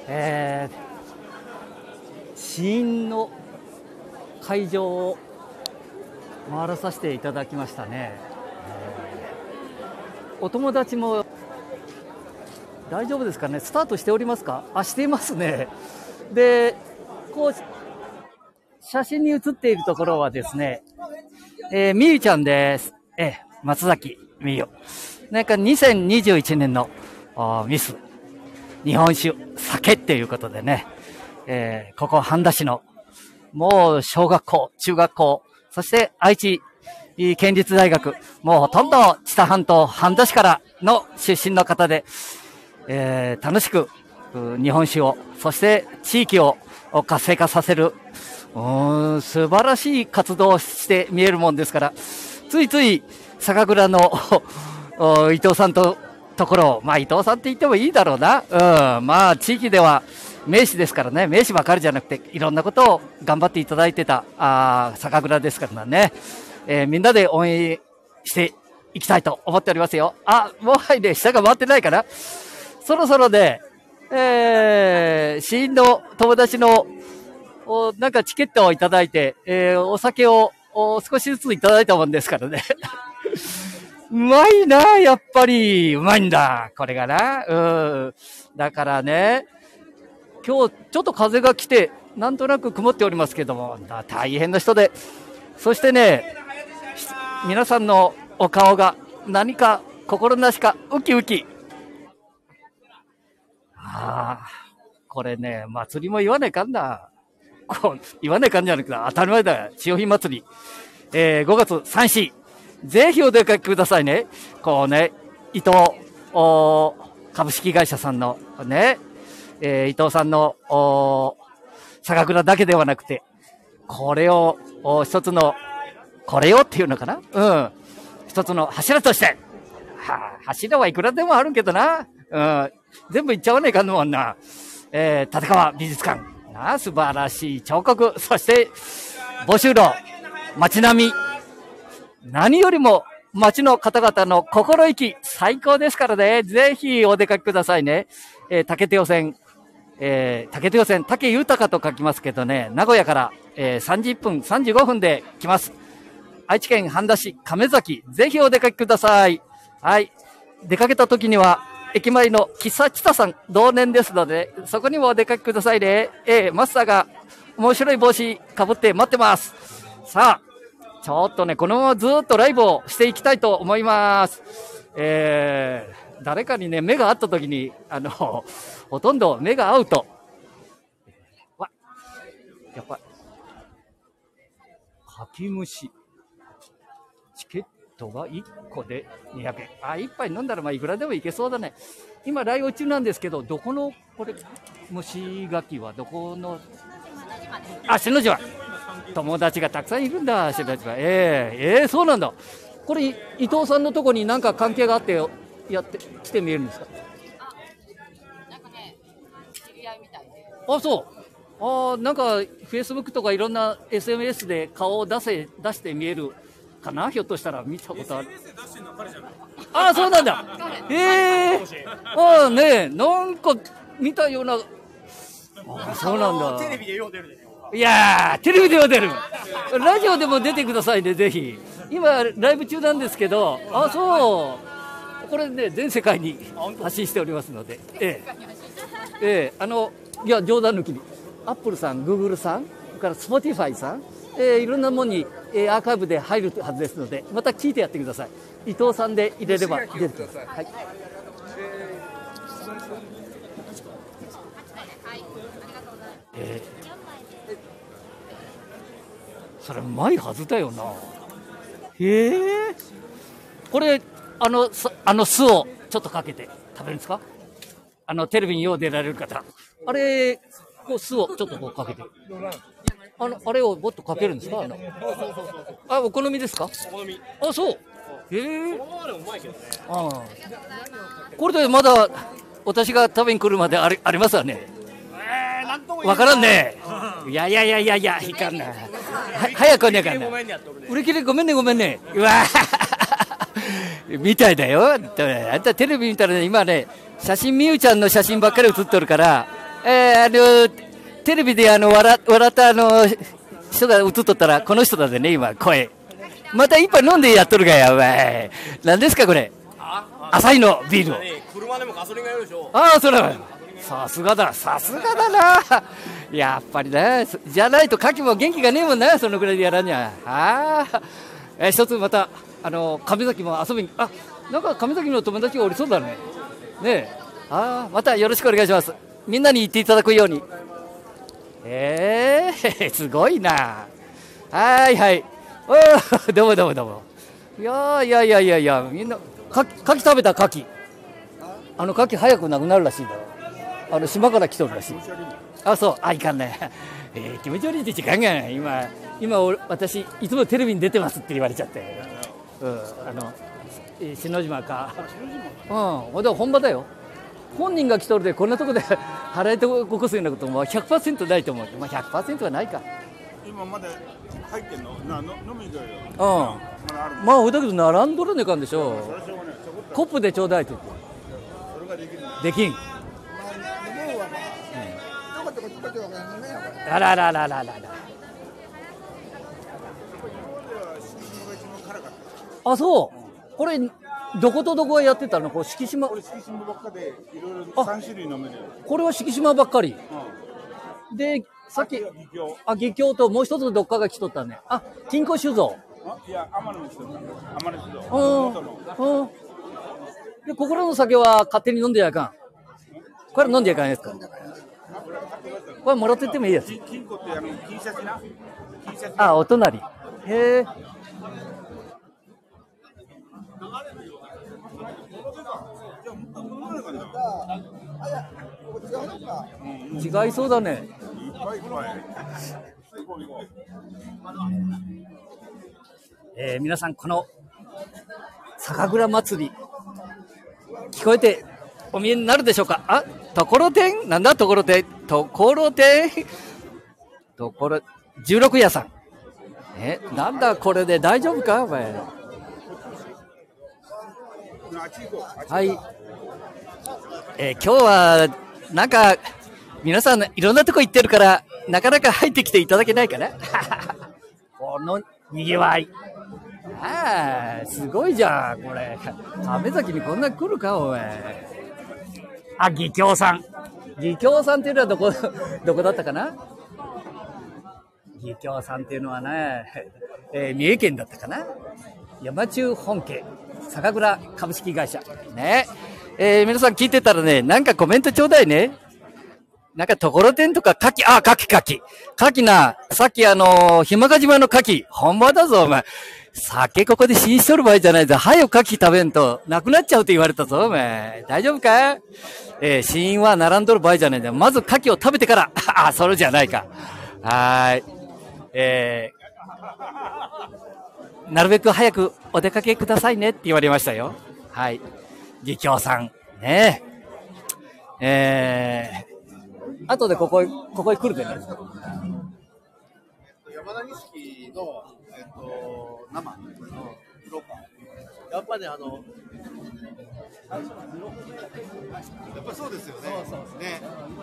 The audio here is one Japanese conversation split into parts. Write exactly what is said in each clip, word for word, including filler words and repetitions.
えー、試飲の会場を回らさせていただきましたね。えー、お友達も大丈夫ですかね。スタートしておりますか。あ、していますね。で、こう写真に写っているところはですね、えー、みゆちゃんです。えー、松崎みゆ。なんかにせんにじゅういちねんのミス日本酒酒っていうことでね、えー、ここ半田市のもう小学校、中学校、そして愛知県立大学、もうほとんど知多半島半田市からの出身の方で、えー、楽しく日本酒を、そして地域を活性化させる、うーん、素晴らしい活動をして見えるもんですから、ついつい酒蔵の伊藤さんとところ、まあ伊藤さんって言ってもいいだろうな、うん、まあ地域では名士ですからね、名士ばかりじゃなくていろんなことを頑張っていただいてたあ酒蔵ですからね、えー、みんなで応援していきたいと思っておりますよ。あ、もうはいね、下が回ってないかな。そろそろで、えー、試飲の友達のおなんかチケットをいただいて、えー、お酒をお少しずついただいたもんですからねうまいな、やっぱりうまいんだこれがな。うん、だからね、今日ちょっと風が来てなんとなく曇っておりますけども、大変な人で、そしてね、皆さんのお顔が何か心なしかウキウキ。ああ、これね、祭りも言わないかんだ。こう言わないかんじゃなくて当たり前だよ。潮干祭り、えー、ごがつさん、しぜひお出かけくださいね。こうね、伊藤株式会社さんのね、えー、伊藤さんの酒蔵だけではなくて、これを一つのこれをっていうのかな、うん、一つの柱として、はあ、柱はいくらでもあるけどな、うん、全部いっちゃわないかんのもんな。えー、立川美術館、な、素晴らしい彫刻、そして募集路、街並み、何よりも街の方々の心意気最高ですからね、ぜひお出かけくださいね。えー、竹手予選、えー、竹手予選、竹豊と書きますけどね、名古屋から、えー、さんじゅっぷんさんじゅうごふんで来ます。愛知県半田市亀崎、ぜひお出かけください。はい、出かけた時には駅前の喫茶チタさん同年ですので、そこにもお出かけくださいね。えー、マスターが面白い帽子かぶって待ってます。さあ、ちょっとね、このままずっとライブをしていきたいと思います。えー、誰かにね、目が合った時に、あの、ほとんど目が合うと、わ、やっぱ、かきむし、チケットがいっこでにひゃくえん。あ、一杯飲んだらまあいくらでもいけそうだね。今、ライブ中なんですけど、どこの、これ、蒸し柿はどこの、あ、篠島。友達がたくさんいるんだ、篠島。えー、えー、そうなんだ。これ、伊藤さんのとこに何か関係があって、やって、来てみえるんですか。あ、なんかね、知り合いみたいで。あ、そう。あ、なんか、フェイスブックとかいろんな エスエヌエス で顔を出せ、出して見えるかな、ひょっとしたら見たことある。あ、そうなんだ。ええー、あ、ね、なんか見たような。あ、そうなんだ。テレビでよう出るで。いやー、テレビでは出る。ラジオでも出てくださいね、ぜひ。今ライブ中なんですけど、あ、そう。これね、全世界に発信しておりますので、ええ、ええ、あの、いや、冗談抜きに、アップルさん、グーグルさん、それからスポティファイさん、えー、いろんなものに、えー、アーカイブで入るはずですので、また聞いてやってください。伊藤さんで入れれば出てください。はい。えーそれうまいはずだよな。へえ。これあのあの酢をちょっとかけて食べるんですか。あのテレビによう出られる方、あれこう酢をちょっとこうかけて、あのあれをもっとかけるんですか。あのあ、お好みですか。お好み。あ、そう。へえ。ああ、これでまだ私が食べに来るまであり、ありますわね。わからんね。いやいやいやいやいや、いかんな。は早く来ねえかんな。売り切れごめんねごめんね。うわみたいだよ。あんたテレビ見たらね、今ね、写真みゆちゃんの写真ばっかり写ってるから、 えー、あのテレビであの笑笑ったあの人が映っとったらこの人だぜね今声。また一杯飲んでやっとるがやお前。何ですかこれ？浅いのビールを。 車でもガソリンがいるでしょ。 ああそれはさすがださすがだな。やっぱりねじゃないと牡蠣も元気がねえもんなそのぐらいでやらんにゃ。ああ、えー、一つまたあの亀崎も遊びにあなんか亀崎の友達がおりそうだね。ねえああまたよろしくお願いします。みんなに言っていただくように。えー、すごいな。はいはいおどうもどうもどうも。いやいやいやいやいやみんなか牡蠣食べた牡蠣。あの牡蠣早くなくなるらしいんだよ。あの島から来とるらしい。あそうあいかんね、えー、気持ち悪いって時間が今今私いつもテレビに出てますって言われちゃって、うん、あの、えー、篠島かうんほんで本場だよ。本人が来とるでこんなとこで払いてここすようなことも ひゃくパーセント ないと思う。まあ ひゃくパーセント はないか。 今まだ入ってんの？なの飲みだよ。 うん。まあだけど並んどるねかんでしょ。コップでちょうだいって言って。 それができる。 できん。あらららららら。あそう。これどことどこがやってたの？こう敷島。 これ敷島ばっかでいろいろさん種類飲めるよ。 これは敷島ばっかり。 うん、 でさっきあ漁協ともう一つどっかが来とったね。あ金庫酒造。 いや天野の人だ。天野酒造。うんうん。でここらの酒は勝手に飲んでやかん。これ飲んでやかんですか。これもらってってもいいやつ。 金庫ってあの金シャチな。金シャチ。 あお隣。へえ。違いそうだね。えー、皆さんこの酒蔵祭り聞こえてお見えになるでしょうか。あところてんなんだところてんところてんところ十六夜さんえなんだこれで大丈夫かお前。はい、えー、今日はなんか皆さんいろんなとこ行ってるからなかなか入ってきていただけないかなこのにぎわいああすごいじゃんこれ。亀崎にこんな来るかお前。あ義協さん義協さんっていうのはどこどこだったかな。義協さんっていうのはね、えー、三重県だったかな。山中本家酒蔵株式会社ね。えー、皆さん聞いてたらねなんかコメントちょうだいね。なんかところてんとか牡蠣あ牡蠣牡蠣牡蠣なさっきあのー、ひまか島の牡蠣本場だぞお前。酒ここで死にしとる場合じゃないぞ。はよ牡蠣食べんとなくなっちゃうと言われたぞお前。大丈夫か。えー、死因は並んどる場合じゃないんだよ。まず牡蠣を食べてからあそれじゃないか。はーいえー、なるべく早くお出かけくださいねって言われましたよ。はい義協さんねえー、後でここここへ来るでね。 山田錦の、えっと、生の黒かやっぱり、ね、あのやっぱそうですよね。そうそうね。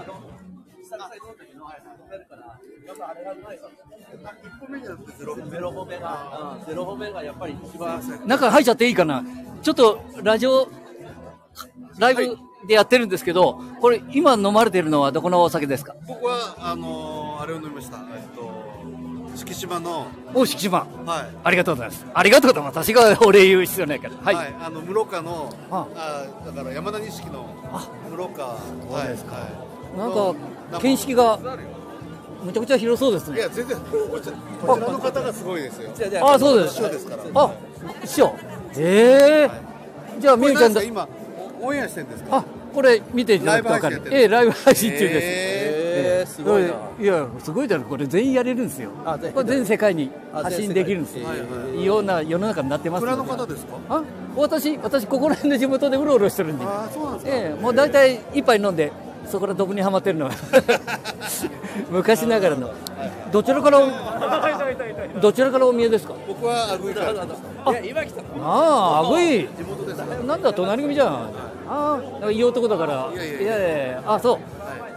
いっこめじゃなくてゼロ歩目が、ゼロ歩目がやっぱり一番。 中入っちゃっていいかな。ちょっとラジオライブでやってるんですけど、これ今飲まれてるのはどこのお酒ですか。 僕はあのー、あれを飲みました。えっと敷島の。 お敷島。 はい。 ありがとうございます。ありがとうございます。私がお礼言う必要ないから。はい。はい、 あの室賀のああだから山田錦の室賀。 そうですか。 はい、 なんか見識がむちゃくちゃ広そうですね。 いや全然こちらこちらの方がすごいですよ。 あそうです。 師匠ですから。 あ師匠。ええーはい、じゃあみゆちゃんだ今オンエアしてるんですか。 あこれ見ていただくと分かる。ええライブ配信中です。 えー、すごいな。 いやすごいだろこれ全員やれるんですよ。これ全世界に発信できるんですよ。いいような世の中になってます。 蔵の方ですか。 あ私私ここら辺の地元でうろうろしてるんで。 あそうなんですか。 ええもう大体一杯飲んでそこからどこにはまってるのは昔ながらの。どちらからどちらからお見えですか。 僕はアグイから。 あ今来たの。ああアグイ。地元です。なんだ隣組じゃん。ああいい男だから。いやいやいやあそう。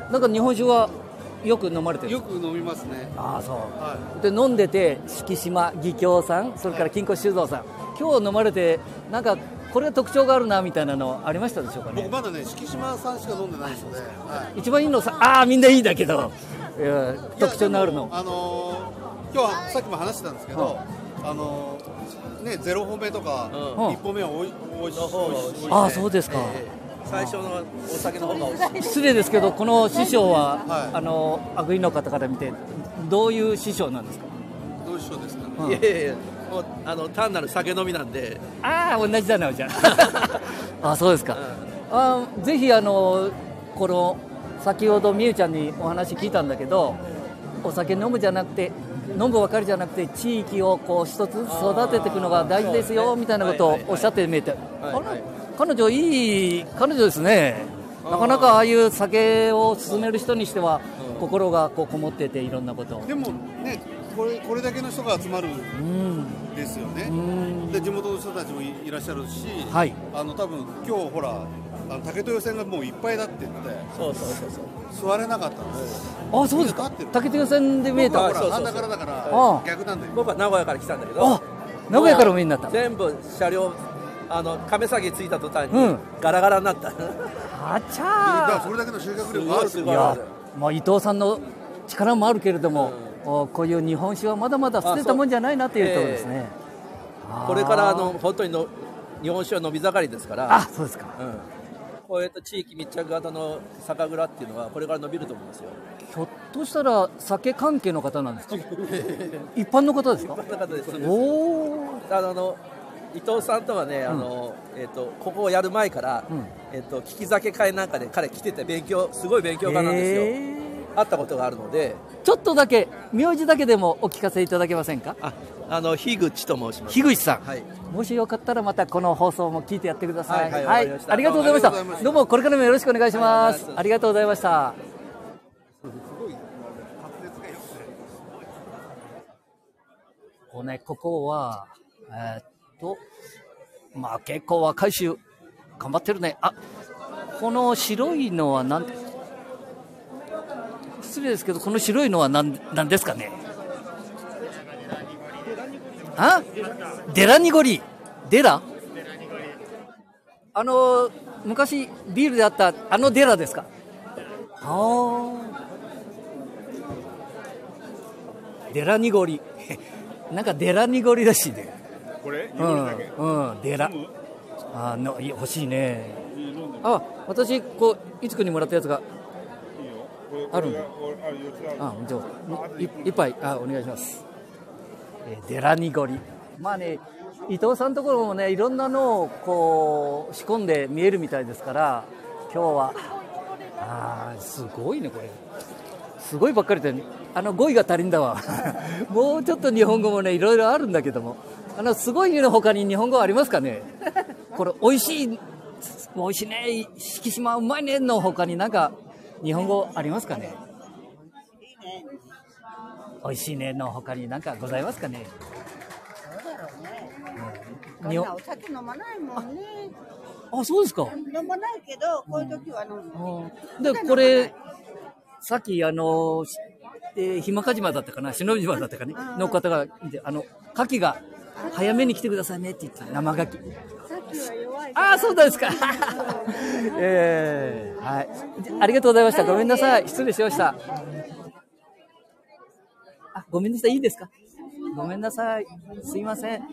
なんか日本酒はよく飲まれてる。 よく飲みますね。 ああそう。 はで飲んでて敷島義京さん、それから金子酒造さん、今日飲まれてなんかこれが特徴があるなみたいなのありましたでしょうかい。僕ね。 まだね敷島さんしか飲んでないので、はい。 一番いいのさ、ああみんないいんだけど、いや特徴のあるの。 あのー、今日はさっきも話してたんですけど、あのー、ねゼロ歩目とかうん一歩目はおいおいしい。 ああそうですか。 最初のお酒の方が美味しい。 失礼ですけどこの師匠は、 はいあのアグリの方から見てどういう師匠なんですか。 どういう人ですかね。 うんいやいやいや、もうあの単なる酒飲みなんで、 ああ同じだなじゃあ。あそうですか。あぜひあのこの先ほどみゆちゃんにお話聞いたんだけど、お酒飲むじゃなくて飲むばかりじゃなくて地域をこう一つずつ育てていくのが大事ですよみたいなことをおっしゃってみえて、あら彼女いい彼女ですね。なかなかああいう酒を勧める人にしては心がこうこもってていろんなことを。 でもねこれこれだけの人が集まるうんんですよね。 うんで地元の人たちも い, いらっしゃるし、 はいあの多分今日ほらあの竹豊線がもういっぱいだって言ってそうそうそうそう。 座れなかったんですよ。 あそうですか。竹豊線で見えた。 僕はほらそうそうそう真ん中からだかああら逆なんだよ。 僕は名古屋から来たんだけど、 あ名古屋からお見えになった。 全部車両あの亀下着いた途端にうんガラガラになった。 あちだからゃそれだけの修学す力があるー。いごいすごい。 や、まあ、伊藤さんの力もあるけれども、おこういう日本酒はまだまだ捨てたもんじゃないなっていうところですね。あーこれからあの本当にの日本酒は伸び盛りですから。 あそうですか。 うん。こういった地域密着型の酒蔵っていうのはこれから伸びると思いますよ。 ひょっとしたら酒関係の方なんですか。一般の方ですか。 そんな方です。 おお。 あのあの伊藤さんとはね、あのえっ、とここをやる前から、 うんえっ、と利き酒会なんかで彼来てて勉強すごい勉強家なんですよ。 へー会ったことがあるので、 ちょっとだけ名字だけでもお聞かせいただけませんか。 ああの樋口と申します。 樋口さん、 はい。 もしよかったらまたこの放送も聞いてやってください。 はいはいわかりましたありがとうございました。 どうもありがとうございましたどうもこれからもよろしくお願いします。 はいありがとうございました。こうね、ここはえーっとまあ結構若い衆頑張ってるね。あ、この白いのはなん失礼ですけどこの白いのは何なんですかね。あ、デラニゴリデラあの昔ビールであったあのデラですか。ああデラニゴリなんかデラニゴリらしいね。 これうんうんデラあのい欲しいね。あ私こういつくにもらったやつがあるんだ。あじゃあい一杯あお願いします。えーデラニゴリまあね伊藤さんのところもねいろんなのをこう仕込んで見えるみたいですから今日はあーすごいねこれすごいばっかりであの語彙が足りんだわもうちょっと日本語もねいろいろあるんだけどもあのすごいの他に日本語ありますかね。これ美味しい美味しいね敷島うまいねの他になんか日本語ありますかね。美味しいねの他に何かございますかね。 こんなお酒飲まないもんね。 あ、そうですか。 飲まないけど、こういう時は飲む。 うんで、これ、さっき、あの、えー、ひまか島だったかな、篠島だったかね、の方がいて、あの、牡蠣が早めに来てくださいねって言って、生牡蠣。 さっきは弱い。 ああ、そうですか。えー、はい。ありがとうございました。ごめんなさい。失礼しました。あ、ごめんなさい。いいですか。ごめんなさい。すいません。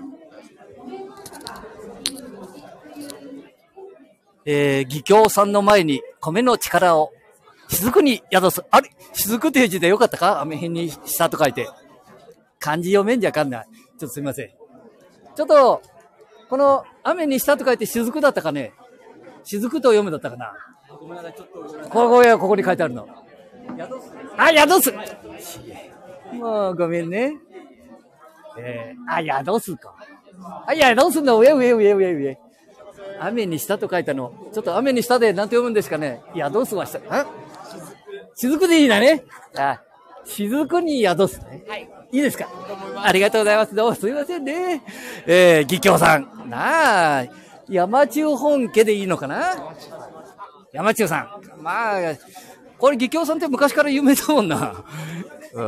えー、義教さんの前に米の力を雫に宿す。あれ雫っていう字でよかったか。雨辺に下と書いて。漢字読めんじゃあかんない。ちょっとすみません。ちょっと、この雨に下と書いて雫だったかね。雫と読むだったかな。ここここに書いてあるの。あ、宿す。もうごめんね。えー、あ、宿すか。あ、宿すの上上上上上。雨に下と書いたの。ちょっと雨に下で何て読むんですかね。宿すはした。あ雫でいいんだね。あ、雫に宿すね。はい。いいですか。ありがとうございます。どうもすいませんね。えー、義教さん。なあ、山中本家でいいのかな。山中さん。まあ、 これ、桔梗さんって昔から有名だもんな。うん。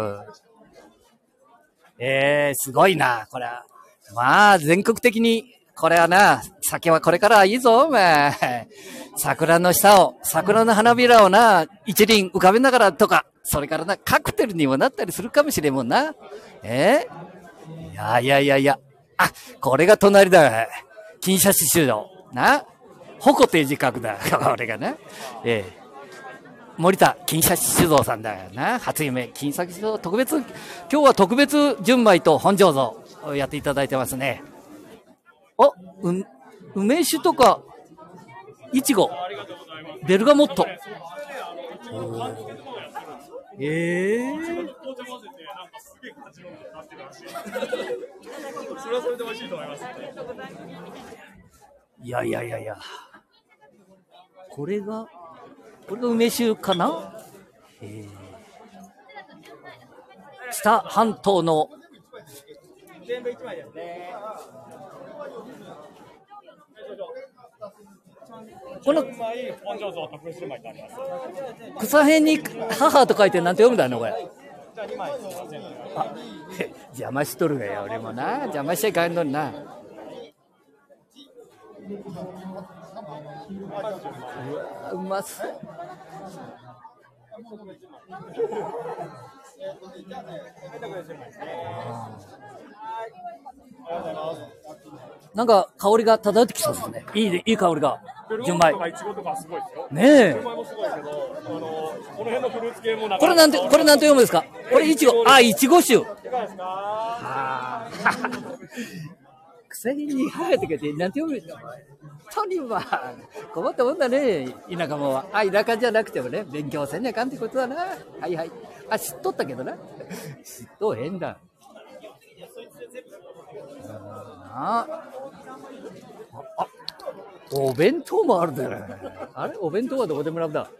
ええー、すごいな、これは。まあ、全国的に、これはな、酒はこれからはいいぞ、お前。桜の下を、桜の花びらをな、一輪浮かべながらとか、それからな、カクテルにもなったりするかもしれんもんな。ええー、いやいやいやいや。あ、これが隣だ。金シャチ酒造。な。矛っていう字書くだ。これがね。ええー。森田金シャチ酒造さんだよな。初夢金シャチ酒造特別、今日は特別純米と本醸造をやっていただいてますね。お、う、梅酒とか、いちご、ベルガモット。ええー。それはそれで美味しいと思います。いやいやいやいや。これが、これが梅酒かな。えー、北半島の全部いちまいですね。この草辺に母と書いて何て読むんだろうこれ。あ、邪魔しとるがよ俺もな。邪魔しちゃいかんのにな。うわうまそう。なんか香りが漂ってきそうですね。いいね、いい香りが。純米。ねえ。これなんて、これなんて読むんですか。これいちご、あ、いちご酒。あ薬に生えてけて、なんて読むんですか。とには困ったもんだね、田舎もんは。あ、田舎じゃなくてもね、勉強せんにゃかんってことだな。はいはい。あ、知っとったけどな。知っと変だ。ああ、お弁当もあるだよ。あれお弁当はどこでもらうんだ。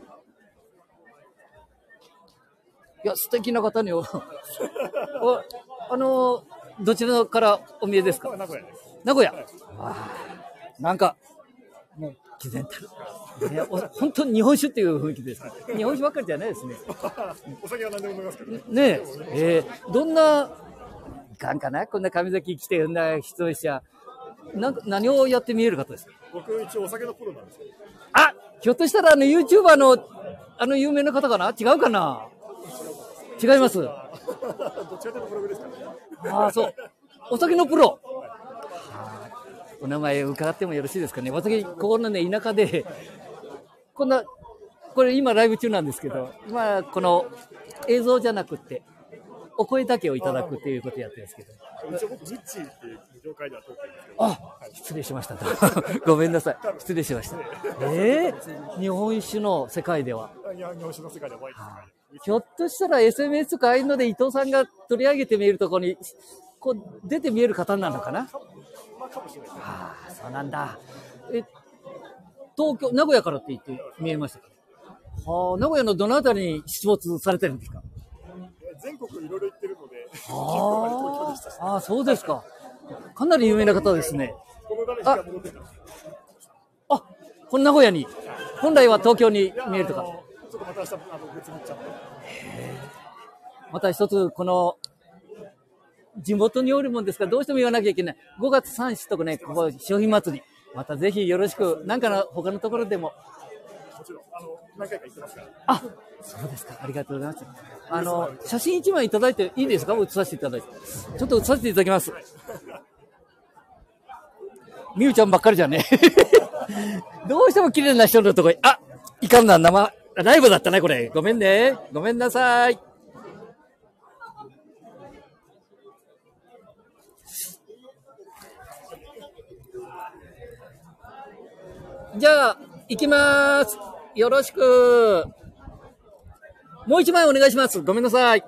いや、素敵な方にお、おあの、どちらからお見えですか。名古屋です。名古屋。はい、あなんか、もう、毅然たる。ね、本当に日本酒っていう雰囲気です。日本酒ばっかりじゃないですね。お酒は何でも飲みますけどね。ねえ、えー、どんな、いかんかなこんな神崎来て、こんな人しちゃ。なんか何をやって見える方ですか。僕一応お酒のプロなんですよ。あ、ひょっとしたらあの YouTuber のあの有名な方かな。違うかな。違います。どっちかというとブログですかね。ああ、そう。お酒のプロ。お名前伺ってもよろしいですかね。私ここのね田舎でこんなこれ今ライブ中なんですけど、まあこの映像じゃなくてお声だけをいただくっていうことをやってるんですけど。一応僕ミッチーっていう業界では通ってるんですけど。あ、はい、失礼しました。ごめんなさい。失礼しました。えー、日本酒の世界では。日本酒の世界ではワインの世界で。ひょっとしたら エスエヌエス とかああいうので伊藤さんが取り上げてみえるところにこう出て見える方なのかな。ああ、そうなんだ。え、東京名古屋からって言って見えましたか。はあ、名古屋のどのあたりに出没されてるんですか。全国いろいろ行ってるので。ああ、そうですか。かなり有名な方ですね。あ、あ、この名古屋に。本来は東京に見えるとか。ちょっとまた明日あの別に行っちゃって。また一つこの地元におるもんですからどうしても言わなきゃいけない。ごがつさんじゅうとかね、ここ商品祭り。またぜひよろしく。なんかの他のところでも。もちろんあの何回か行ってますから。あ、そうですか。ありがとうございます。あの写真一枚いただいていいですか。写させていただいて。ちょっと写させていただきます。みゆちゃんばっかりじゃね。どうしても綺麗な人のところに。あ、いかんな生ライブだったねこれ。ごめんね。ごめんなさい。じゃあ行きます。よろしく。もう一枚お願いします。ごめんなさい。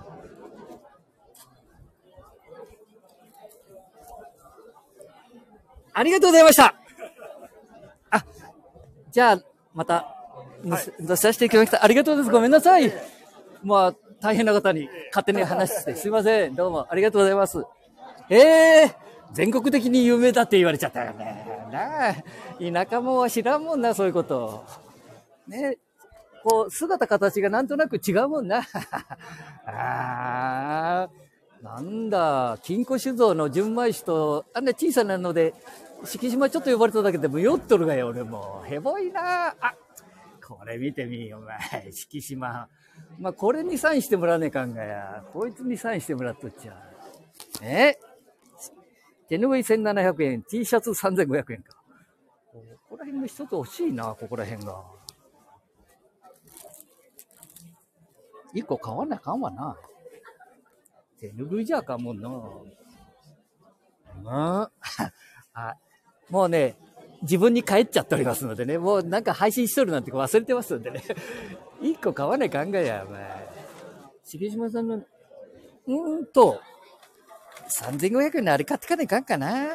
ありがとうございました。あ、じゃあまた出させていただきました。ありがとうです。ごめんなさい。まあ大変な方に勝手に話してすいません。どうもありがとうございます。えー、全国的に有名だって言われちゃったよね。なあ、田舎も知らんもんなそういうこと。ね。 こう、姿形がなんとなく違うもんな。あー、なんだ、金庫酒造の純米酒と、あんな小さなので、敷島ちょっと呼ばれただけでも酔っとるがよ、俺も。へぼいな。あ、これ見てみよ、お前。敷島。まあ、これにサインしてもらわねえかんがや。こいつにサインしてもらっとっちゃ。え手ぬぐいせんななひゃくえん、T シャツさんぜんごひゃくえんか。ここら辺の一つ欲しいな、ここら辺が。一個買わなあかんわな。手ぬぐいじゃあかんもんな。うん。あ、もうね、自分に帰っちゃっておりますのでね、もうなんか配信しとるなんて忘れてますんでね。一個買わないかんがや、お前。重島さんの、うーんと、さんぜんごひゃくえんのあれ買ってかないかんかな。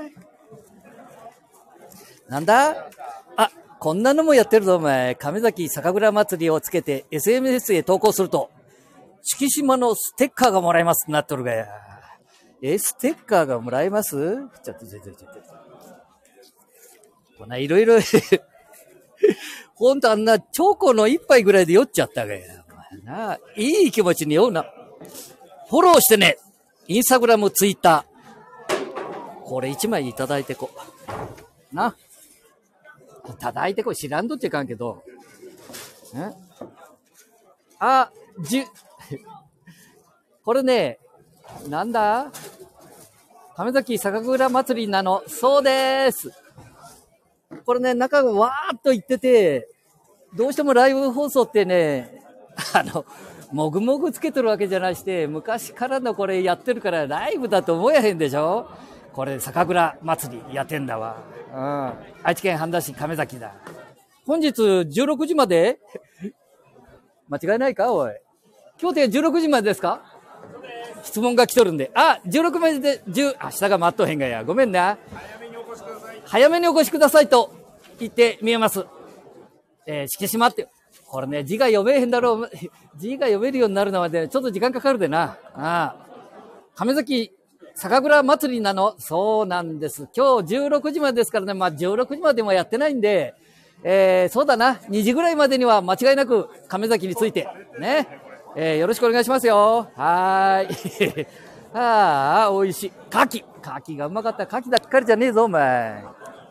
なんだあ、こんなのもやってるぞ、お前。亀崎酒蔵祭りをつけて エスエヌエス へ投稿すると、敷島のステッカーがもらえますってなっとるがや。え、ステッカーがもらえます？ちょっとちょっとちょっと。こんないろいろ、ほんとあんなチョコの一杯ぐらいで酔っちゃったがや。な、いい気持ちに酔うな。フォローしてね。インスタグラム、ツイッター。これ一枚いただいてこう。な。いただいてこう。知らんとってかんけど。んあ、じゅ、これね、なんだ亀崎酒蔵祭りなの。そうでーす。これね、中がわーっといってて、どうしてもライブ放送ってね、あの、もぐもぐつけてるわけじゃなして、昔からのこれやってるからライブだと思えへんでしょ。これ酒蔵祭りやってんだわ。うん。愛知県半田市亀崎だ。本日じゅうろくじまで間違いないかおい。今日でじゅうろくじまでですか？質問が来とるんで。あ、じゅうろくまででじゅう、明日が待っとへんがや。ごめんな。早めにお越しください。早めにお越しくださいと言って見えます。えー、敷島って。これね、字が読めへんだろう。字が読めるようになるのはね、ちょっと時間かかるでな。ああ。亀崎酒蔵祭りなの？そうなんです。今日じゅうろくじまでですからね、まあじゅうろくじまでもやってないんで、えー、そうだな。にじぐらいまでには間違いなく亀崎について、ね。えー、よろしくお願いしますよ。はーい。ああ、美味しい。牡蠣。牡蠣がうまかった。牡蠣だっかりじゃねえぞ、お前。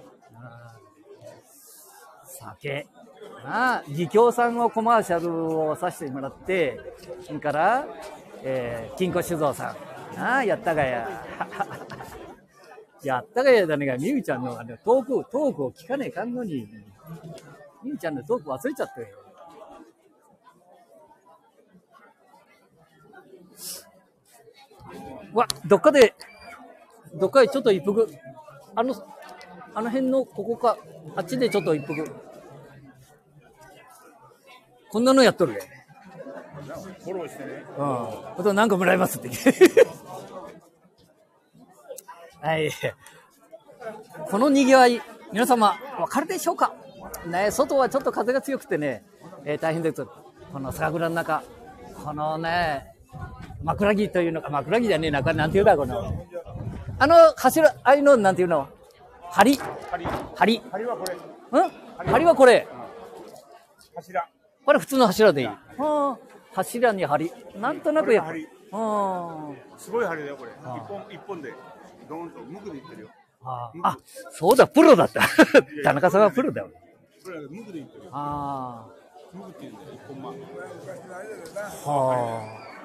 酒。ああ、自供さんのコマーシャルをさせてもらって、それから、えー、金庫酒造さん。ああ、やったがや。やったがやだねが、みゆちゃんのあのトーク、トークを聞かねえかんのに、みゆちゃんのトーク忘れちゃったよ。わ、どっかで、どっかでちょっと一服、あの、あの辺のここか、あっちでちょっと一服。こんなのやっとるよ。 フォローしてね。 うん。あと何個もらえますって。はい。この賑わい、皆様、わかるでしょうかね、外はちょっと風が強くてね、えー、大変です。この酒蔵の中、このね、枕木というのか、枕木じゃねえな、なんていうだ、この。あの柱、ああいうの、なんていうの梁梁。 梁。 梁はこれ。 ん梁はこれ。 柱。 これ普通の柱でいい。はあ、柱に梁。なんとなくやっぱ。 ああ。すごい梁だよ、これ。一本、一本で、ドーンと、無垢でいってるよ。 ああ、そうだ、プロだった。田中さんはプロだよ。 これは無垢でいってるよ。 ああ。 無垢っていうんだよ、一本ま。 はあ。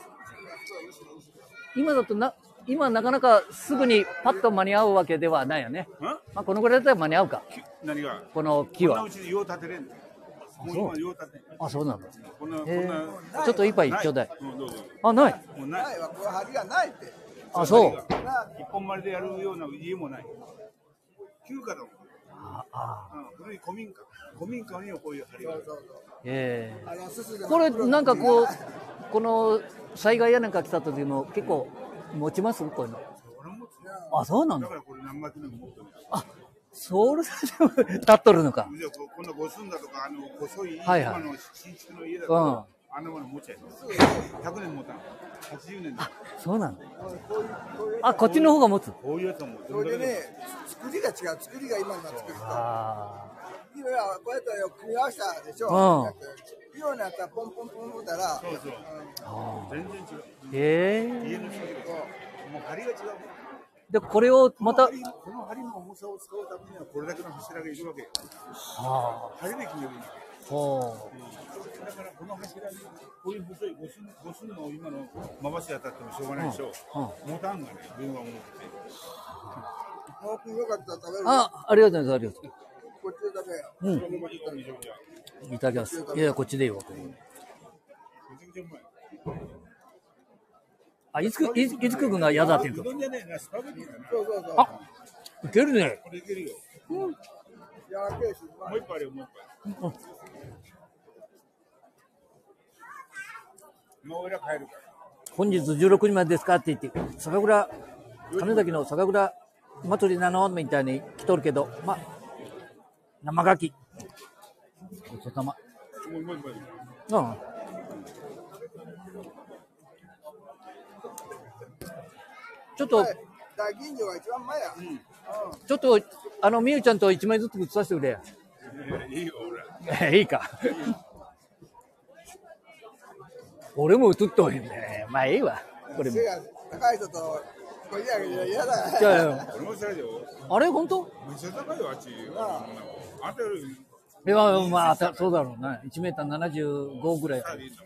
今だとな、今なかなかすぐにパッと間に合うわけではないよね。まあ、このぐらいだったら間に合うか。 何がこの木は。 こんなうちで用立てれんの。もう今用立て。 あ、そうなんだ。 こんな、こんえな。 ー、ちょっと一杯ちょうだい。 うん、どうぞ。 あ、ない。 もうない。 ないわ、これ針がないって。 あ、そう。 一本まりでやるような家もない。旧家だもん。 ああ。 うん、古い古民家。古民家にはこういう針がある。 ええー。これなんかこう、この災害やなんか来た時も結構持ちますこういうの。あ、そうなんだ。 だからこれ何巻きでも持ってる。 あ、それでも立っとるのか。 こんなご住んだとか、あの細い、 はいはい、 今の新築の家だと、うん、あんなもの持っちゃいます。ひゃくねん持たん。はちじゅうねんだ。 あ、そうなんだ。あ、こっちの方が持つ。 こういうやつはもう。 それでね、作りが違う。作りが今の作りと。 ああ。 いやこうやって組み合わせたでしょ。 うんピオになったらポンポンポンポンだら。 そうそう。全然違う。 え家の人もう針が違う。 ー、でこれをまた、 この針の重さを使うためにはこれだけの柱がいるわけよ。 は針で決めるんだ。 あ、ほだからこの柱にこういう細い五寸五寸の今の回し当たってもしょうがないでしょ。 うんうん持たんがね、分が重くて。 もうよかったら食べる。 あ、ありがとうございます。ありがとこっちで食べよう。うん。 このままいいかもしれない。 いただきます。いや、こっちでいいわ。 めちゃくちゃうまい。 あ、いつく、いついつく君が嫌だって言うと。 うどんじゃねえな、スパゲティだな。 そうそうそう。 あ、いけるね。 これいけるよ。 やらけえし、うまい。 もう一杯あるよ、もう一杯。もう俺ら帰るから。 本日じゅうろくにちまでですかって言って、酒蔵、金崎の酒蔵祭りなのみたいに来とるけど、まあ、生牡蠣。ごちそうさま。 もうもう一杯。 うん。ちょっと、 大吟醸が一番前や。 ちょっと、あの、みゆちゃんと一枚ずつ写させてくれ。 いいよ、俺。 いいか。俺も映っとんへんね。まあいいわ。これも。 背が高い人とこれやけど嫌だ。 じゃあ、 俺も知らんよ。 あれ本当？ めっちゃ高いよ、あっち。あんたより。 いや、まあ、そうだろうな。いちメーターななじゅうごぐらい。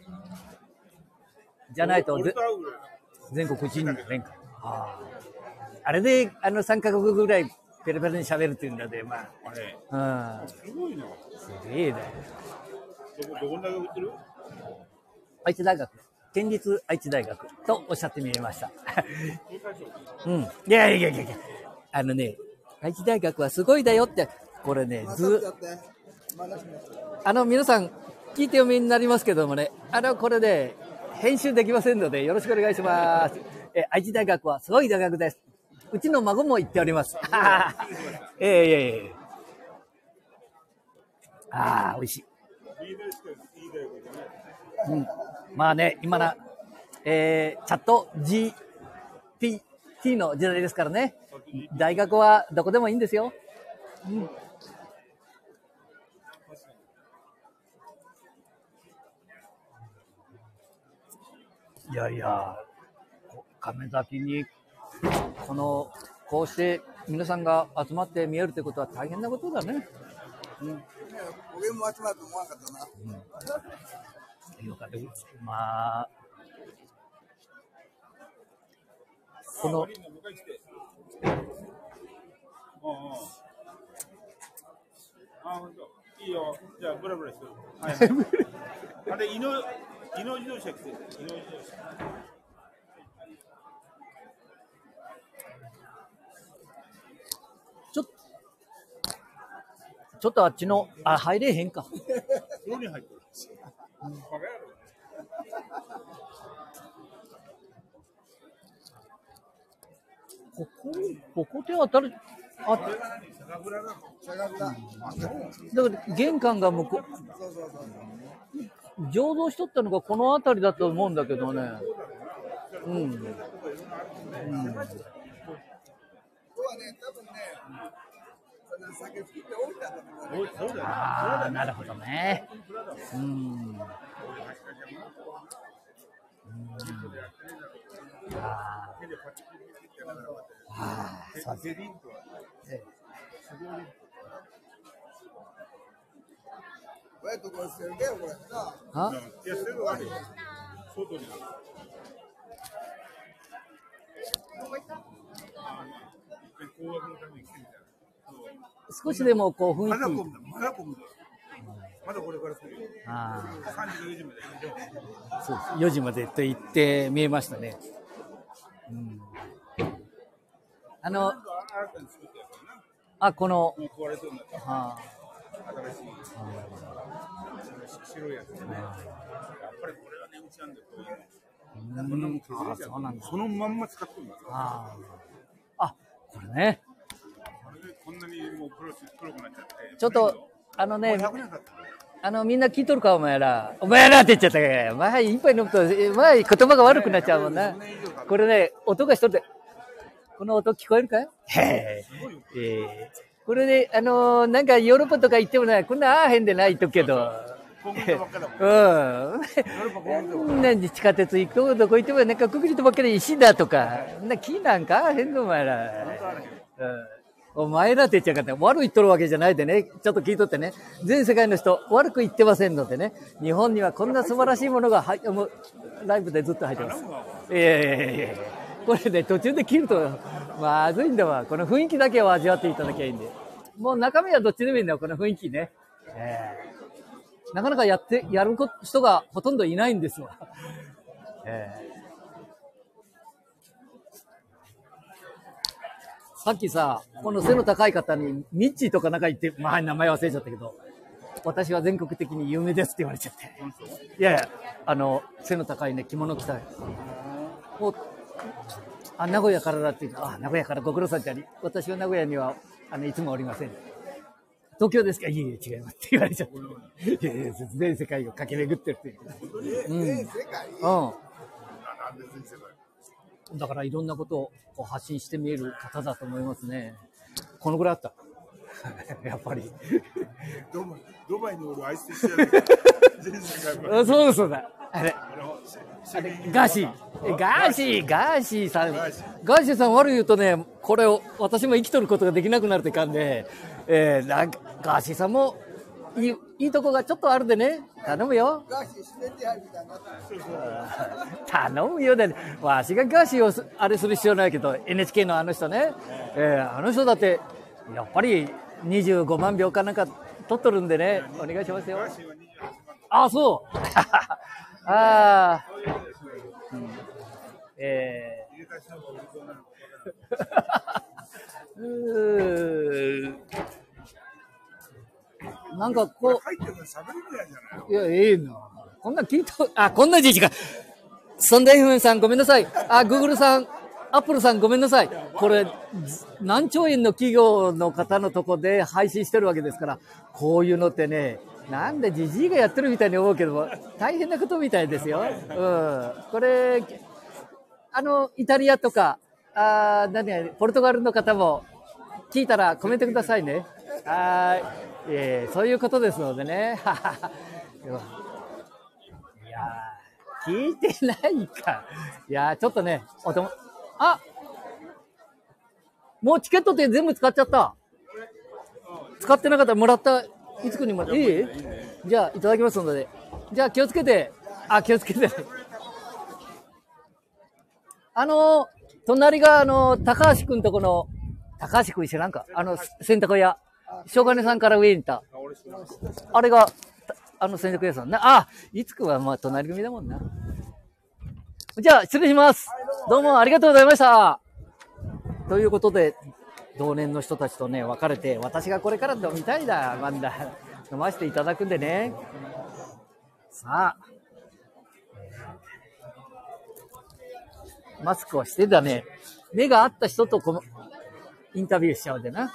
じゃないと、ぜ全国一位に連か。ああれで、あのさんカ国ぐらいペラペラに喋るっていうんだで、まあ。 あれ。 うん。 すごいな。 すげえだよ。 どこ、どこんだけ売ってる？ 愛知大学。県立愛知大学とおっしゃってみました。うん。いやいやいやいや。あのね、愛知大学はすごいだよって、これね、ず、あの、皆さん、聞いて読みになりますけどもね、あの、これね、編集できませんので、よろしくお願いします。え、愛知大学はすごい大学です。うちの孫も行っております。ええええ。ああ、美味しい。うん。まあね、今な、えー、チャット ジーピーティー の時代ですからね。大学はどこでもいいんですよ。うん。いやいや、亀崎にこのこうして皆さんが集まって見えるということは大変なことだね。うん。 俺も集まると思わなかったな。 うん、よかった。まあ、この。 あ、本当。いいよ。じゃあブラブラしてる。はい。あれ、井の井の自動車来てる。井の自動車。 ちょっと、ちょっとあっちの、あ、入れへんか。 どこに入ってる？うん、 ここ、ここで当たる、あ、 これが何？酒蔵なの？ 酒蔵。 だから玄関が向こう、 そうそうそう。 醸造しとったのがこの辺りだと思うんだけどね。うん。うん。 ここはね、多分ね、酒作っておいたんだと思う。 ああ、なるほどね。うん。うん。ああ。ああ、そうです。 これとこれしてるけどこれさ。 あ？ いや、それがあるよ。外にある。 少しでもこう雰囲気。 まだ混むまだ混むまだこれから来るよ。 ああ。さんじかよじまで行くよ。 そうです。よじまでと言って見えましたね。うん。あの、あ、この、 もう壊れそうになった。 はあ、 新しい。白いやつね。やっぱりこれはね、うちなんで、こういうの。そんなもん削れちゃう。 そうなんだ。 そのまんま使ってるんですよ。 ああ。あ、これね。 これでこんなにもう黒黒くなっちゃって。 ちょっと、あのね、 ひゃくねん経った。 あの、みんな聞いとるか、お前ら。お前らって言っちゃったから。前一杯飲むと、前言葉が悪くなっちゃうもんな。これね、音がしとるで。この音聞こえるかい？へえ。えこれで、あのー、なんかヨーロッパとか行ってもない、こんなあーへんでないとけど。 コンクリートばっかりだもん。 うん。なんで地下鉄行くとどこ行ってもなんかコンクリートばっかり石だとか、な木なんかあーへんのお前ら。うん。お前らって言っちゃうかった。悪い言っとるわけじゃないでね。ちょっと聞いとってね。全世界の人、悪く言ってませんのでね。日本にはこんな素晴らしいものが、はい、もう、ライブでずっと入ってます。いやいやいやいやこれね、途中で切ると、まずいんだわ。この雰囲気だけを味わっていただきゃいいんで。もう中身はどっちでもいいんだよ、この雰囲気ね。えー、なかなかやって、やる人がほとんどいないんですわ。えー、さっきさ、この背の高い方に、ミッチーとかなんか言って、まあ名前忘れちゃったけど、私は全国的に有名ですって言われちゃって。いやいや、あの、背の高いね、着物着たい。もうあ、名古屋からだって言うと、あ、名古屋からご苦労さんちゃんに。私は名古屋には、あの、いつもおりません。東京ですか？いえいえ、違いますって言われちゃって。いやいや、全世界を駆け巡ってるっていう。うん。うん。だからいろんなことをこう発信してみえる方だと思いますね。このぐらいあった。やっぱり。 ドバイ、ドバイにおるあいつと一緒やねん。 そうそうだ。あれ。あれガーシー。ガーシー、ガーシーさん。ガーシーさん悪い言うとね、これを私も生きとることができなくなるってかんで、えー、ガーシーさんもいい、いいとこがちょっとあるでね、頼むよ。ガーシー指名手配みたいな。頼むよだね。わしがガーシーをあれする必要ないけど、エヌエイチケー のあの人ね、えー、あの人だって、やっぱりにじゅうごまんびょうかなんか取っとるんでね、お願いしますよ。あ、そう。ああ。うん、えー、うーなんかこう、いや、ええな。こんな聞いた、あ、こんな字が。サンダー エフエム さんごめんなさい。あ、Google さん、Apple さんごめんなさい。これ、何兆円の企業の方のとこで配信してるわけですから、こういうのってね、なんでジジイがやってるみたいに思うけども、大変なことみたいですよ。うん。これ、あの、イタリアとか、あ何や、ポルトガルの方も聞いたらコメントくださいね。はい。えー、そういうことですのでね。いや聞いてないか。いやちょっとね、おとも、あもうチケットって全部使っちゃった。使ってなかったらもらった。いつくにもいい？じゃあいただきますので。じゃあ気をつけて。あ、気をつけて。あの隣があの高橋くんとこの高橋くん知らんか？あの洗濯屋、小金さんから上にいた。あれがあの洗濯屋さんね。あ、いつくはまあ隣組だもんな。じゃあ失礼します。どうもありがとうございました。ということで。同年の人たちとね別れて、私がこれから飲みたいだまんだ飲ませていただくんでね。さあマスクをしてだね、目が合った人とこのインタビューしちゃうでな。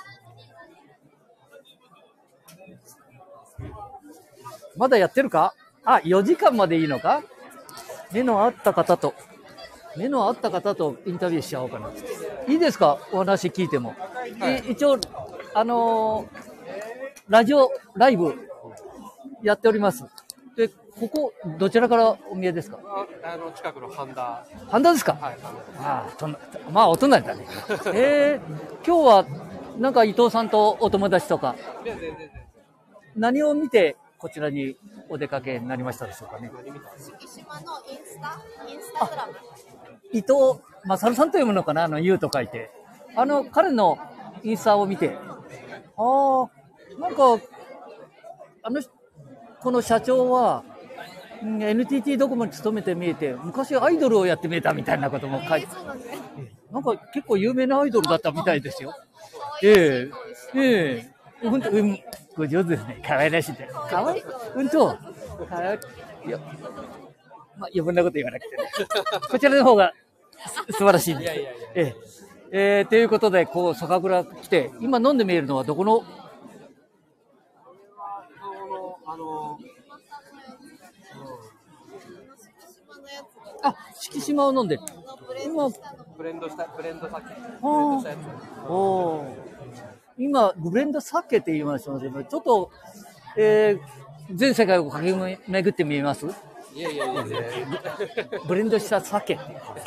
まだやってるか？あ、よじかんまでいいのか？目の合った方と目の合った方とインタビューしちゃおうかな。いいですか？お話聞いても。はい、一応、あのー、ラジオ、ライブやっております。で、ここ、どちらからお見えですか？ あ、あの、近くの半田。 半田ですか？はい。ああ、まあ、お隣だね。えー、今日は、なんか伊藤さんとお友達とか、何を見てこちらにお出かけになりましたでしょうかね？月島のインスタ、インスタグラム。伊藤勝さんと読むのかな、あの、ゆうと書いて。あの、彼のインスタを見て、ああ、なんか、あの、この社長は、エヌティーティー ドコモに勤めて見えて、昔アイドルをやって見えたみたいなことも書いて、なんか結構有名なアイドルだったみたいですよ。ええええ本当、うん、ご上手ですね。可愛らしいで。可愛い、うんと、可愛い。いや、まあ、余分なこと言わなくてね。こちらの方が素晴らしいんです。えええー、ということで、こう、酒蔵来て、今飲んで見えるのはどこの？あの、あ、敷島を飲んでる。今、 ブレンドした、ブレンド先。ブレンドしたやつ。 おー。 今、ブレンド酒って言いましたので、ちょっと、えー、全世界を駆け巡ってみます？ いやいやいや、 ブレンドした酒。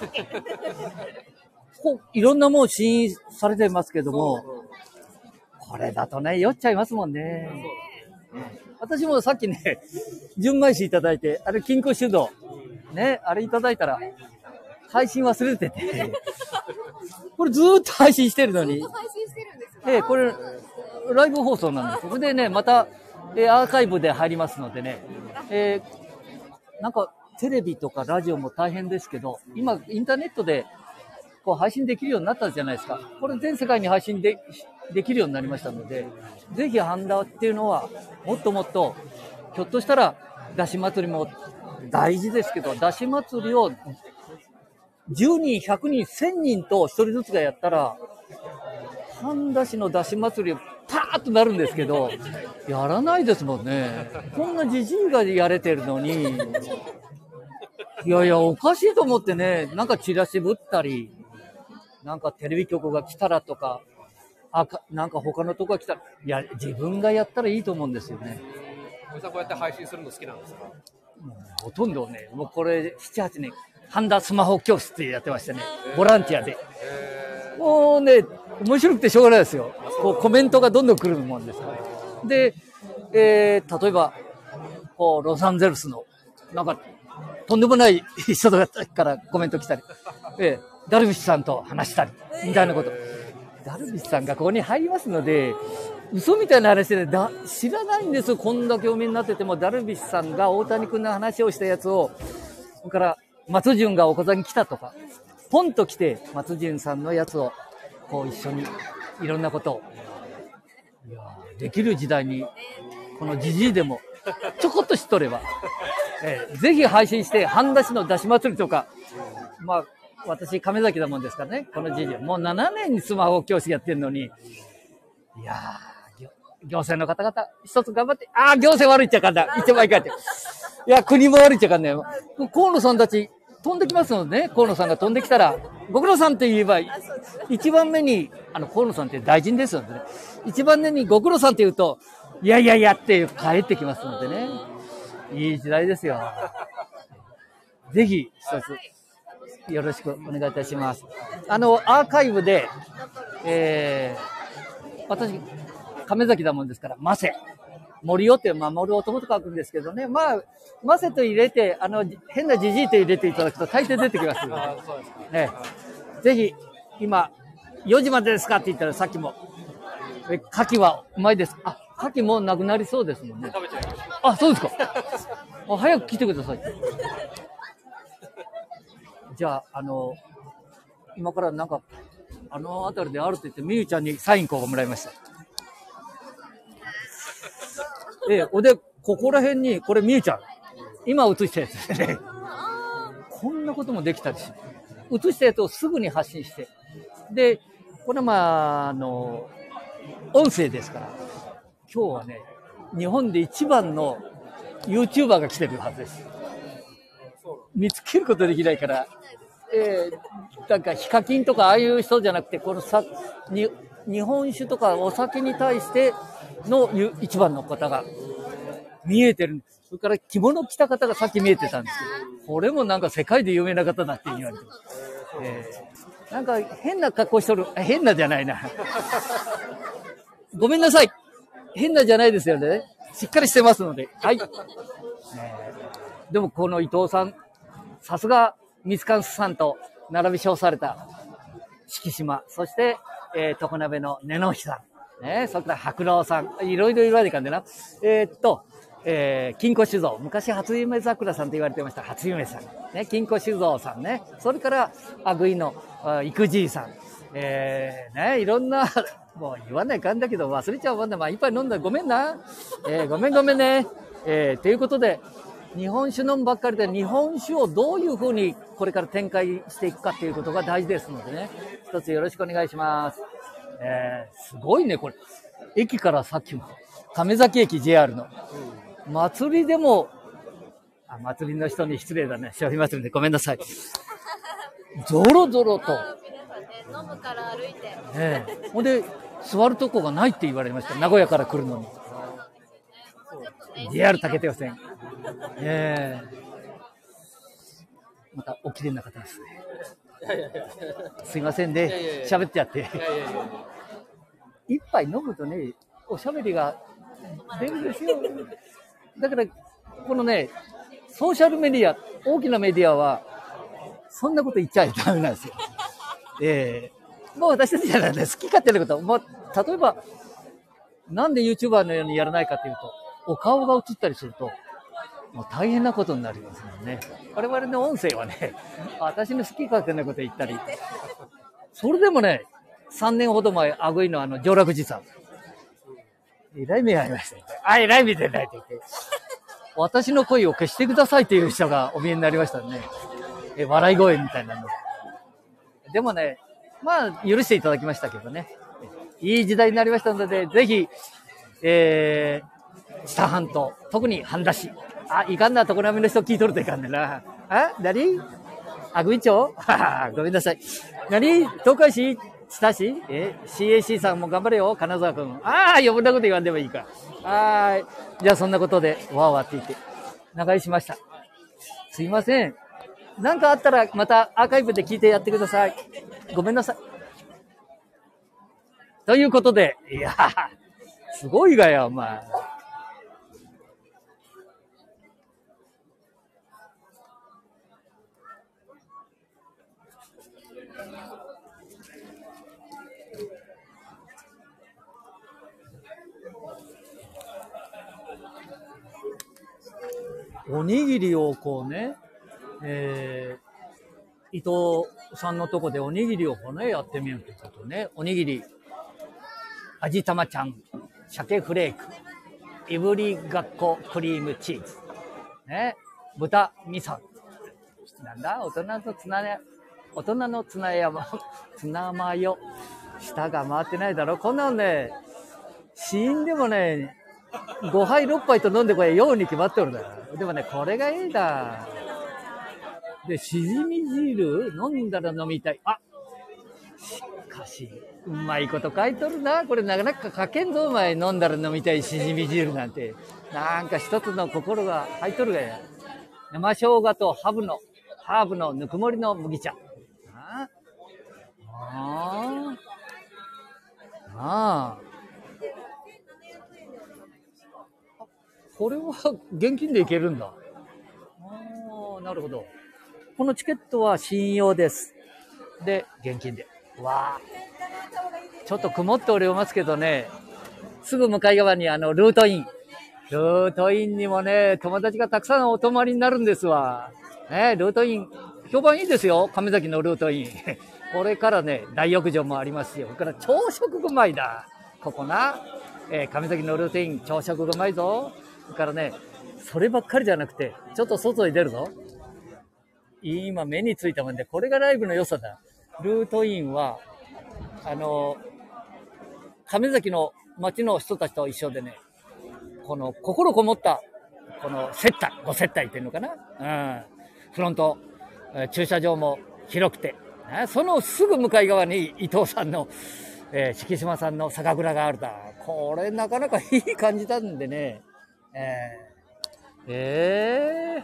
こういろんなもの試飲されてますけども、これだとね、酔っちゃいますもんね。私もさっきね、純米酒いただいて、あれ、金庫酒造。ね、あれいただいたら、配信忘れてて。これずーっと配信してるのに。 配信してるんですよ。 ええ、これ、ライブ放送なんです。それでね、また、えー、アーカイブで入りますのでね、えー、なんか、テレビとかラジオも大変ですけど、今、インターネットで、こう、配信できるようになったじゃないですか。これ全世界に配信で、できるようになりましたので、ぜひハンダっていうのは、もっともっと、ひょっとしたら、だし祭りも大事ですけど、だし祭りを、じゅうにん、ひゃくにん、せんにんとひとりずつがやったら、半田市のだし祭りパーッとなるんですけど、やらないですもんね。こんなじじいがやれてるのに、いやいや、おかしいと思ってね、なんかチラシぶったり、なんかテレビ局が来たらとか、あかなんか他のとこが来たら、いや、自分がやったらいいと思うんですよね。 おじさんこうやって配信するの好きなんですか？ ほとんどね、もうこれ、なな、はちねん、ハンダスマホ教室ってやってましたね。ボランティアで。もうね、面白くてしょうがないですよ。こうコメントがどんどん来るもんですから。で、えー、例えば、こう、ロサンゼルスの、なんか、とんでもない人からコメント来たり、えー、ダルビッシュさんと話したり、みたいなこと。ダルビッシュさんがここに入りますので、嘘みたいな話でだ知らないんですよ。こんだけお見になってても、ダルビッシュさんが大谷君の話をしたやつを、それから松潤が岡崎に来たとか、ポンと来て松潤さんのやつをこう一緒にいろんなことをいやできる時代に、このジジイでもちょこっと知っとれば、えー、ぜひ配信して半田市のだし祭りとか、まあ私亀崎だもんですからね、このジジイもうななねんにスマホ教師やってるのに、いやー行政の方々一つ頑張って、ああ行政悪いっちゃあかんだ、一枚書いて、いや国も悪いっちゃあかんね、河野さんたち飛んできますのでね、河野さんが飛んできたら、ご苦労さんって言えば、一番目に、あの、河野さんって大臣ですのでね、一番目にご苦労さんって言うと、いやいやいやって帰ってきますのでね、いい時代ですよ。ぜひ、一つ、よろしくお願いいたします。あの、アーカイブで、えー、私、亀崎だもんですから、マセ。森をって守る男と書くんですけどね。まあ、マセと入れて、あの、変なジジイと入れていただくと大抵出てきますよ。ね。ぜひ、今、よじまでですかって言ったらさっきも、え、牡蠣はうまいですか？あ、牡蠣もうなくなりそうですもんね。 食べちゃいました。 あ、そうですか。あ、早く来てください。じゃあ、あの、今からなんか、あの辺りであると言って、みゆちゃんにサインこうもらいました。ええ、おで、ここら辺に、これみゆちゃん。今映したやつですね。こんなこともできたりし、映したやつをすぐに発信して。で、これはまあ、あの、音声ですから、今日はね、日本で一番の YouTuber が来てるはずです。見つけることできないから、えー、なんかヒカキンとかああいう人じゃなくて、このさに日本酒とかお酒に対しての一番の方が見えてるんです。それから着物着た方がさっき見えてたんですけど、これもなんか世界で有名な方だって言われてます。えー、なんか変な格好しとる、変なじゃないな。ごめんなさい。変なじゃないですよね。しっかりしてますので。はい。えー、でもこの伊藤さん、さすがミツカンスさんと並び称された敷島、そして、えー、常鍋の根の日さん、ね、それから白老さん、いろいろ言われてかんでな。えー、っと、えー、金庫酒造、昔初夢桜さんと言われてました初夢さん、ね、金庫酒造さんね、それからあぐいの育じいさん、えー、ね、いろんなもう言わないかんだけど忘れちゃうもんだ。まあ一杯飲んだらごめんな、えー、ごめんごめんね、えー、ということで日本酒飲むばっかりで日本酒をどういうふうにこれから展開していくかということが大事ですのでね、一つよろしくお願いします。えー、すごいねこれ、駅からさっきも亀崎駅 ジェイアール の祭りでも、あ、祭りの人に失礼だね、しょりますのでごめんなさい。ゾロゾロと皆さんね、飲むから歩いて。 ねえ、ほんで座るとこがないって言われました。名古屋から来るのに。ジェイアール 竹手予選。ええー、またお綺麗な方ですね。すいませんね、喋っちゃって。一杯飲むとね、おしゃべりが出るんですよ。だから、このね、ソーシャルメディア、大きなメディアは、そんなこと言っちゃダメなんですよ。ええー、もう私たちじゃないです。好き勝手なこと。もう、例えば、なんで YouTuber のようにやらないかというと、お顔が映ったりすると、もう大変なことになりますもんね。我々の音声はね、私の好き勝手なこと言ったり、それでもね、さんねんほど前、あぐいのあの、上洛寺さん。えらい目がありましたね。あ、えらい目でないって言って。私の声を消してくださいという人がお見えになりましたね。え、笑い声みたいなの。でもね、まあ、許していただきましたけどね。いい時代になりましたので、ぜひ、えー、知多半島、特に半田市。あ、いかんな、常滑の人聞いとるといかんねんな。あ、なにあぐい町はは、ごめんなさい。なに東海市知多市え シーエーシー さんも頑張れよ、金沢くん。ああ、余分なこと言わんでもいいか。はーい。じゃあそんなことで、わーわーって言って、長居しました。すいません。なんかあったら、またアーカイブで聞いてやってください。ごめんなさい。ということで、いやー、すごいがや、お前。おにぎりをこうね、えー、伊藤さんのとこでおにぎりをこうね、やってみるってことね。おにぎり、味玉ちゃん、鮭フレーク、いぶりがっこクリームチーズ、ね、豚味噌、なんだ、大人のツナや、大人のツナやま、ツナマヨ、舌が回ってないだろ。こんなのね、死んでもね、ごはいろっぱいと飲んでこれように決まっておるだよ。でもね、これがいいだ。で、しじみ汁飲んだら飲みたい。あ、しかし、うまいこと書いとるな。これなかなか書けんぞ、お前。飲んだら飲みたいしじみ汁なんて。なんか一つの心が入っとるがや。生生姜とハーブの、ハーブのぬくもりの麦茶。ああ。ああ。これは現金でいけるんだ。ああ、なるほど。このチケットは信用です。で、現金で。わあ。ちょっと曇っておりますけどね、すぐ向かい側にあの、ルートイン。ルートインにもね、友達がたくさんお泊まりになるんですわ。ね、ルートイン、評判いいですよ。亀崎のルートイン。これからね、大浴場もありますし、これから朝食がうまいだ。ここな。えー、亀崎のルートイン、朝食がうまいぞ。それからね、そればっかりじゃなくて、ちょっと外に出るぞ。今目についたもんで、これがライブの良さだ。ルートインは、あの、亀崎の町の人たちと一緒でね、この心こもった、この接待、ご接待っていうのかな。うん。フロント、駐車場も広くて、そのすぐ向かい側に伊藤さんの、えー、敷島さんの酒蔵があるだ。これなかなかいい感じなんでね。えー、え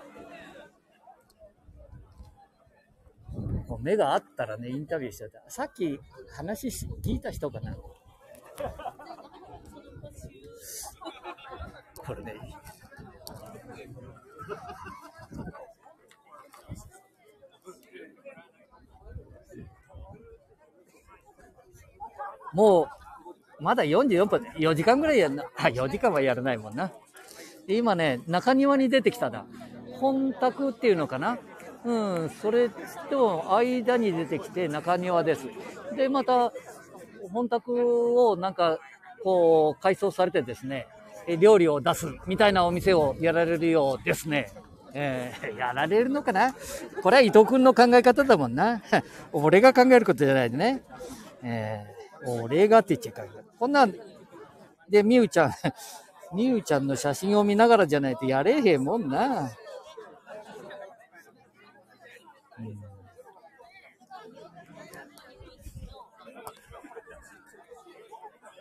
ー、目があったらね、インタビューしてた。さっき話聞いた人かな。これね。もう、まだよんじゅうよんぷん、よじかんぐらいやんな。あ、よじかんはやらないもんな。今ね、中庭に出てきたな。本宅っていうのかな。うん、それと間に出てきて中庭です。で、また、本宅をなんか、こう、改装されてですね、料理を出すみたいなお店をやられるようですね。えー、やられるのかな。これは伊藤君の考え方だもんな。俺が考えることじゃないでね。えー、俺がって言っちゃいかん。こんなんで、みゆちゃん、みゆちゃんの写真を見ながらじゃないとやれへんもんな。うん、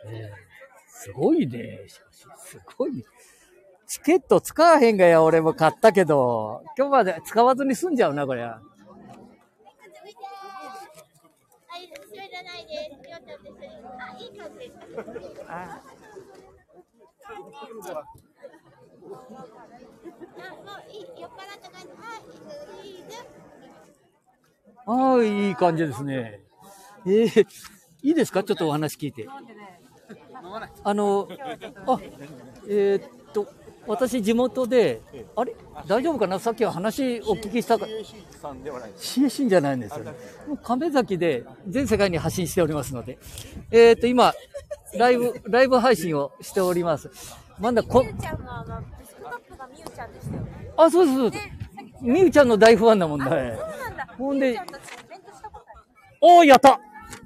えー、すごいね。しかし、すごいね。チケット使わへんがや、俺も買ったけど、今日まで使わずに済んじゃうな、これ。 はい、滑らないです。りょうちゃんと一緒に。あ、いい感じです。あ、もういい、酔っ払った感じ。はい、いいです。 ああ、いい感じですね。えー、いいですか？ちょっとお話聞いて。あの、あ、えー、っと、私地元で、あれ大丈夫かな、さっきは話お聞きしたか。シーエーシー じゃないんですよね。亀崎で全世界に発信しておりますので、えー、っと、今、ライブ、ライブ配信をしております。まだこ、 みゆちゃんのあの、デスクトップがみゆちゃんでしたよね。 あ、そうです、そうです。みゆちゃんの大ファンだもんね。 そうなんだ。 ほんで、 みゆちゃんとイベントしたことある。 おー、やった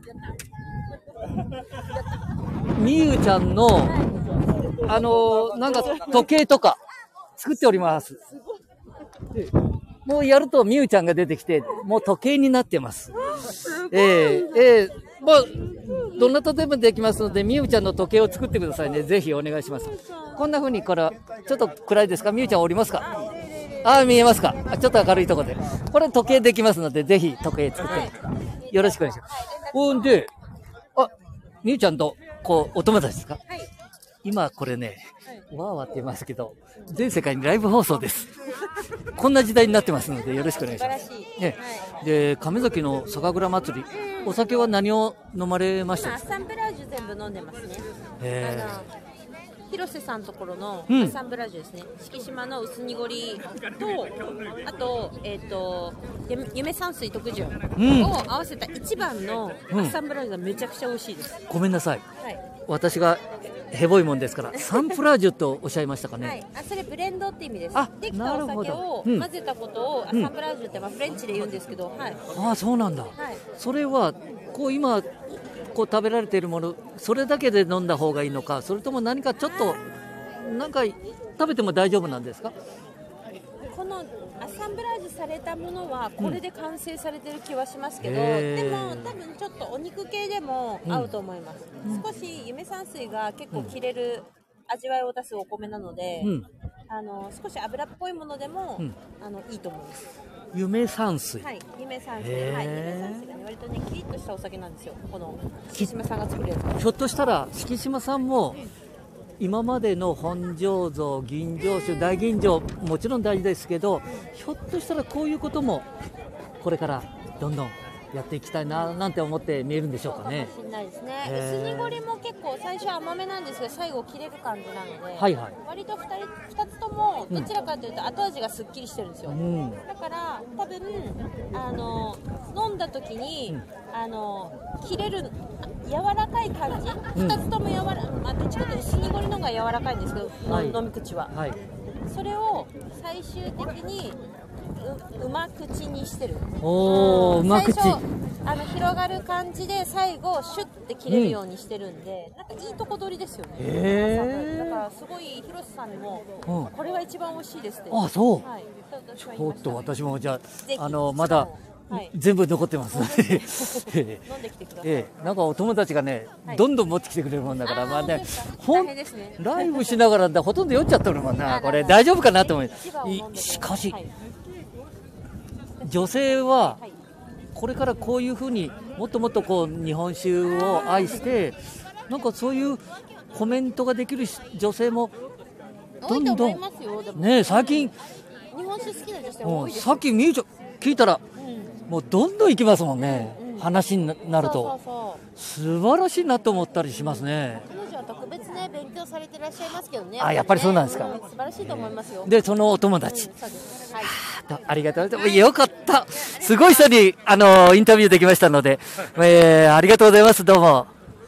みゆちゃんの、あのー、なんか時計とか作っております。もうやるとみゆちゃんが出てきて、もう時計になってます。えー、えー、もう、どんな例えばできますので、みゆちゃんの時計を作ってくださいね。ぜひお願いします。こんな風にから、ちょっと暗いですか？みゆちゃんおりますか？あ、見えますか？ちょっと明るいところで。これ時計できますので、ぜひ時計作ってよろしくお願いします。ほんで、あ、みゆちゃんと、こう、お友達ですか？はい。今これね、わーわーって言いますけど、全世界にライブ放送です。こんな時代になってますので、よろしくお願いします。ね、はい、で、亀崎の酒蔵祭り、お酒は何を飲まれましたか？ アッサンブラージュ全部飲んでますね。 へー、広瀬さんのところのアうんッサンブラージュですね。敷島の薄濁りと、あと、えっ、ー、と、夢山水特潤を合わせた一番のアッサンブラージュがめちゃくちゃ美味しいです。 うん、ごめんなさい。 はい。 私がヘボいもんですからサンプラージュとおっしゃいましたかね。 はい、あ、それブレンドって意味です。 あ、 できたお酒を混ぜたことを、うん、アッサンブラージュってまあフレンチで言うんですけど、はい。 ああ、そうなんだ。 はい、 それはこう今こう食べられているもの、それだけで飲んだ方がいいのか、それとも何かちょっとなんか食べても大丈夫なんですか？ このアッサンブラージュされたものはこれで完成されてる気はしますけど、うん、でも多分ちょっとお肉系でも合うと思います。うん、少し夢山水が結構切れる味わいを出すお米なので、うん、あの少し油っぽいものでも、うん、あのいいと思います。 夢山水。 はい、夢山水。はい、夢山水がね、割とねキリッとしたお酒なんですよ。この敷島さんが作るやつ。 ひょっとしたら敷島さんも今までの本醸造、吟醸酒、大吟醸もちろん大事ですけど、ひょっとしたらこういうこともこれからどんどんやっていきたいななんて思って見えるんでしょうかね。 かもしれないですね。薄濁りも結構最初甘めなんですが、最後切れる感じなので、 はいはい、 割と 2, 人ふたつともどちらかというと後味がすっきりしてるんですよ。うん、だから多分あの飲んだ時に、うん、あの切れる柔らかい感じ、うん、ふたつとも柔ら、まあ、どっちかというと薄濁りの方が柔らかいんですけど、はい、飲み口は、はい、それを最終的にう, うま口にしてる。 おー、うま口。 最初あの広がる感じで最後シュッて切れるようにしてるんで、うん、なんかいいとこ取りですよね。 へー、 だからすごい広瀬さんにも、うん、これが一番美味しいですって。 あ、そう、 はい、 ちょっと私もじゃあ、あのまだはい、全部残ってますので飲んできてください。 ええ、なんかお友達がね、はい、どんどん持ってきてくれるもんだから、まあね、 ほんライブしながらだほとんど酔っちゃってるもんな、これ大丈夫かなと思い。しかし、はい、女性はこれからこういうふうにもっともっとこう日本酒を愛して、なんかそういうコメントができる女性もどんどんね、最近日本酒好きな女性多いです。 さっきみゆちゃん聞いたら、うん、もうどんどん行きますもんね、うんうん、話になると。そうそうそう、素晴らしいなと思ったりしますね。 彼女は特別ね勉強されていらっしゃいますけどね。 あ、やっぱりそうなんですか。 うん、素晴らしいと思いますよ。 でそのお友達、うん、 そうです、はい、 あ, ありがとうございます。よかった、すごい人にあのインタビューできましたので、えー、ありがとうございます。どうも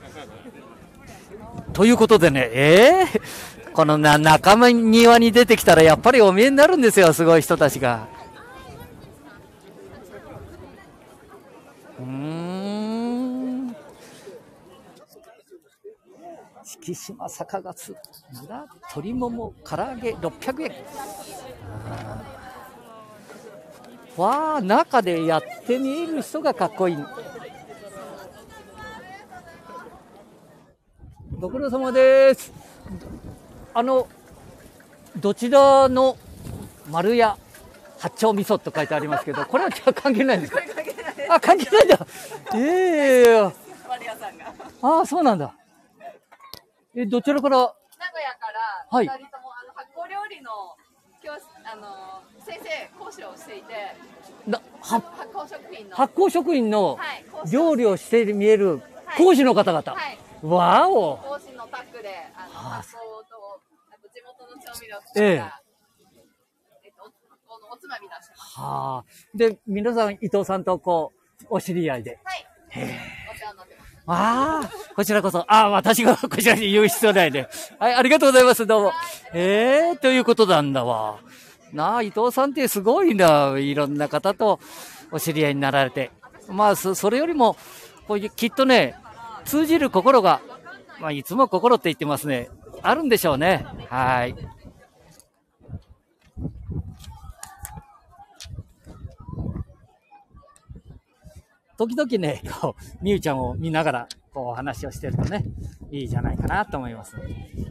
ということでね、えー、このな仲間庭に出てきたらやっぱりお見えになるんですよ、すごい人たちが。うーん、敷島酒ガツ村鶏もも唐揚げろっぴゃくえん。わあ、中でやってみえる人がかっこいい。 ご苦労様です。あの、どちらの丸屋八丁味噌と書いてありますけど、これは関係ないんですか？あ、関係ないんだ。ええー。ああ、そうなんだ。え、どちらから？ 名古屋から、 はい。 ふたりともあの発酵料理の教室、あの先生講師をしていて、 なは発酵食品の発酵食品のはい料理をして見える講師の方々。 はい。 わお。 講師のタッグであのはあ発酵とあと地元の調味料とか、 えええっとこのおつまみ出してます。 はあ。で、皆さん伊藤さんとこうお知り合いで。 はい。お世話になってます。 ああ、こちらこそ。ああ、私がこちらに言う必要ないね。はい、ありがとうございます。どうも。ええー、ということなんだわ。なあ、伊藤さんってすごいな。いろんな方とお知り合いになられて。まあ、そ、それよりも、こういう、きっとね、通じる心が、まあ、いつも心って言ってますね。あるんでしょうね。はい。時々ね、こう、みゆちゃんを見ながら、こう、お話をしてるとね、いいじゃないかなと思います。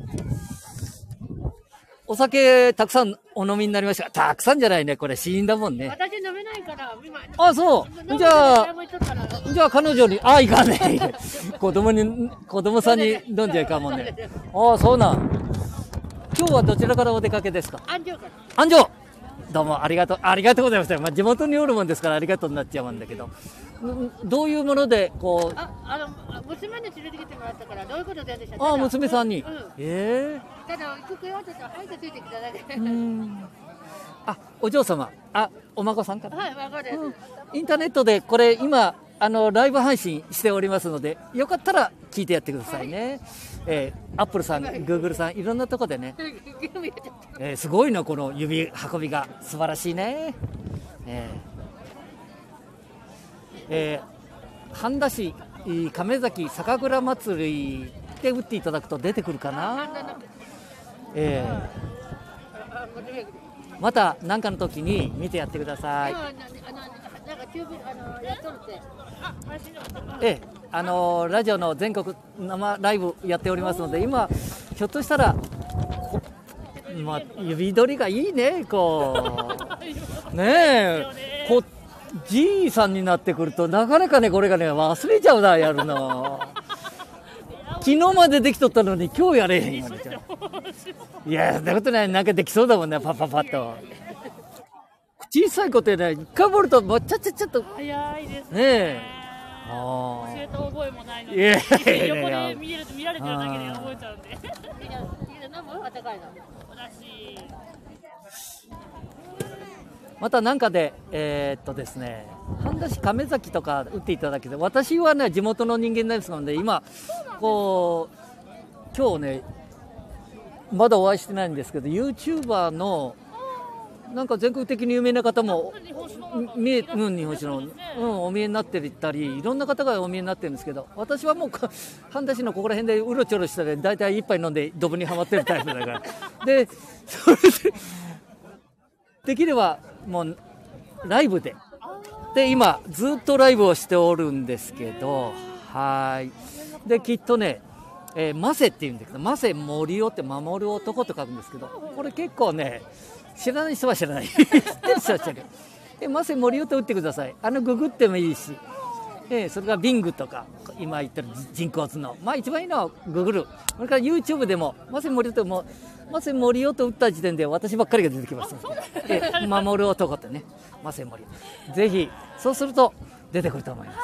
お酒、たくさんお飲みになりましたか？たくさんじゃないね。これ、死因だもんね。 私飲めないから、今。 あ、そう。じゃあ、じゃあ彼女に、あ、いかねえ。子供に、子供さんに飲んじゃいかんもんね。ああ、そうなん。今日はどちらからお出かけですか？ 安城から。 安城。どうもありがとう、ありがとうございました。まあ、地元におるもんですからありがとうになっちゃうんだけど、どういうものでこう。 あ、あの娘に連れてきてもらったからどういうことででしょう。 あ、娘さんに。 うん、 ええー。ただ行くよって言ったらはいってついてきただけ。 うん。あ、お嬢様、あ、お孫さんから。 はい、孫です、うん。 インターネットでこれ今あのライブ配信しておりますので、よかったら聞いてやってくださいね。はい、えー、アップルさん、グーグルさん、いろんなとこでね。えー、すごいなこの指運びが素晴らしいね。えーえー、半田市亀崎酒蔵祭りで打っていただくと出てくるかな。えー、また何かの時に見てやってください。ええ、あのー、ラジオの全国生ライブやっておりますので、今ひょっとしたらまあ、指取りがいいね、こうねえ、こうじいさんになってくるとなかなかねこれがね忘れちゃうな、やるの。昨日までできとったのに今日やれへんよね。いや、そんなことない、なんかできそうだもんね、パッパッパッと。小さい子ってね、一回ボルトもうちゃちゃちゃっと早いですね。 ねえ、あ教えた覚えもないのに、 いやいやいや横で見れる見られてるだけで覚えちゃうんで。 またなんかで、えー、っとですね、半田市亀崎とか打っていただけて、私はね地元の人間ですので、今こう今日ねまだお会いしてないんですけど、ユーチューバーのなんか全国的に有名な方も見え、うん、日本酒の、うん、お見えになってたり、いろんな方がお見えになってるんですけど、私はもう半田市のここら辺でうろちょろしたら大体一杯飲んでドブにはまってるタイプだからで、それでできればもうライブでで今ずっとライブをしておるんですけど、はいできっとね、えー、マセっていうんだけど、マセ森尾って守る男と書くんですけど、これ結構ね知らない人は知らない知ってる人は知ってる。でマセ森尾と打ってください。あのググってもいいし、えー、それからビングとか今言ってる人工知能、まあ一番いいのはググる。それから YouTube でもマセ森尾ともマセ森尾と打った時点で私ばっかりが出てきますので、えー、守る男ってね、マセ森尾、ぜひそうすると出てくると思います。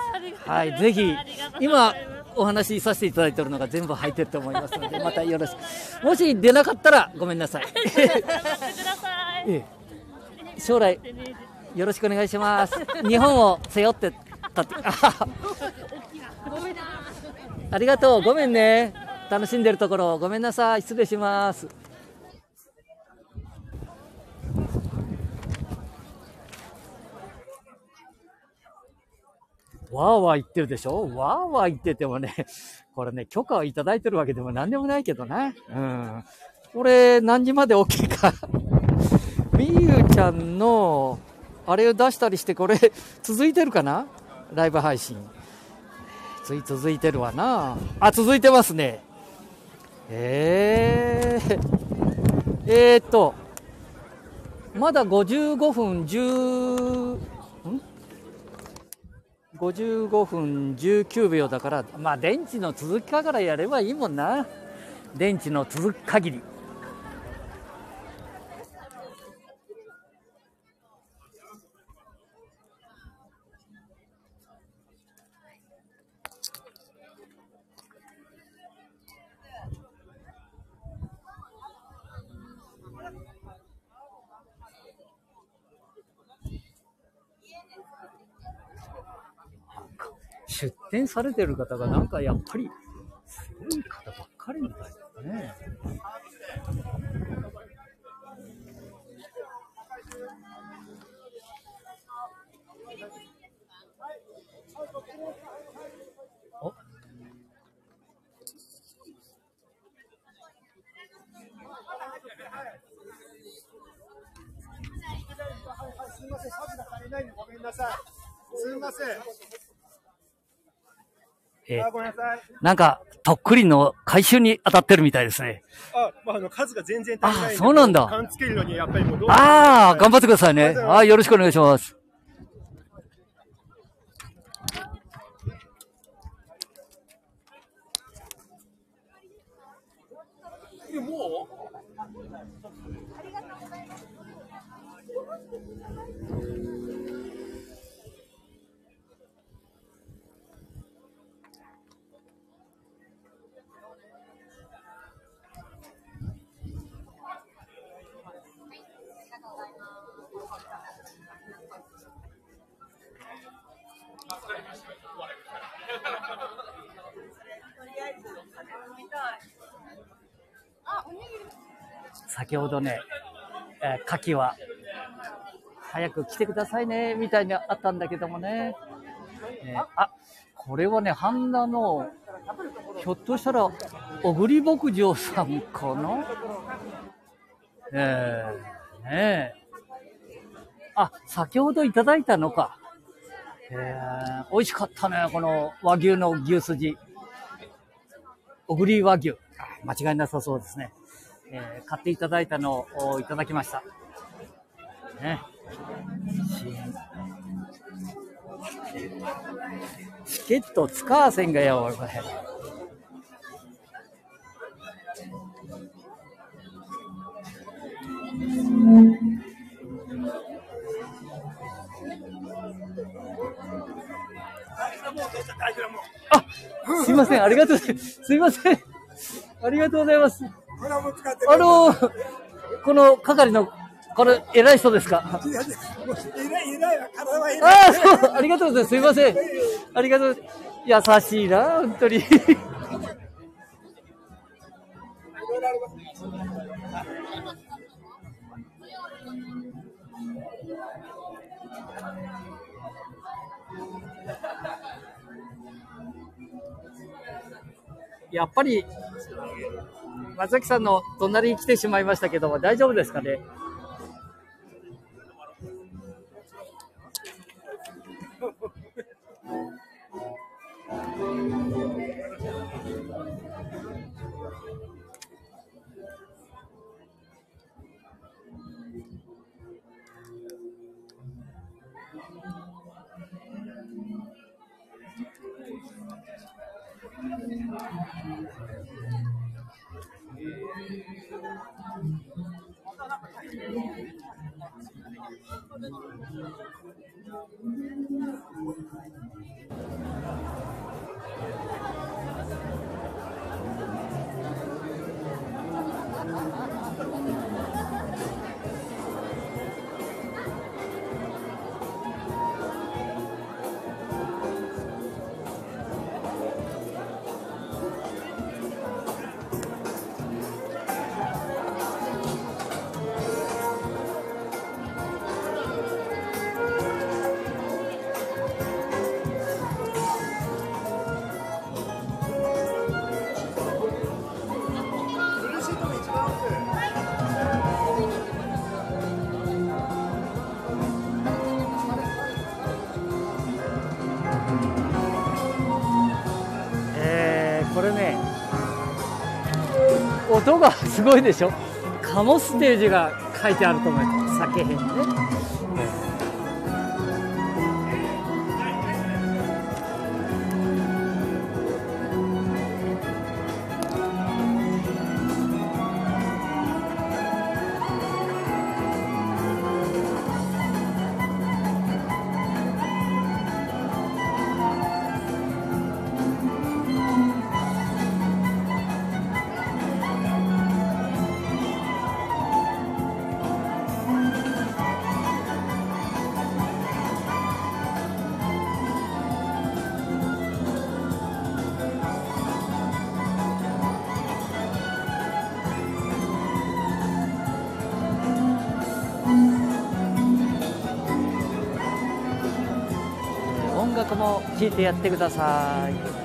はい、ぜひ今お話しさせていただいているのが全部入ってると思いますので、またよろしく。もし出なかったらごめんなさい。ええ、将来よろしくお願いします。日本を背負って立ってありがとう、ごめんね、楽しんでるところごめんなさい、失礼します。わーわー言ってるでしょ。わーわー言っててもね、これね許可をいただいてるわけでも何でもないけどね。うん。これ何時まで OK か。みゆちゃんのあれを出したりして、これ続いてるかな、ライブ配信。つい続いてるわなあ。続いてますね。 えー、えーっとまだごじゅうごふんじゅう、んごじゅうごふんじゅうきゅうびょうだから、まあ電池の続きからやればいいもんな。電池の続く限り。出展されてる方がなんかやっぱりすごい方ばっかりみたいですね。おすみません、数が足りないんでごめんなさい。すみません。 えあ、ごめんなさい。 なんかとっくりの回収に当たってるみたいですね。 あ、まあ、あの数が全然足りないんで。 あ、そうなんだ。 勘つけるのにやっぱりもうどうああ、頑張ってくださいね。あ、よろしくお願いします。 え、もう？ 先ほどね、えー、牡蠣は早く来てくださいねみたいにあったんだけどもね、えー、あ、これはね、半田のひょっとしたら小栗牧場さんかな。えー、ねえ、あ、先ほどいただいたのか。えー、美味しかったね、この和牛の牛すじ、小栗和牛、間違いなさそうですね。えー、買っていただいたのをいただきました。ね、チケット使わせんがやわ、これ。あ、すいません、ありがとう、すいません、ありがとうございます。あのー、この係のこれ偉い人ですか？ 偉い偉いわ、体は偉い。 ああ、そう、ありがとうございます。すいません。ありがとう。優しいな、本当に。やっぱり松崎さんの隣に来てしまいましたけども、大丈夫ですかね？ 音がすごいでしょ。カモステージが書いてあると思います。酒編ね。音楽も聴いてやってください。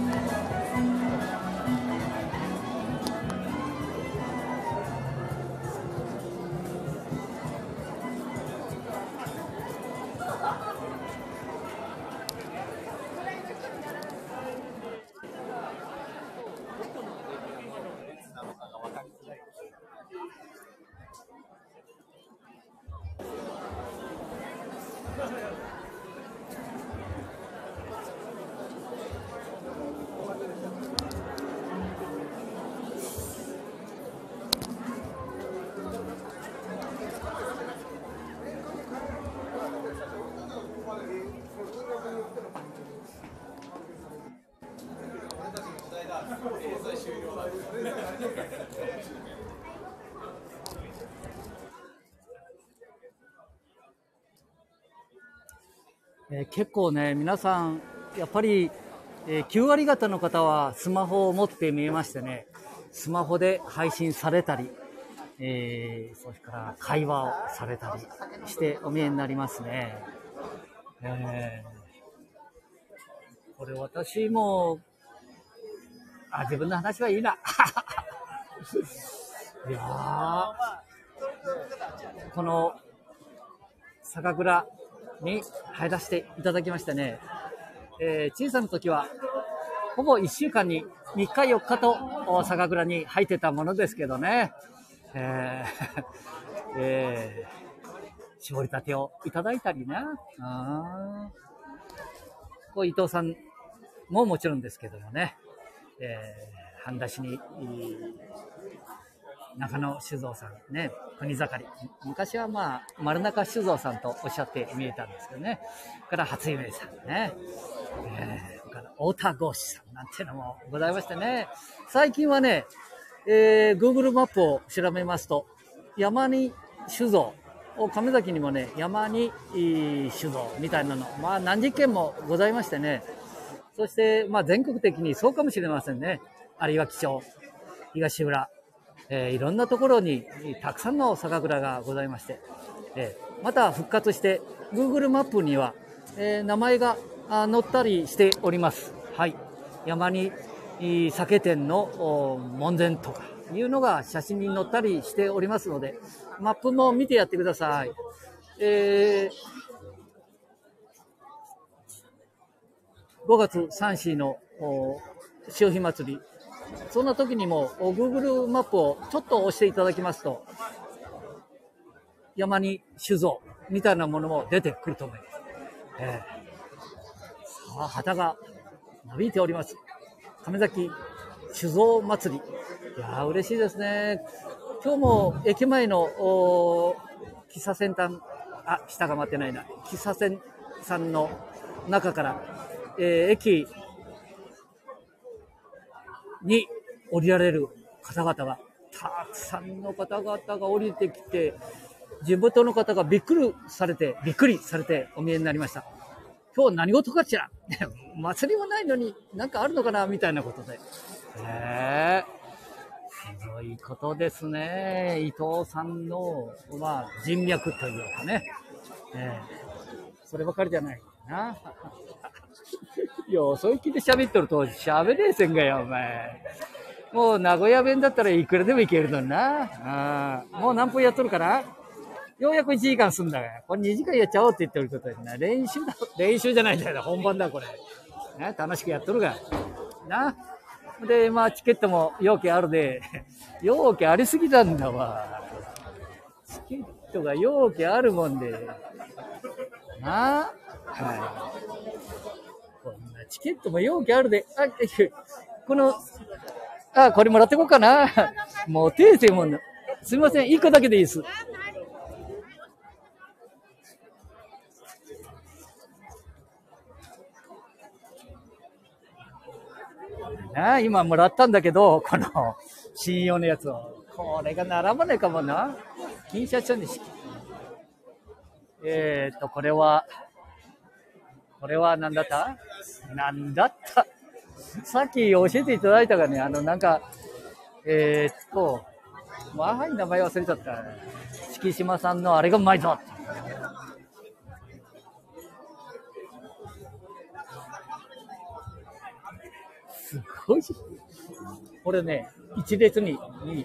えー、結構ね、皆さんやっぱり、えー、きゅう割方の方はスマホを持って見えましてね、スマホで配信されたり、えー、それから会話をされたりしてお見えになりますね。えー、これ私もあ自分の話はいいな。いやー、この酒蔵に入らせていただきましたね。えー、小さな時はほぼいっしゅうかんにみっかよっかと酒蔵に入ってたものですけどね、えーえー、絞りたてをいただいたりな、あこう伊藤さんももちろんですけどもね、えー、半出しに中野酒造さんね、国盛り、昔はまあ丸中酒造さんとおっしゃって見えたんですけどね、から初夢さんね、えー、から太田合司さんなんていうのもございましてね、最近はね、えー、Google マップを調べますと山に酒造、亀崎にもね山に酒造みたいなの、まあ何十軒もございましてね、そしてまあ全国的にそうかもしれませんね。有脇町、東浦、えー、いろんなところにたくさんの酒蔵がございまして、えー、また復活して Google マップには、えー、名前が載ったりしております。はい、山に酒店の門前とかいうのが写真に載ったりしておりますので、マップも見てやってください。えー、ごがつさん、しの潮干祭り、そんな時にも Google マップをちょっと押していただきますと山に酒造みたいなものも出てくると思います。えー、さあ旗がなびいております。亀崎酒造祭り、いやー嬉しいですね。今日も駅前の喫茶店さん、あ下が待ってないな、喫茶店さんの中から、えー、駅に降りられる方々がたくさんの方々が降りてきて、地元の方がびっくりされてびっくりされてお見えになりました。今日何事かしら祭りもないのに何かあるのかなみたいなことで、えー、すごいことですね。伊藤さんの、まあ、人脈というかね、えー、そればかりじゃないな。いや、そういう気で喋っとると喋れえせんがよ、お前。もう名古屋弁だったらいくらでもいけるのにな。あもう何分やっとるかな。ようやくいちじかん済んだが、これにじかんやっちゃおうって言ってることにな。練習だ、練習じゃないんだよ、本番だ、これ。ね、楽しくやっとるが。な。 で、まあ、チケットも容器あるで、容器ありすぎたんだわ。チケットが容器あるもんで。なあ、はい。こんなチケットも容器あるで、あ、この、あ、これもらってこうかな。もう、訂正もんな。すみません、いっこだけでいいです。なあ、今もらったんだけど、この信用のやつを。これが並ばないかもな。金シャチョンにし。えーと、これは、これは何だった何だったさっき教えていただいたがね、あの、なんか、えーっと、まあ、名前忘れちゃった。敷島さんのあれがうまいぞ。すごい。これね、一列に、に、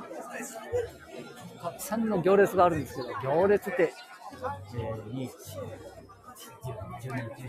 たくさんの行列があるんですけど、行列って、えー、に、じゅうに、じゅうよん、じゅう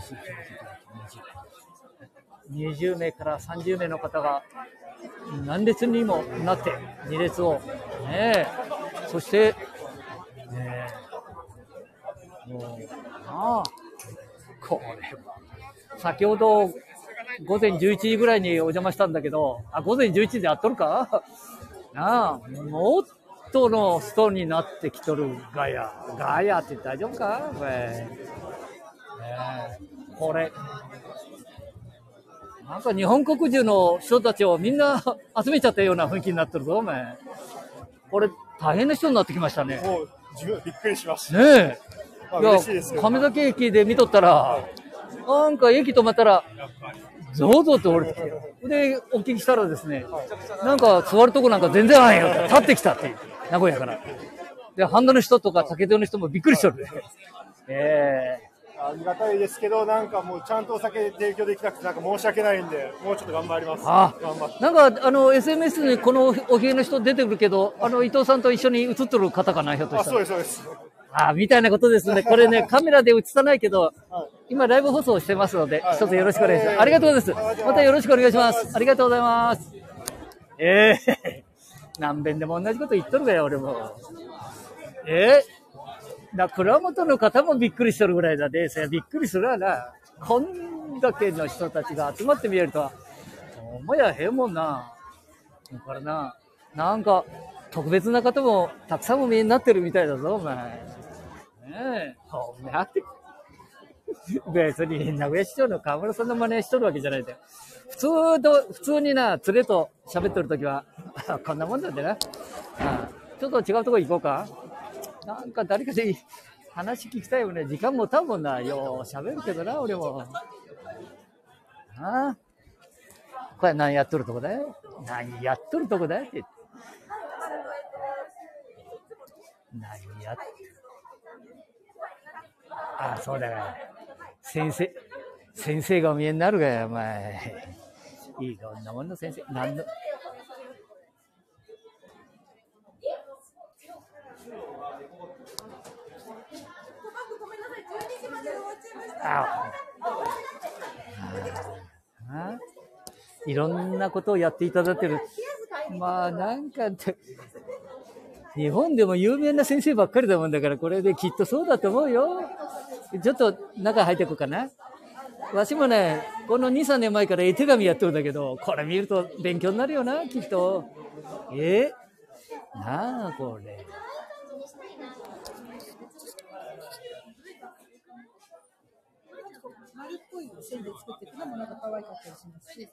ご、にじゅうめいからさんじゅうめいの方が何列にもなってに列を、ね、そして、ね、もうああこれは先ほど午前じゅういちじぐらいにお邪魔したんだけど、あ、午前じゅういちじでやっとるかなあ、もっとの人になってきとる。ガヤガヤって大丈夫かこれ、ね、これなんか日本国中の人たちをみんな集めちゃったような雰囲気になってるぞ、お前。これ大変な人になってきましたね。 もう自分びっくりしました。 ねえ。 まあ、嬉しいですよ。 亀崎駅で見とったら、なんか駅止まったら、ゾウゾウって降りてきて、で、お聞きしたらですね、なんか座るとこなんか全然ないよって、立ってきたっていう、名古屋から。で、ハンドの人とか竹手の人もびっくりしとる。ええー。 ありがたいですけど、なんかもうちゃんとお酒提供できなくてなんか申し訳ないんで、もうちょっと頑張ります。 あ頑張って。 なんかあの エスエヌエス にこのおひげの人出てくるけど、あの伊藤さんと一緒に写ってる方かな、ひょっとしたら。 あ、そうですそうです。 あ、みたいなことですね。これね、カメラで映さないけど、はい、今ライブ放送してますので、はい、一つよろしくお願いします。はい、ありがとうございます。またよろしくお願いします。ありがとうございます。ええー、何遍でも同じこと言っとるかよ、俺も。えーだ蔵元の方もびっくりしてるぐらいだで、びっくりするわな。こんだけの人たちが集まって見えるとは、思やへんもんな。だからな、なんか特別な方もたくさんお見えになってるみたいだぞ、お前。ねえ、ほんまって別に名古屋市長の河村さんの真似しとるわけじゃないんだよ。普通と普通にな、連れと喋ってるときはこんなもんなんだな。ああ、ちょっと違うとこ行こうか。なんか誰かで話聞きたいよね。時間もたぶんな。よう喋るけどな、俺も。ああ。これ何やっとるとこだよ。何やっとるとこだよって。何やっああ、そうだよ。先生、先生がお見えになるがよ、お前。いいろんなもんの先生。何の。ああ、いろんなことをやっていただいてる。まあなんか日本でも有名な先生ばっかりだもんだから、これできっとそうだと思うよ。ちょっと中入っていこうかな。わしもね、このに、さんねんまえから絵手紙やってるんだけど、これ見ると勉強になるよな、きっと。えー、なあこれ。 丸っこい線で作ってるのもなんか可愛かったりしますし。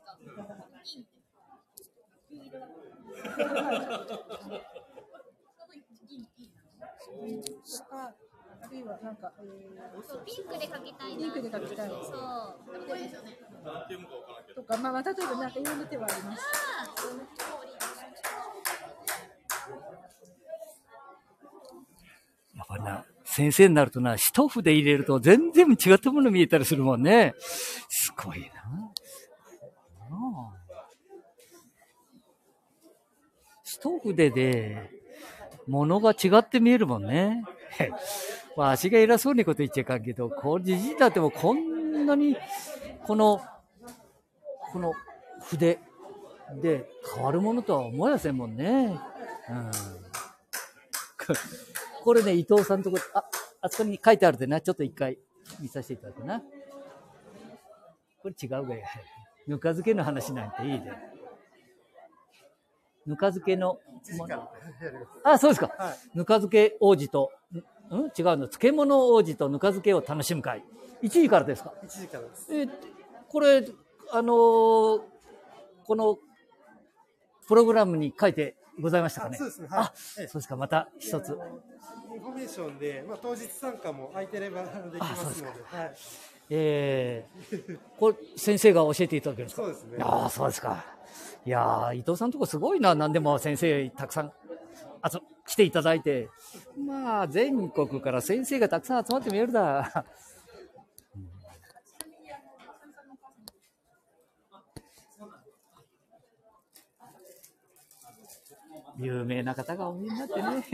とか、あるいはなんか、えー、 ピンクで描きたいな。 ピンクで描きたい。そう。 これですよね。 とか、まあ、例えばなんかいろんな手はあります。 やっぱりな、先生になるとな、一筆入れると全然違ったもの見えたりするもんね。すごいな。一筆で物が違って見えるもんね。まあ、足が偉そうにこと言っちゃいかんけど、こうじじいだってもこんなにこのこの筆で、変わるものとは思いませんもんね。うん、これね、伊藤さんのところ、あ、あそこに書いてあるでな、ちょっと一回見させていただくな。これ違うべ。ぬか漬けの話なんていいで。ぬか漬けの、あ、そうですか。はい、ぬか漬け王子と、ん違うの、漬物王子とぬか漬けを楽しむ会。いちじからですか？ いちじからです。 え、これ、あのー、この、プログラムに書いてございましたかね。 そうですね。はい、 あ、そうですか。また一つ。 インフォメーションで、まあ、当日参加も空いてればできますので。はい。えー、これ先生が教えていただけるんですか？ そうですね。 ああ、そうですか。いやー、伊藤さんのとこすごいな。何でも先生たくさんあつ来ていただいて、まあ全国から先生がたくさん集まって見えるだ。有名な方がお見えになってね。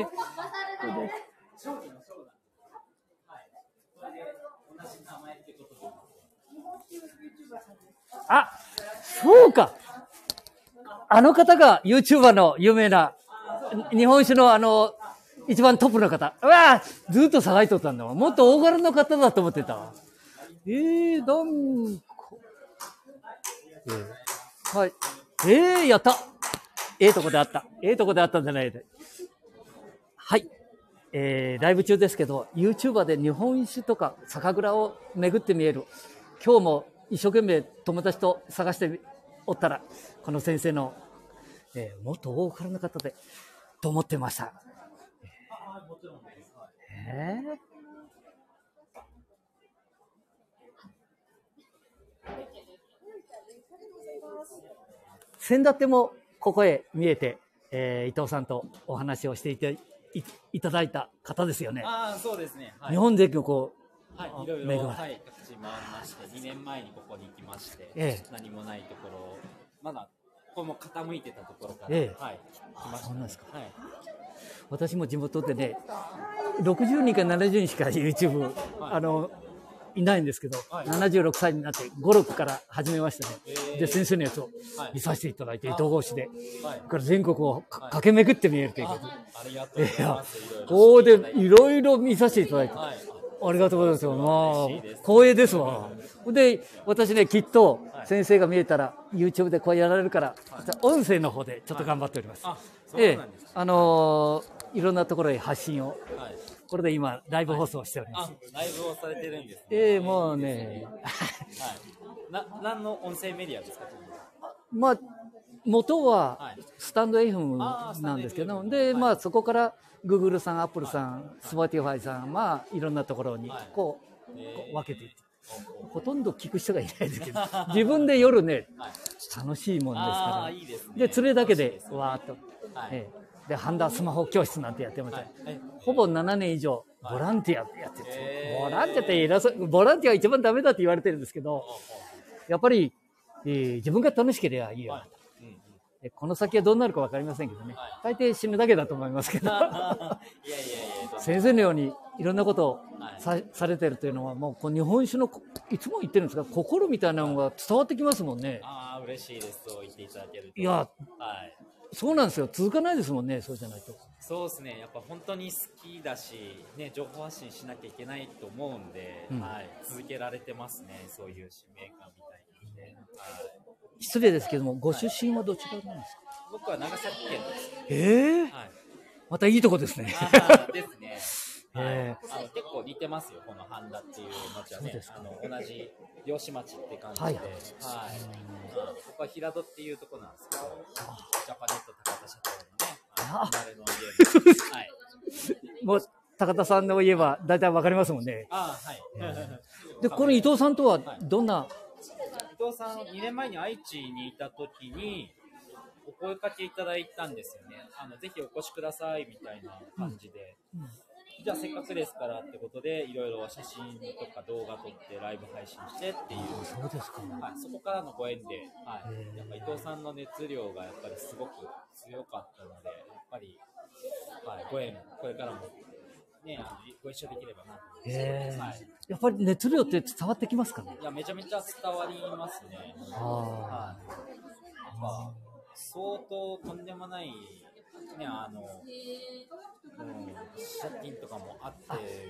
あ、そうか。あの方が YouTuber の有名な日本酒のあの一番トップの方。うわ、ずっと騒いとったんだわ。もっと大柄の方だと思ってた。えー、どんこ。えー、はい。えー、やった。ええとこであった。ええとこであったんじゃないで。はい。えー、ライブ中ですけど、YouTuber で日本酒とか酒蔵を巡って見える。今日も一生懸命友達と探しておったら、この先生の、えー、もっと大柄な方で、と思ってました。えー先だってもここへ見えて、えー、伊藤さんとお話をしていて い, いただいた方ですよね。 ああ、そうですね。はい、 日本全国こう、はい、いろいろ、はい、各地回りまして、にねんまえにここに来まして、ええ、何もないところ、まだここも傾いてたところから、ええ、はい、来ました。 そうなんですか。 はい、 私も地元でね、ろくじゅうにんかななじゅうにんしか YouTube、はい、あのいないんですけど、はい、ななじゅうろくさいになってご、ろくから始めましたね。えー、で、先生のやつを見させていただいて、伊藤講師で、はい、から全国を駆け巡って見えるということで。 ありがとうございます。 ここでいろいろ見させていただいて、はい、ありがとうございますよ。まあ、光栄ですわ。で、私ね、きっと先生が見えたら、YouTube でこうやられるから、はい、音声の方でちょっと頑張っております。はい、あ、そうなんですか。ええ、あのー、いろんなところへ発信を。はい、これで今ライブ放送しております。 はい、あ、ライブをされてるんですね。 ええー、もうね。 はい。な、何の音声メディアですか。 まあ元はスタンド エフエム なんですけど、はい、で、まあそこから Google さん、Apple さん、Spotify さん、まあいろんなところにこう、はい、こう分けていって、ほとんど聞く人がいないですけど、自分で夜ね、はい、楽しいもんですから。いいですね、で、連れだけでわーっと。はい、ええ、で、ハンダスマホ教室なんてやってました。はい、ほぼななねん以上、ボランティアってやってて、ボランティアって偉そう、ボランティアが一番ダメだって言われてるんですけど、やっぱり、えー、自分が楽しければいいよ。はい、うん、この先はどうなるか分かりませんけどね、はい、大抵死ぬだけだと思いますけど、いやいやいや先生のようにいろんなことを さ,、はい、されてるというのは、もうこう日本酒のいつも言ってるんですが、心みたいなのが伝わってきますもんね。 ああ、嬉しいです、そう言っていただけると。 いや、 はい、 そうなんですよ、続かないですもんね、そうじゃないと。 そうですね、やっぱ本当に好きだし、ね、情報発信しなきゃいけないと思うんで、うん、はい、続けられてますね、そういう使命感みたいなので。はい、 失礼ですけども、ご出身はどちらなんですか。 僕は長崎県です。 えー、はい、またいいとこですね。 ですね。はい、えー、あの結構似てますよ、この半田っていう町はね。あの同じ漁師町って感じで、はい、はい、ここは平戸っていうところなんですけど、ジャパネット高田社長のね、あのの家で、はい、 もう高田さんの言えば大体わかりますもんね。 あ、はい。 で、この伊藤さんとはどんな、はい、 伊藤さんにねんまえに愛知にいた時にお声かけいただいたんですよね。あのぜひお越しくださいみたいな感じで、うんうん、じゃあせっかくですからってことで、いろいろ写真とか動画撮ってライブ配信してっていう。 そうですか、 はい、そこからのご縁で、はい、やっぱ伊藤さんの熱量がやっぱりすごく強かったので、やっぱり、はい、ご縁これからもね、あのご一緒できればなと思います。はい、 やっぱり熱量って伝わってきますかね。 いや、めちゃめちゃ伝わりますね。あ、はい、やっぱ相当とんでもない、ね、あの、うん、借金とかもあって。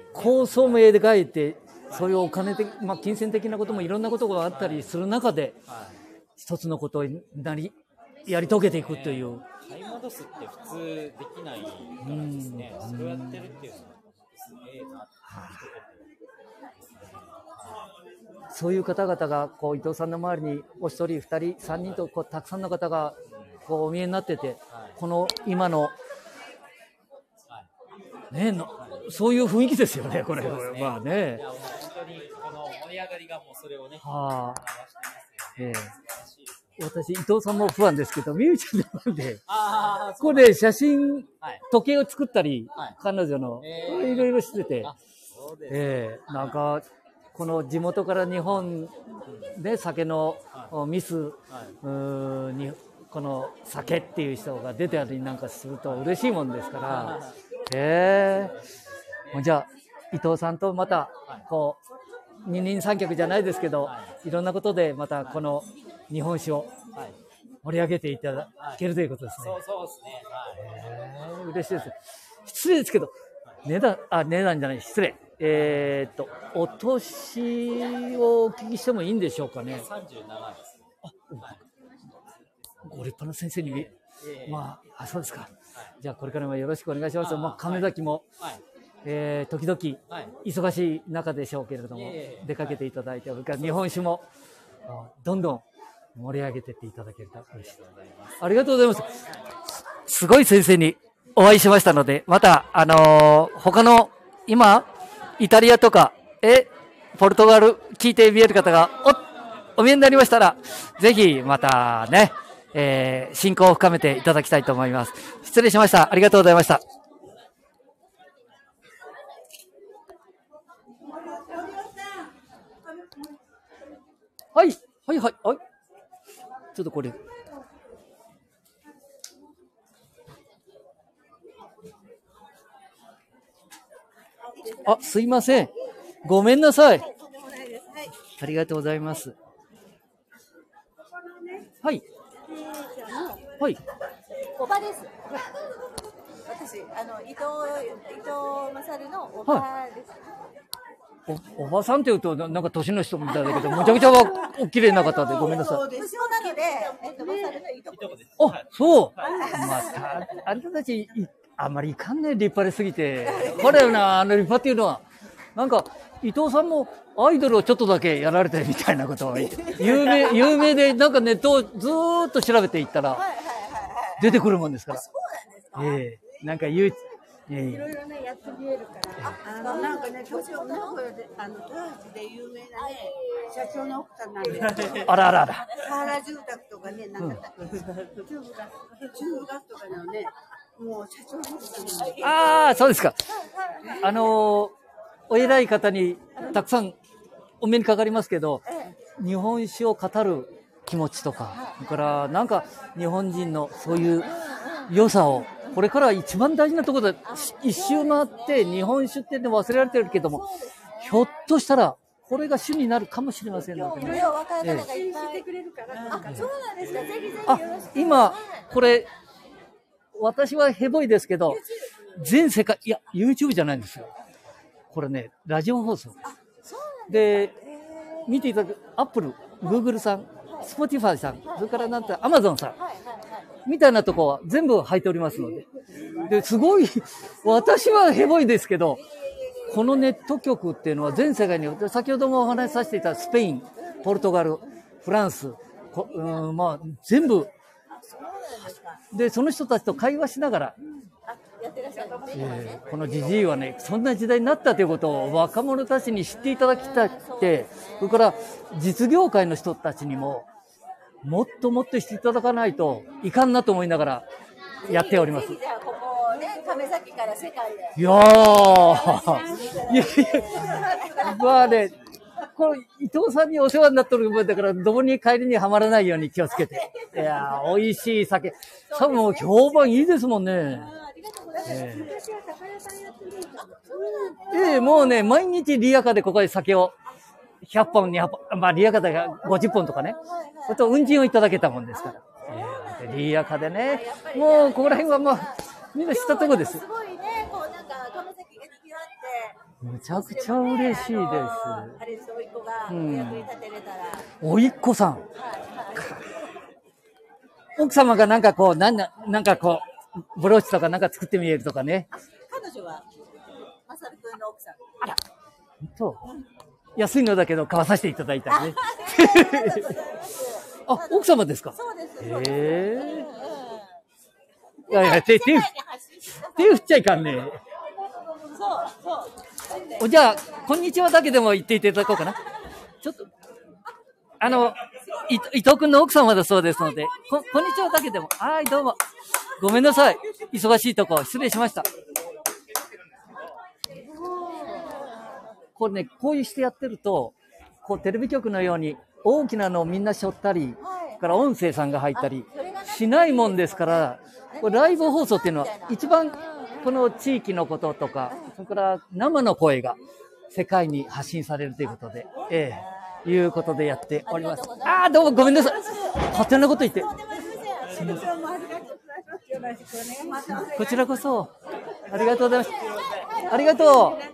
構想も絵で描いて、そういうお金的、まあ、金銭的なこともいろんなことがあったりする中で、はい、一つのことになり、やり遂げていくという。 買い戻すって普通できないからですね。それをやってるっていうのは、すげえなって。 そういう方々がこう伊藤さんの周りにお一人、二人、三人とこうたくさんの方がこうお見えになってて、この今の、ね、のそういう雰囲気ですよね、これ。ね、まあね。 いや、本当にこの盛り上がりがもうそれをね、 はあ、ええ、私、伊藤さんもファンですけど、ミュージシャンなんで、これ写真、はい、時計を作ったり、はい、彼女の、いろいろしてて、ええ、なんか、この地元から日本で酒のミスに、この酒っていう人が出てたりなんかすると嬉しいもんですから、へえ、じゃあ、伊藤さんとまた、こう、二人三脚じゃないですけど、いろんなことでまたこの日本酒を盛り上げていただけるということですね。 そうそうですね。 はい、嬉しいです。失礼ですけど、値段、あ、値段じゃない、失礼。えー、っと、お年をお聞きしてもいいんでしょうかね。 さんじゅうななです。あ、 ご立派な先生に、まあ、あ、そうですか。じゃあ、これからもよろしくお願いします。まあ、亀崎も、えー、時々、忙しい中でしょうけれども、出かけていただいて、それから日本酒も、どんどん盛り上げていっていただけると嬉しい。ありがとうございます。すごい先生にお会いしましたので、また、あのー、他の、今、イタリアとか、え、ポルトガル聞いて見える方が、お、お見えになりましたら、ぜひまたね、えー、親交を深めていただきたいと思います。失礼しました。ありがとうございました。はい、はい、はい、はい。ちょっとこれ。あ、すいません。ごめんなさい。ありがとうございます。はい。はい。 おばです。私、あの、伊藤、伊藤勝のおばです。 お, おばさんって言うと、なんか年の人みたいだけど、むちゃくちゃお綺麗な方でごめんなさい。 息子なので、えっと、勝のいとこです。 あ、そう。また、あんたたち、あんまりいかんねえ、立派ですぎて。これよな、あの立派っていうのは、なんか、伊藤さんもアイドルをちょっとだけやられてるみたいなことは、有名、有名で、なんかネットをずーっと調べていったら、出てくるもんですから。そうなんですか。ええ、なんか言う、 いろいろね、やって見えるから。あの、なんかね、年男の子で、あの、豊橋で有名なね、社長の奥さんなんですよ。 あらあらあら。 原住宅とかね、なんか、中部ガス、中部ガスとかのね、もう社長の奥さんなんですよ。 ああ、そうですか。あのー、お偉い方にたくさんお目にかかりますけど、日本史を語る気持ちとか、それからなんか日本人のそういう良さを、これから一番大事なところで一周回って日本酒って忘れられてるけども、ひょっとしたらこれが主になるかもしれませんので、ね。 いろいろ若い方がいっぱいしてくれるから。あ、そうなんですか。ぜひぜひよろしくお願いします。 今これ私はヘボいですけど、全世界いや YouTube じゃないんですよ。これねラジオ放送で見ていただくアップル、グーグルさん、スポティファイさん、それからなんてアマゾンさん。みたいなとこは全部入っておりますので。で、すごい、私はヘボいですけど、このネット局っていうのは全世界に、先ほどもお話しさせていたスペイン、ポルトガル、フランス、こうん、まあ、全部。で、その人たちと会話しながら、えー、このジジイはね、そんな時代になったということを若者たちに知っていただきたくて、それから実業界の人たちにも、もっともっとしていただかないといかんなと思いながらやっております。 じゃあここね、亀崎から世界で。 いやー、いやいや、まあね、これ伊藤さんにお世話になってる分だから、どこに帰りにはまらないように気をつけて。いやー、美味しい酒。多分もう評判いいですもんね。えー、昔は酒屋さんやってるんですか？ええ、もうね、毎日リヤカでここで酒をひゃっぽん、にひゃっぽん、まあリヤカでがごじゅっぽんとかね。それと運賃をいただけたもんですから。えー、 リアカでね、もうここら辺はもうみんな知ったとこです。 すごいね、こうなんか亀崎が賑わって。 むちゃくちゃ嬉しいです。 あれです、甥っ子がお役に立てれたら。 甥っ子さん。 はいはい。 奥様がなんかこう、なんな、なんかこう、ブローチとかなんか作ってみえるとかね。 彼女は、まさるくんの奥さん。 あら、本当。安いのだけど買わさせていただいたね。あ、奥様ですか。 そうです。 へえ。いやいや、手、手、手振っちゃいかんね。 そうそう。 おじゃあ、こんにちはだけでも言っていただこうかな。ちょっと、あの、い伊藤君の奥様だそうですので、こ、こんにちはだけでも。はい、どうも。ごめんなさい。忙しいとこ、失礼しました。これね、こういうしてやってると、こうテレビ局のように大きなのをみんな背負ったり、から音声さんが入ったりしないもんですから、これライブ放送っていうのは一番この地域のこととか、それから生の声が世界に発信されるということで、ええ、いうことでやっております。ああ、どうもごめんなさい。勝手なこと言って。こちらこそ、ありがとうございます。ありがとう。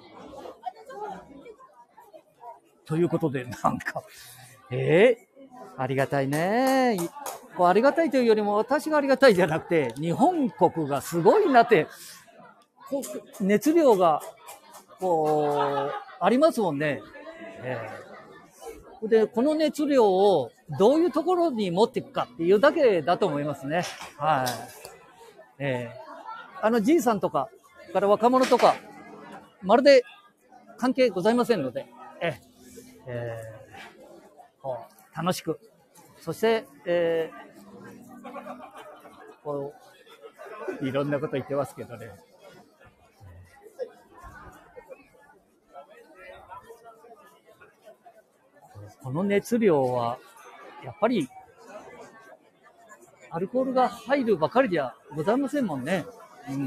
ということで、なんか、ええー、ありがたいね。こうありがたいというよりも、私がありがたいじゃなくて、日本国がすごいなって、こう熱量が、こう、ありますもんね。えー、で、この熱量をどういうところに持っていくかっていうだけだと思いますね。はい。えー、あの、じいさんとか、から若者とか、まるで関係ございませんので、えーえー、こう楽しく、そして、えー、こういろんなこと言ってますけどね。この熱量はやっぱりアルコールが入るばかりじゃございませんもんね。うん、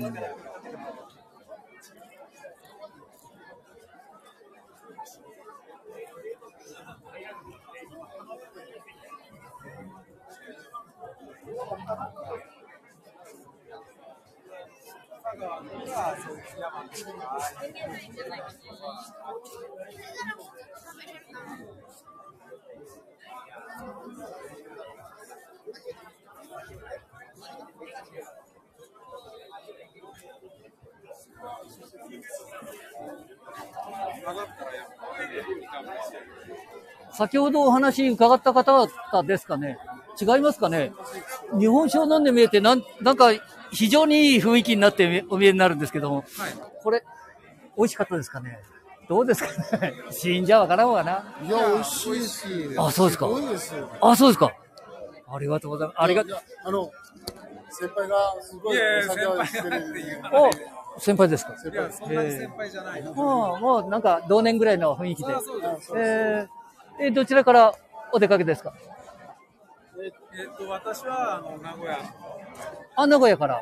先ほどお話伺った方々ですかね。違いますかね。日本酒を飲んでみえてなん、なんか非常にいい雰囲気になってお見えになるんですけども、はい、これ美味しかったですかね。どうですかね。死んじゃわからんわな。 いや、美味しいし。 あ、そうですか。 すごいですよ。 あ、そうですか。ありがとうございます。ありがとう。 あの、先輩がすごいお酒をしてる。 お、先輩ですか。 いや、そんなに先輩じゃない。 もう、もうなんか同年ぐらいの雰囲気で。えー、え、どちらからお出かけですか。 えっと、私は、あの、名古屋。 あ、名古屋から。 はい。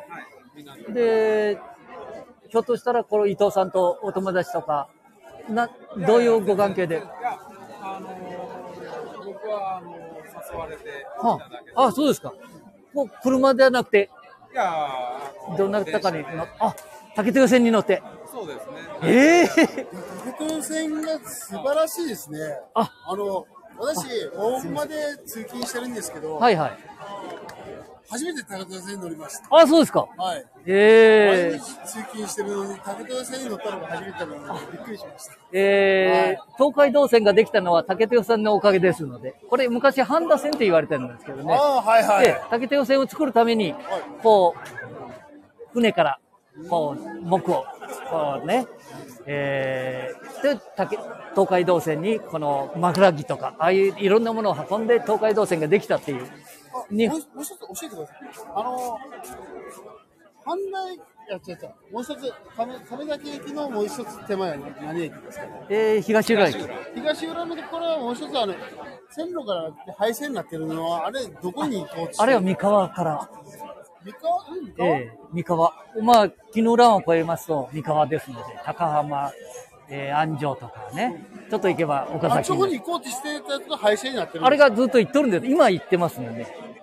で、ひょっとしたら、この伊藤さんとお友達とか、な、どういうご関係で。いや、 あのー、僕は、あのー、誘われて。 はあ、あ、そうですか。もう車ではなくて。 いやどなたかに乗っ、あ、竹豊線に乗って。 そうですね。 ええー。 竹豊線が素晴らしいですね。 あ、 あの、私、大熊で通勤してるんですけど。 はいはい。 初めて竹豊線に乗りました。 あ、そうですか。 はい。 ええー。 毎日通勤してるのに、竹豊線に乗ったのが初めてなので、びっくりしました。 ええーはい、東海道線ができたのは竹豊さんのおかげですので、これ昔半田線って言われてるんですけどね。 ああ、はいはい。 で、竹豊線を作るために、こう、船から、こう、木を、こうね、えー、で、竹、東海道線に、この枕木とか、ああいういろんなものを運んで東海道線ができたっていう。 にもう一つ教えてください。あの、阪内、いや違う違う、もう一つ、亀亀崎駅のもう一つ手前は何駅ですかね。 えー、東浦駅。 東浦のところはもう一つ、あの、線路から廃線になってるのは、あれ、どこに行こうとして。 あれは三河から。 三河三河ええー、三河。まあ、木の浦を越えますと三河ですので、高浜、えー、安城とかね、ちょっと行けば岡崎。 あそこに行こうとしてたやつが廃線になってる。 あれがずっと行っとるんです。今行ってますので、ね。 なんか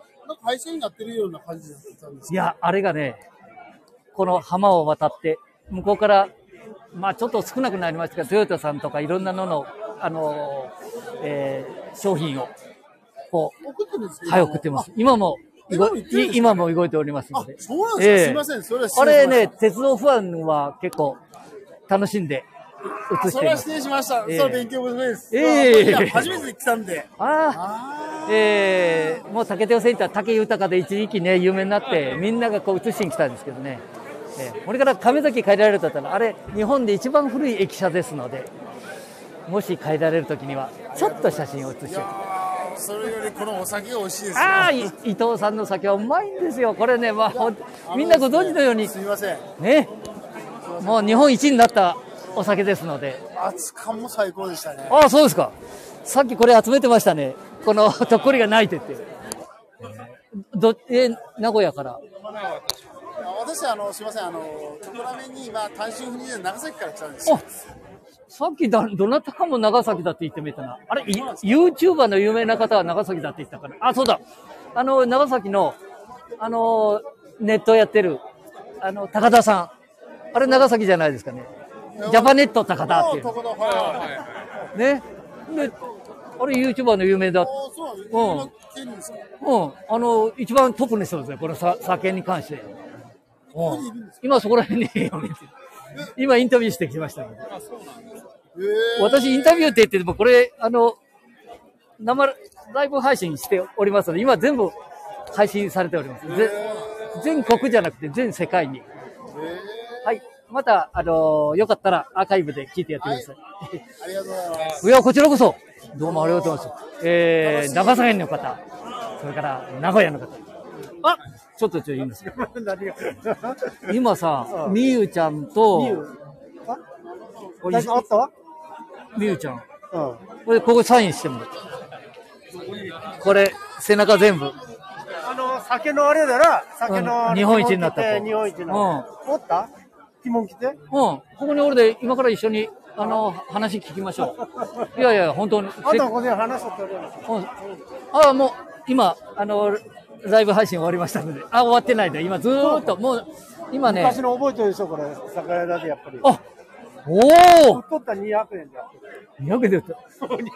配線やってるような感じだったんですか？ いや、あれがね、この浜を渡って、向こうから、まあちょっと少なくなりましたが、トヨタさんとかいろんなのの、あの、えー、商品を、こう、 送ってるんですか？ はい、送ってます。今も、今も動いておりますので。 そうなんですか、えー、すみません、それはあれね、鉄道ファンは結構楽しんで映しています。 それは失礼しました。えー、そう、勉強不足です。 ええー、初めて来たんで。 ああ。えー、もう竹手センター、竹豊で一時期ね、有名になって、みんながこう映しに来たんですけどね。えー、これから亀崎帰られるとったら、あれ、日本で一番古い駅舎ですので、もし帰られるときには、ちょっと写真を写して。 それよりこのお酒が美味しいですよ。 ああ、伊藤さんの酒はうまいんですよ。これね、まあ、みんなご存知のように。 すみません。 ね。もう日本一になったお酒ですので。 熱燗も最高でしたね。 ああ、そうですか。さっきこれ集めてましたね。このとっこりが泣いてって。ど、え、名古屋から。 私はあの、すみません、あの、常滑に今、単身赴任で長崎から来たんですよ。 さっきだ、どなたかも長崎だって言ってみたな。あれ、YouTuber の有名な方は長崎だって言ったから。あ、そうだ。あの、長崎の、あの、ネットやってる、あの、高田さん。あれ、長崎じゃないですかね。ジャパネット高田っていう。ね。で、あれ、YouTuber の有名だ。うん。うん。あの、一番トップの人ですね。このさ酒に関して。うん。今そこら辺に今インタビューしてきましたけど。私インタビューって言ってもこれあの生ライブ配信しておりますので今全部配信されております。全国じゃなくて全世界に。はい。またあのよかったらアーカイブで聞いてやってください。 はい、ありがとうございます。 いやこちらこそどうもありがとうございます。えー、長崎の方、それから名古屋の方。あ、ちょっとちょっと言いますか。今さ、みゆちゃんと、 ああったみゆちゃん。うん。これ、ここサインしてもらって。これ、背中全部。 あの、酒のあれだな。酒の、 うん、日本一になった子。 日本一になった。うん。おった着物着てうん。 ここにおるで、今から一緒に、あの、話聞きましょう。いやいや、本当に。 あんたここで話しとっております。 うん。あ、もう、今、あの、ライブ配信終わりましたので。あ、終わってないで。今ずーっと、もう、今ね。 昔の覚えてるでしょ、これ。酒屋だで、やっぱり。 あおお売っとったにひゃくえんで。 にひゃくえんで売った。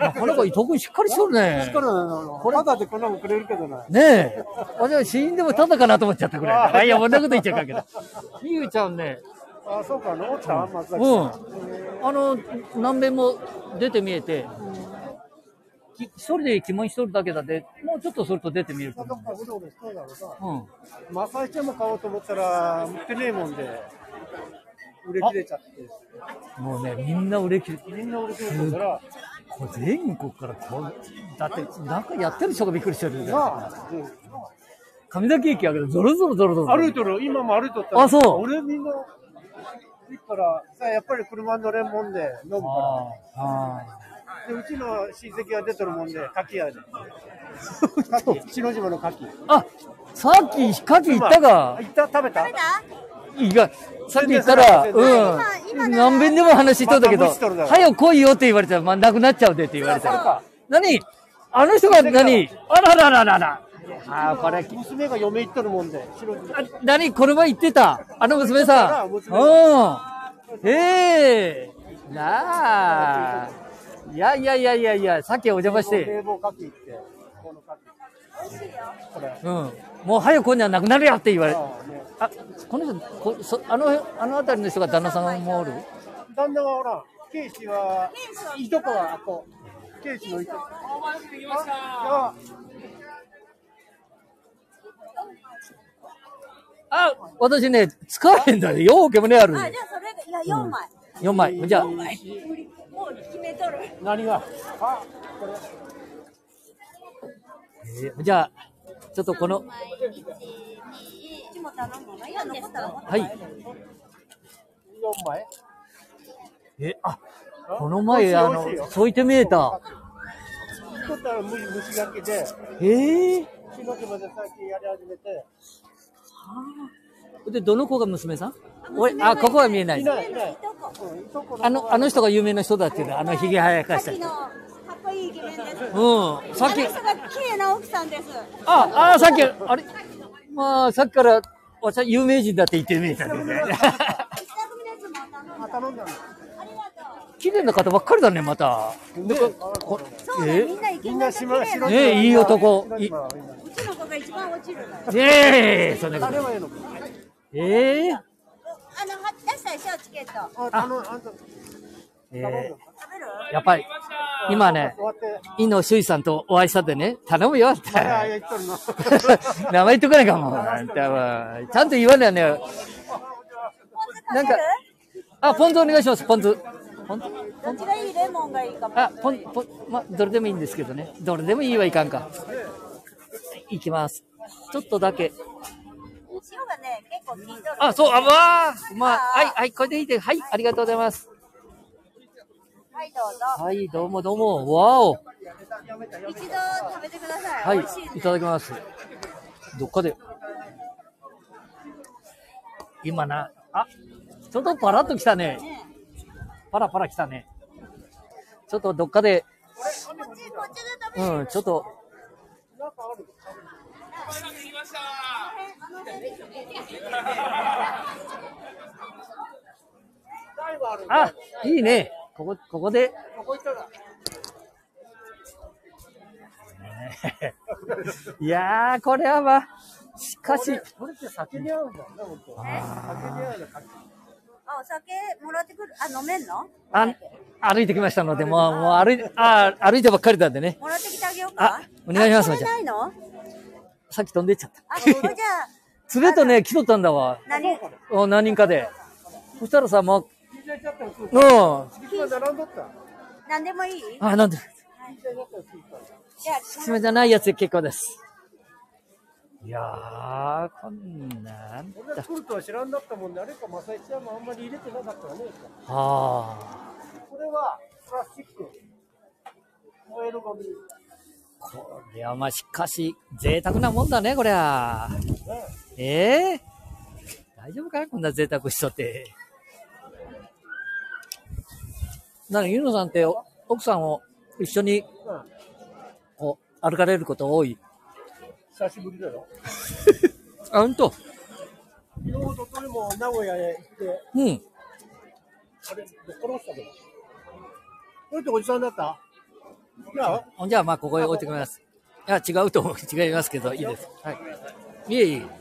なかなか伊藤君しっかりしとるね。 しっかりだね。これただでこんなもんくれるけどな。 ねえ。あ、じゃあ死んでもただかなと思っちゃったくらい。いや、こんなこと言っちゃうかんけど。みゆちゃんね。 あ、そうか、おった松崎さん。 うん。あの、何遍も出て見えて、一人で着物しとるだけだで、もうちょっとすると出てみると思う。 うん。マサイちゃんも買おうと思ったら、売ってねえもんで、売れ切れちゃって。 もうね、みんな売れ切れみんな売れ切れてたから、 これ全国からこう、だって、なんかやってる人がびっくりしてるじゃないですか。上崎駅やけど、ゾロゾロゾロゾロ。 歩いとる、今も歩いとったら。 あ、そう。 俺みんな、行くから、さ、やっぱり車乗れんもんで、飲むから。あでうちの親戚が出てるもんで、牡蠣屋で。牡蠣、篠島の牡蠣。 あ、さっき牡蠣行ったが。 行った、食べたいや、さっき言ったら、うん。何遍でも話しとったけど、早く来いよって言われたら、まあ、なくなっちゃうでって言われたら。何あの人が何あららららら。ああ、これ。 娘が嫁行っとるもんで。 何この前言ってたあの娘さん。うん。ええなあ。いやいやいやいやいや、さっきお邪魔して。うん。もう早くこんにゃなくなるよって言われて。あ、この人、こそあの、あの辺りの人が旦那さんもおる旦那はほら、ケイシは、いとこは、こう、ケイシのいとこ。 あ、私ね、使えへんだね。ようけもねある。 あ、じゃあそれ、いや、よんまい。 よんまい。じゃあ。 もう決めとる。 何があ、これ。 えー、じゃあ、ちょっとこの。はい。よんまい。 え、あ、この前、あの、添いて見えた。 取ったら虫がけで。 ええー。 篠島で最近やり始めて。 で、どの子が娘さん？おい、あ、ここは見えない。あの、あの人が有名な人だっていうの、あのひげ生やかした人。 いいイケメンです。 うん、さっき。 あの人が綺麗な奥さんです。 あ、あ、さっき、あれ、まあ、さっきから、私は有名人だって言ってるみたいですね。 頼んだの。 綺麗な方ばっかりだね、また。 そうだ、みんなイケメン綺麗な。 ねえ、いい男。いうちの子が一番落ちるの。 ねえ、そんなこと。ええ。 あの、出したでしょ、チケット。 ええ。やっぱり、今ね、井野周さんとお会いしたってね、頼むよって。名前言っとかないかも。あんたはちゃんと言わないね。なんか、あ、ポン酢お願いします、ポン酢。ポン酢どっちがいい？レモンがいいかも。 あ、ポン、ポン、ま、どれでもいいんですけどね。どれでもいいはいかんか。いきます。ちょっとだけ。 塩がね、結構効いとる。 あ、そう、あ、わー。まあ、はい、はい、これでいいで、はい、ありがとうございます。 はい、どうぞ。 はい、どうもどうも。わお。 一度食べてください。 はい、いただきます。どっかで。今な、あ、ちょっとパラッと来たね。パラパラ来たね。ちょっとどっかで、うん、ちょっと。あ、いいね。ここ、ここで。いやー、これはまあ、しかし。 これって酒に合うんだね、本当。酒に合うのか。 あ、お酒もらってくる。あ、飲めんの？ あ、歩いてきましたので、もう、もう歩い、あ、歩いてばっかりなんでね。 もらってきてあげようか。 あ、お願いします。 じゃないの？ さっき飛んでっちゃった。 あ、そこじゃあ。 連れとね、来とったんだわ。 何？ お、何人かで。そしたらさ、もう、うん。 何でもいい？ あ、なんで。すみじゃないやつで結構です。いやー、こんなんこんな作るとは知らんだったもんで、あれか、マサイちゃんもあんまり入れてなかったわね。 はあ。これは、プラスチック。燃えるゴミ。 これはまあ、しかし、贅沢なもんだね、こりゃ。ええー、大丈夫かこんな贅沢しとって。なに、ゆのさんって、奥さんを一緒に、こう、歩かれること多い？ 久しぶりだよ。 あ、ほんと？ 昨日、おとといも名古屋へ行って、 うん。 あれ、どっから落ちたけど。これっておじさんだった？じゃあ、 じゃあ、まあ、ここへ置いてきます。いや、違うと思う。違いますけど、いいです。はい。いえいえ。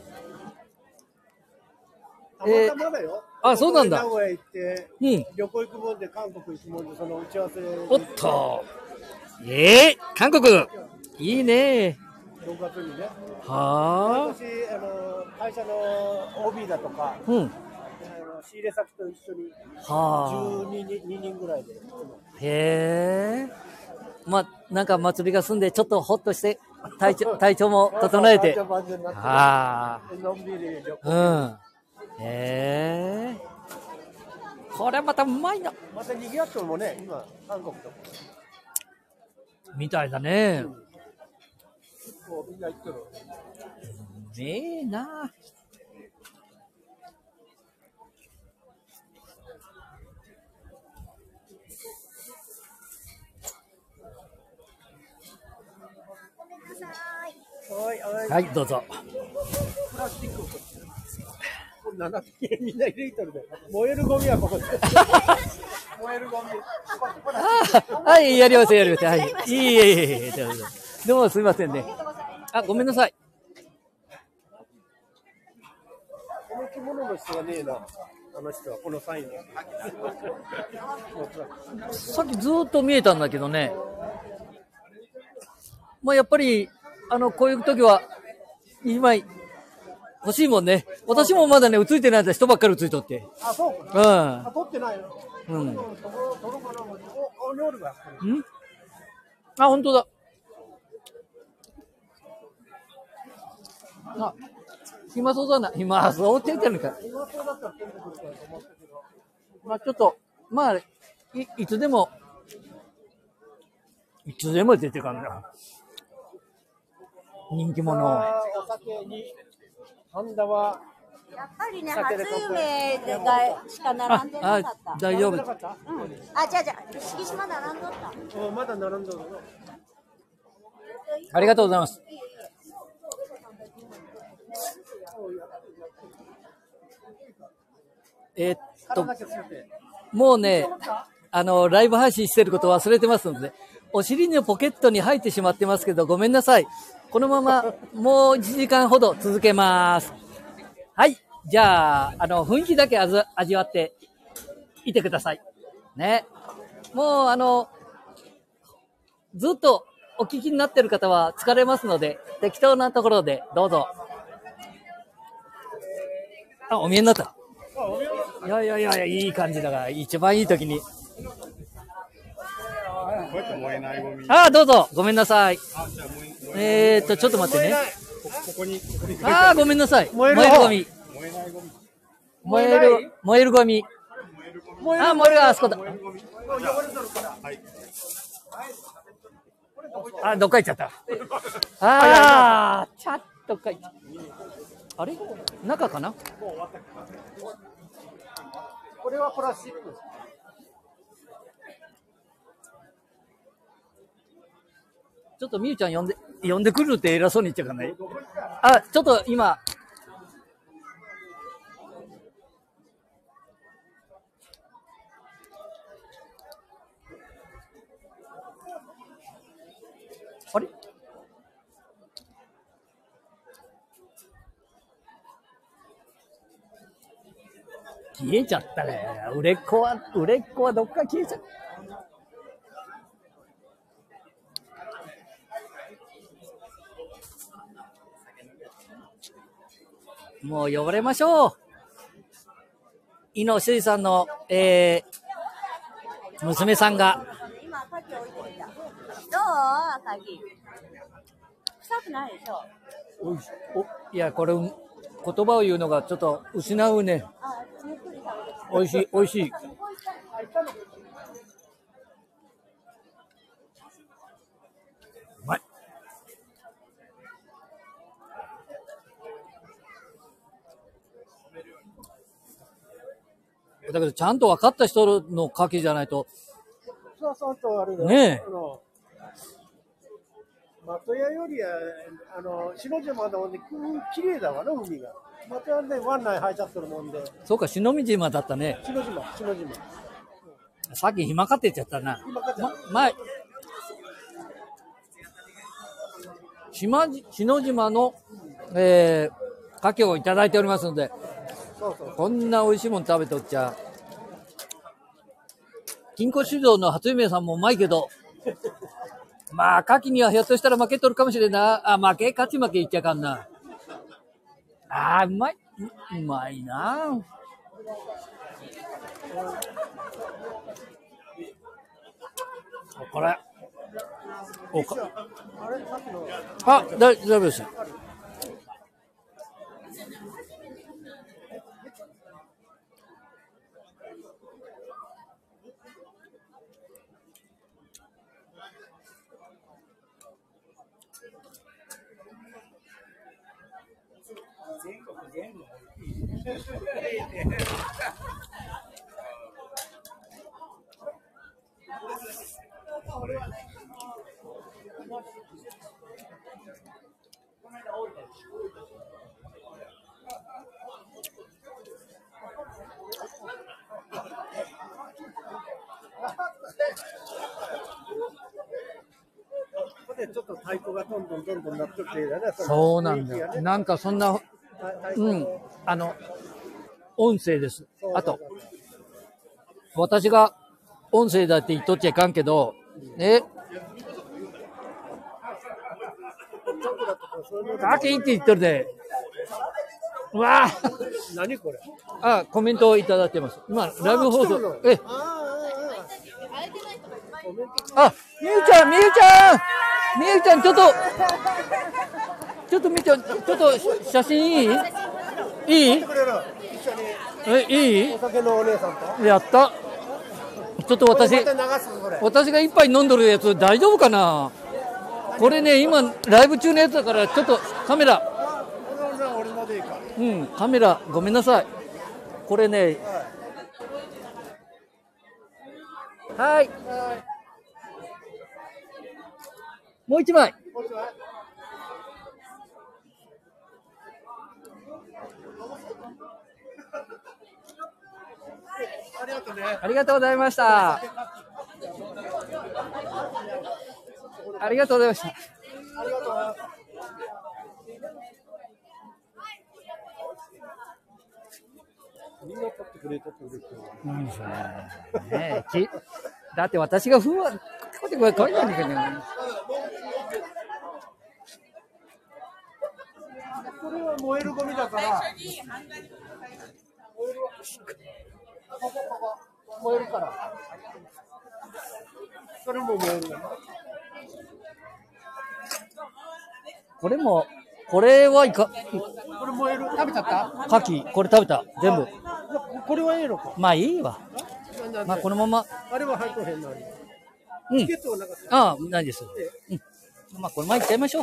たまたまだよ。 あ、そうなんだ。 名古屋行って、 うん。 旅行行くもんで、韓国行くもんで、その打ち合わせ。 おっと。ええー、韓国いいね。 ろくがつにね。 はあ。 私、あの、会社の オービー だとか、 うん。 あの仕入れ先と一緒に、 はあ、じゅうににんぐらいで。 へえ。まあ、なんか祭りが済んで、ちょっとほっとして、体調、体調も整えて。ああ。 のんびり旅行。 うん。へえ。これまたうまいな。 また賑わってるもんね、今、韓国と。 みたいだね。 こうみんな行ってる。 ねえな。はい、どうぞ。 プラスチック。これななひゃくみんな入れとるで。燃えるゴミはここで。燃えるゴミ。 はい、やりますやります。はい。いいえいえいえ。どうもすみませんね。あ、ごめんなさい。 この着物の人がねえな。あの人はこのサインは。 さっきずーっと見えたんだけどね。まあやっぱり、あの、こういう時は、一枚、欲しいもんね。私もまだね、映ってないんだ人ばっかり映いとって。 あ、そうか。うん。 あ、撮ってないよ。 うん。んあ、 本当だ。あ、暇そうだな。暇そうって言ってるのか。まあちょっと、まあ、い、いつでも、いつでも出てかんな。人気者。 お酒に、神田はやっぱりね、初夢がしか並んでなかった。 あ、大丈夫。 うん。あ、じゃあじゃあ、敷島並んどった。 おまだ並んどるの。 ありがとうございます。えー、っと、もうね、あの、ライブ配信してること忘れてますので、お尻のポケットに入ってしまってますけど、ごめんなさい。このまま、もういちじかんほど続けます。はい。じゃあ、あの、雰囲気だけ味味わっていてください。ね。もう、あの、ずっとお聞きになってる方は疲れますので、適当なところでどうぞ。あ、お見えになった。いやいやいやいや、いい感じだから、一番いい時に。 こうやって燃えないゴミ。 あ、どうぞ。ごめんなさい。えーっと、ちょっと待ってね。 ここに、ここに。 あー、ごめんなさい。燃えるゴミ。 燃えないゴミ。 燃える、燃えるゴミ。あ、燃える、あそこだ。あ、どっか行っちゃった。あー、ちゃっとかいっちゃった。あれ中かな？ これはプラスチック。 ちょっとみゆちゃん呼んで、呼んでくるって偉そうに言っちゃうかない？あ、ちょっと今、あれ？消えちゃったね。売れっ子は、売れっ子はどっか消えちゃった。もう呼ばれましょう。井野修二さんの、えー、娘さんが。 今、鍵置いてみた。どう鍵。臭くないでしょ。 おいしおいや、これ、言葉を言うのがちょっと失うね。おいしい、おいしい。うまい。だけど、ちゃんと分かった人の牡蠣じゃないと。 そうそうとあれだよ。 ねえ。 あの的屋よりは、あの、篠島の方で綺麗だわな、海が。的屋で湾内入っちゃってるもんで。 そうか、篠見島だったね。 篠島、篠島。 さっき暇かって言っちゃったな。 暇かって。ま、 前。島、篠島の、えー、牡蠣をいただいておりますので、 そうそうこんな美味しいもの食べとっちゃ。金庫酒造の初夢さんもうまいけど、まあ、牡蠣にはひょっとしたら負けとるかもしれんな。あ、負け、勝ち負け言っちゃかんな。あー、うまい。う、うまいな。これ。おか。あ、大丈夫です。 ちょっと太鼓がどんどんどんどんなってってね。 そうなんだよ。なんかそんな、うん、あの、音声です。あと、私が音声だって言っとっちゃいかんけど、えガキって言っとるで。うわぁ。 何これ。 あ、コメントをいただいてます。今、ライブ放送。え。あ、みゆちゃん、みゆちゃんみゆちゃん、ちょっと、ちょっとみゆちゃん、ちょっと写真いいいいえ、いいお酒のお姉さんとやった。ちょっと私、私が一杯飲んどるやつ大丈夫かな。これね、今、ライブ中のやつだから、ちょっとカメラ。 うん、カメラ、ごめんなさい。これね、はい。もう一枚。 ありがとうね。 ありがとうございました。ありがとうございました。 ありがとう。みんな取ってくれ、取ってくれって。 うんですね。ねえ、きだって私がふわ、こうやってこれ書いてあるんだけどね。 これは燃えるゴミだから。燃えるから。それも燃える。 これも、これはいか、 これ燃える。食べちゃった？ 牡蠣、これ食べた。全部。 これはいいのか。 まあいいわ。まあこのまま。 あれは入ってへんのに。 うん。 チケットはなかった。 ああ、ないです。うん。まあこのままいっちゃいましょう。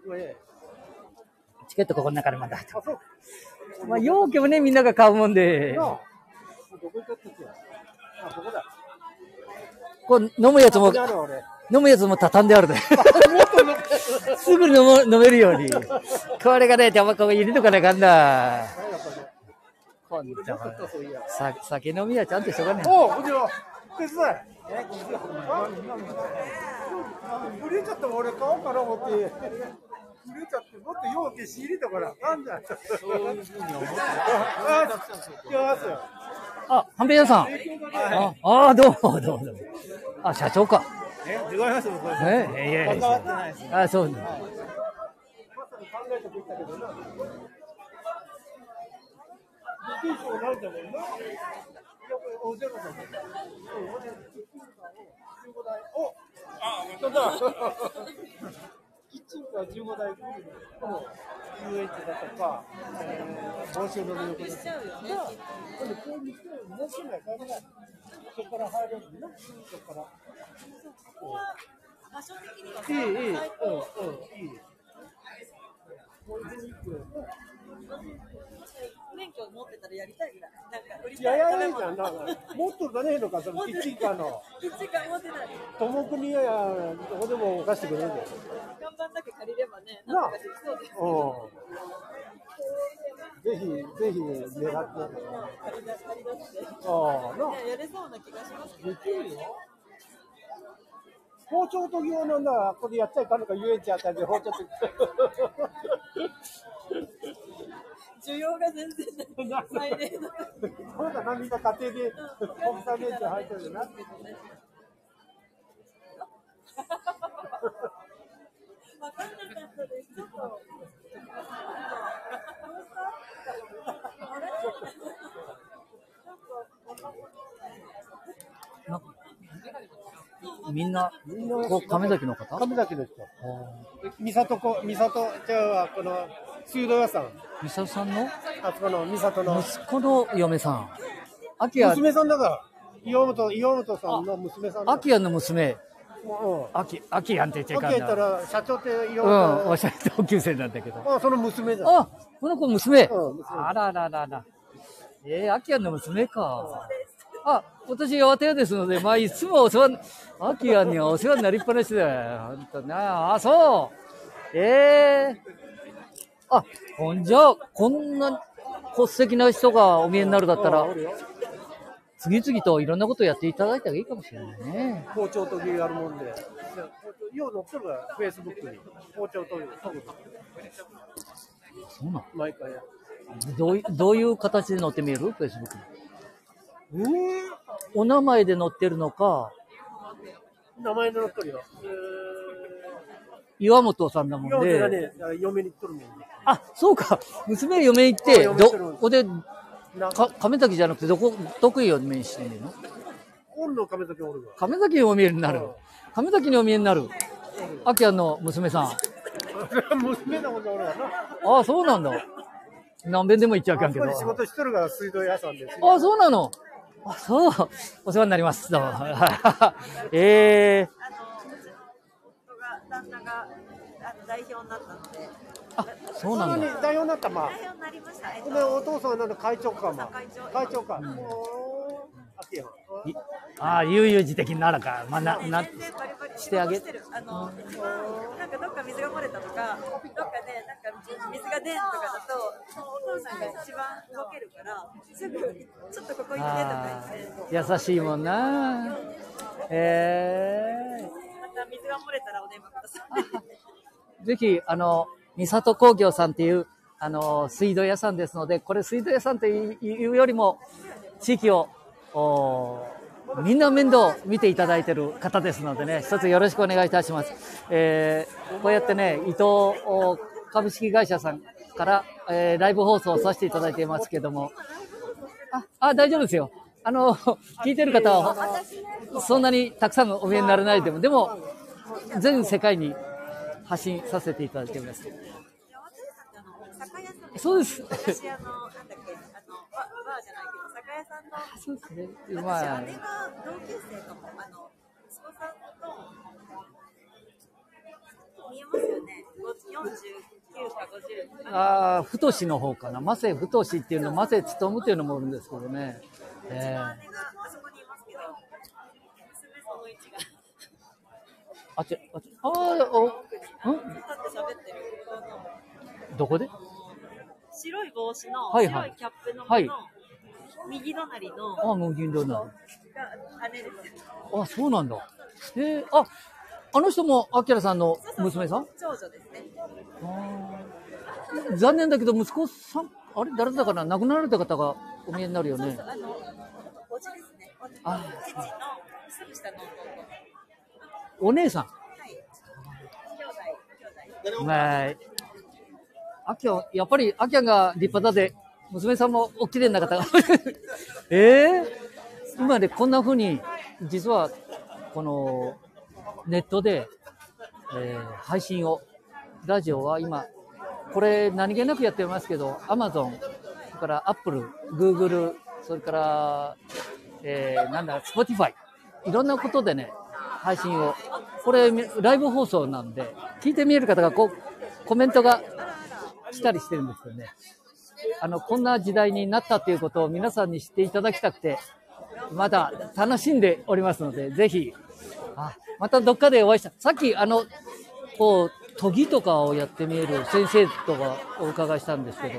チケットここの中でまだ。まあ容器もね、みんなが買うもんで。 どこ行ったっけ？あ、ここだ。 これ飲むやつも、飲むやつも畳んであるで。すぐに飲む飲めるように。これがね、タバコ入れとかなあかんだ。こんなさ酒飲みはちゃんとしとかね。 おう、じゃあ、手伝い。売れちゃったら俺買おうかな思って。売れちゃって、もっと容器仕入れたからあかんじゃん。そういうふうに思って。 あ、はんぺん屋さん。ああ、どうも、どうも。あ、社長か。 え、違いますよ、これ。 え、いやいや。あ、そうね。 キッチンカーじゅうごだい来るのと、遊園地だとか、帽子の横ですが、これ、こういう人を持ってないから、そこから入れるのね、そこから。場所的にはいい、いい、うん、うん、いい。 免許持ってたらやりたいぐらい。なんか売りいや、 たい。 ややいじゃん。なんか持っとるかねえのか、そのキッチンカーの。 キッチンカー持ってない。 友国や、どこでも貸してくれるんだよ。 看板だけ借りればね、なんとかできそうです。 ぜひ、ぜひ狙って。ああ、な。 やれそうな気がします。 できるよ。包丁研ぎ用なんだ、ここでやっちゃいかんのか、遊園地あたりで包丁研ぎ。 需要が全然ない。最低の。 そうだな、みんな家庭で国産メンチ入ってるな。わかんなかったです。ちょっと。 みんな、こう亀崎の方？ 亀崎の人。三里こ、三里、じゃあ、この、水道屋さん。 三里さんの？ あそこの三里の。 息子の嫁さん。アキヤ。 娘さんだから。岩本、岩本さんの娘さん。 アキヤの娘。 うん。 アキ、アキヤンって言っちゃいかんな。 アキヤ言ったら、社長って岩本。うん、お本。 しゃれ同級生なんだけど。 あ、その娘だ。 あ、この子娘。 うん、娘。 あらららら。えー、アキヤの娘か。あ、私、岩手屋ですので、まあ、いつもお世話、アキヤにはお世話になりっぱなしだよ。ほんとな。あ、そう。ええー。あ、ほんじゃ、こんな骨石な人がお見えになるだったら、次々といろんなことをやっていただいたらいいかもしれないね。 包丁研ぎやるもんで。よう載ってるから、フェイスブックに。包丁研ぎ。 そうなの？ 毎回や。 どういう、どういう形で載ってみる？フェイスブックに。 えー、 お名前で載ってるのか。 名前で載ってるよ。えー、 岩本さんだもんで。 岩本がね、嫁に行っとるもんね。 あ、そうか。娘嫁行って、どこで、か亀崎じゃなくて、どこ、得意を見してんの？ 今度亀崎おるわ。 亀崎にお見えになる。亀崎にお見えになる。アキヤの娘さん。 娘のことおるわな。 ああ、そうなんだ。何遍でも行っちゃうかんけど。 仕事してるから水道屋さんです。 ああ、そうなの。あ、そう。お世話になります。どうも。ええー。 旦那があの代表になったので。 あ、そうなんだ。 代表になったまあ。 代表になりました。えっとでお父さんはなんだ会長かまあ。 会長会長か。秋山。 いああ、悠々自適にならか、まあ、な、な、 全然バリバリしてあげ仕事してるあの、一番なんかどっか水が漏れたとか、どっかでなんか水が出んとかだと、お父さんが一番動けるから、すぐちょっとここ行ってとか言って。 優しいもんな。えまた水が漏れたらお電話ください。 ー、ぜひ、あの、三里工業さんっていう、あの、水道屋さんですので、これ水道屋さんというよりも、地域を、おみんな面倒を見ていただいている方ですのでね、一つよろしくお願いいたします。えー、こうやってね、伊藤株式会社さんから、えー、ライブ放送をさせていただいていますけども、あ、あ大丈夫ですよ。あの、聞いてる方は、そんなにたくさんお見えにならないでも、でも、全世界に発信させていただいております。そうです。 私、あの、なんだっけ、あの、ババーじゃないけど、酒屋さんの、 そうですね。 私、 まあ、 姉が同級生かも、あの、息子さんと、見えますよね、よんじゅうきゅうかごじゅう。 ああ、太しの方かな。マセ太しっていうの、マセつとむっていうのもあるんですけどね。えうちの姉ー、 があそこにいますけど、娘その位置が。 あっち、あっち、ああ、お、ん立って喋ってるこのどこで白い帽子の、 はいはい白いキャップの子の、 はい右隣のああ、もう銀道な。 が姉ですよ。 あ、そうなんだ。えー、あ、あの人も、アキラさんの娘さん長女ですね。 残念だけど、息子さん、あれ誰だかな亡くなられた方がお見えになるよね。 そうそう、あの、おじですね。おあ父のすぐ下の弟。 お姉さん。 はい。兄弟、兄弟。 まあ、アキャ、やっぱりアキャが立派だで、娘さんもお綺麗な方が。ええー、今ね、こんな風に、実は、この、ネットで、えー、配信を、ラジオは今、これ何気なくやってますけど、Amazon、それから Apple、Google、それから、えー、なんだ、Spotify、いろんなことでね、配信を、これ、ライブ放送なんで、聞いてみえる方が、こう、コメントが来たりしてるんですよね。あの、こんな時代になったということを皆さんに知っていただきたくて、まだ楽しんでおりますので、ぜひ、あ、またどっかでお会いした。さっき、あの、こう、研ぎとかをやってみえる先生とかお伺いしたんですけど、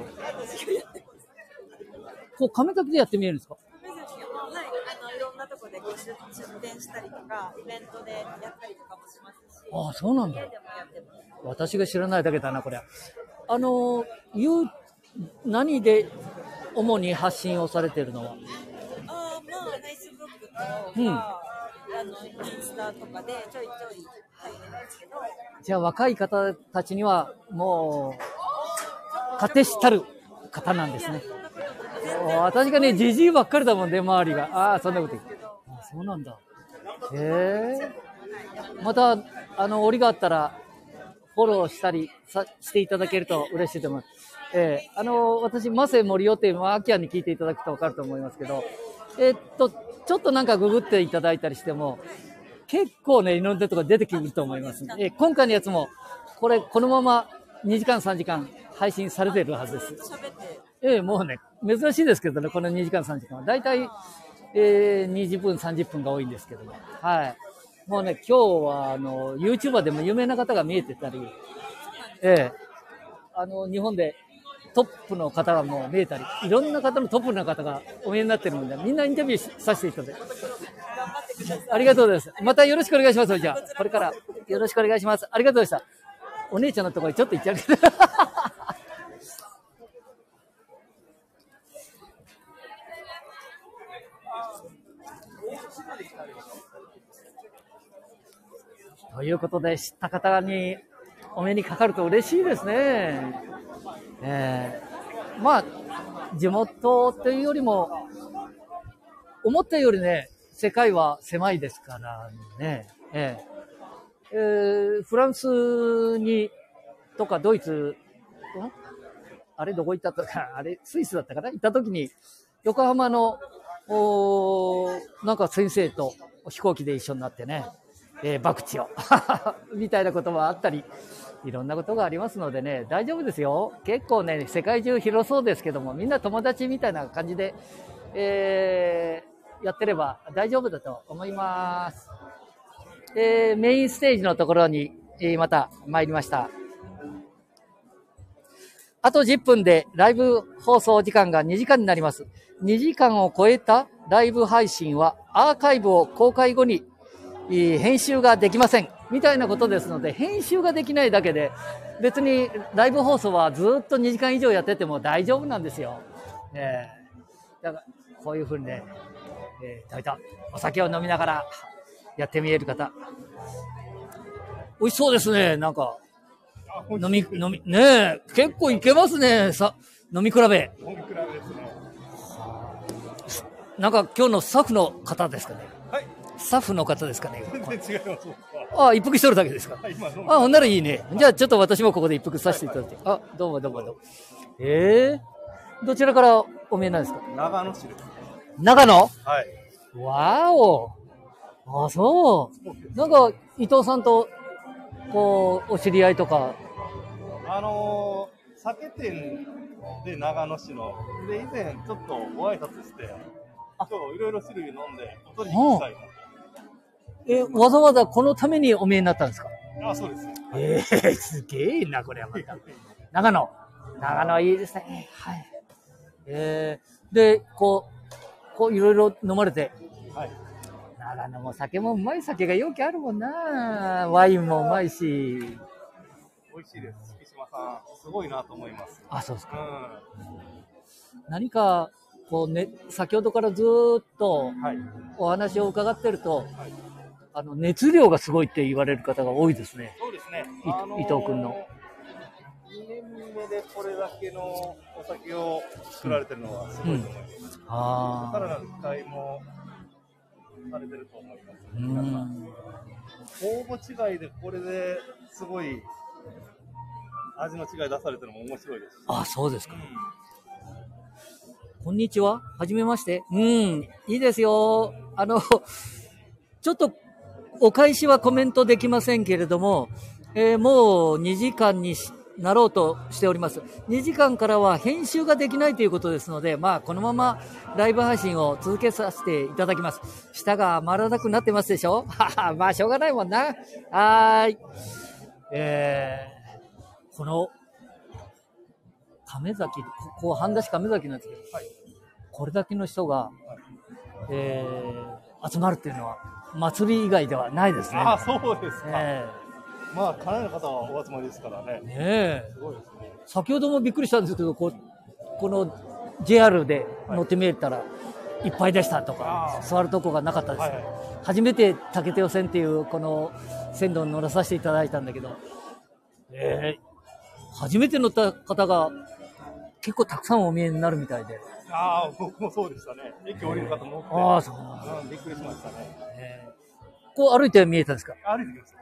こう、亀崎でやってみえるんですか？ はい、あの、いろんなとこでこう出出店したりとか、イベントでやったりとかもしますし。 ああ、そうなんだ。 家でもやってます。 私が知らないだけだな、これ。あの、いう、何で主に発信をされているのは？ ああ、まあ、フェイスブックとか、 うんあの、インスタとかでちょいちょい入ってるんですけど、 じゃあ若い方たちにはもう、勝手知ったる方なんですね。私がね、じじいばっかりだもんね、周りが。ああ、そんなこと言って。あ、そうなんだ。へえ。また、あの、折があったら、フォローしたりさしていただけると嬉しいと思います。えー、あの、私、マセモリオっていうのは、アキアに聞いていただくと分かると思いますけど、えー、っと、ちょっとなんかググっていただいたりしても、結構ね、いろんなところ出てくると思います。えー、今回のやつも、これ、このままにじかん、さんじかん配信されてるはずです。えー、もうね、珍しいですけどね、このにじかん、さんじかんは。だいたい、えー、にじゅっぷん、さんじゅっぷんが多いんですけども。はい。もうね、今日は、あの、YouTuber でも有名な方が見えてたり、ええー、あの、日本でトップの方がもう見えたり、いろんな方のトップの方がお見えになってるので、みんなインタビューさせていただいて。ありがとうございます。またよろしくお願いします。じゃあ、これからよろしくお願いします。ありがとうございました。お姉ちゃんのところにちょっと行っちゃうけど。ということで、知った方にお目にかかると嬉しいですね。えー、まあ、地元というよりも、思ったよりね、世界は狭いですからね。えーえー、フランスに、とかドイツ、あれどこ行ったとか、あれスイスだったかな行った時に、横浜の、おなんか先生と飛行機で一緒になってね、えー、博打をみたいなこともあったりいろんなことがありますのでね、大丈夫ですよ。結構ね、世界中広そうですけども、みんな友達みたいな感じで、えー、やってれば大丈夫だと思います。えー、メインステージのところに、えー、また参りました。あとじゅっぷんでライブ放送時間がにじかんになります。にじかんを超えたライブ配信はアーカイブを公開後に編集ができません。みたいなことですので、編集ができないだけで、別にライブ放送はずっとにじかん以上やってても大丈夫なんですよ。えー、だからこういうふうにね、えー、たお酒を飲みながらやってみえる方。美味しそうですね、なんか。飲み、飲み、ねえ、結構いけますね、さ、飲み比べ。 飲み比べですね。 なんか今日のスタッフの方ですかね。 はい。 スタッフの方ですかね。 全然違います。 ああ、一服しとるだけですか。 はい、今飲む。 あ、ほんならいいね。じゃあちょっと私もここで一服させていただいて。あ、どうもどうもどうも。ええー、どちらからお見えなんですか。 長野市です。 長野。 はい。 わお。あ、そう。なんか伊藤さんとこうお知り合いとか。 あのー、酒店で長野市ので以前ちょっとご挨拶して、今日いろいろ種類飲んでお取り引きしたいなと。 え、わざわざこのためにお見えになったんですか。 あ、そうです。 えー、すげえなこれはまた。長野、長野いいですね。はい。えー、でこうこういろいろ飲まれて。はい。長野も酒もうまい酒がよくあるもんな。ワインもうまいし。 美味しいです。月島さん、すごいなと思います。 あ、そうですか。 うん、 何かこうね、先ほどからずーっとお話を伺ってると、はい、あの熱量がすごいって言われる方が多いですね。 そうですね。 あのー、伊藤君の。 にねんめでこれだけのお酒を作られてるのはすごいと思います。うん、ああ。さらなる期待もされてると思います。皆さん。応募違いでこれですごい味の違い出されてるのも面白いです。 あ、そうですか。うん、こんにちは。はじめまして。うん、いいですよ。あの、ちょっとお返しはコメントできませんけれども、えー、もうにじかんになろうとしております。にじかんからは編集ができないということですので、まあ、このままライブ配信を続けさせていただきます。舌が回らなくなってますでしょまあ、しょうがないもんな。はーい。えーこの亀崎、ここ半田市亀崎なんですけど、はい、これだけの人が、はい、えー、集まるっていうのは祭り以外ではないですね。 ああ、そうですか。 えー、まあかなりの方はお集まりですからね。 ねえ。 すごいですね。 先ほどもびっくりしたんですけど、ここの ジェイアール で乗ってみえたら、はい、いっぱいでしたとか座るとこがなかったです、はいはい、初めて竹手尾線っていうこの線路に乗らさせていただいたんだけど、えー初めて乗った方が結構たくさんお見えになるみたいで。 ああ、僕もそうでしたね。駅降りる方も多くて。 ああ、そう、 うん。びっくりしましたね。 えー、こう歩いて見えたんですか。 歩いてきました。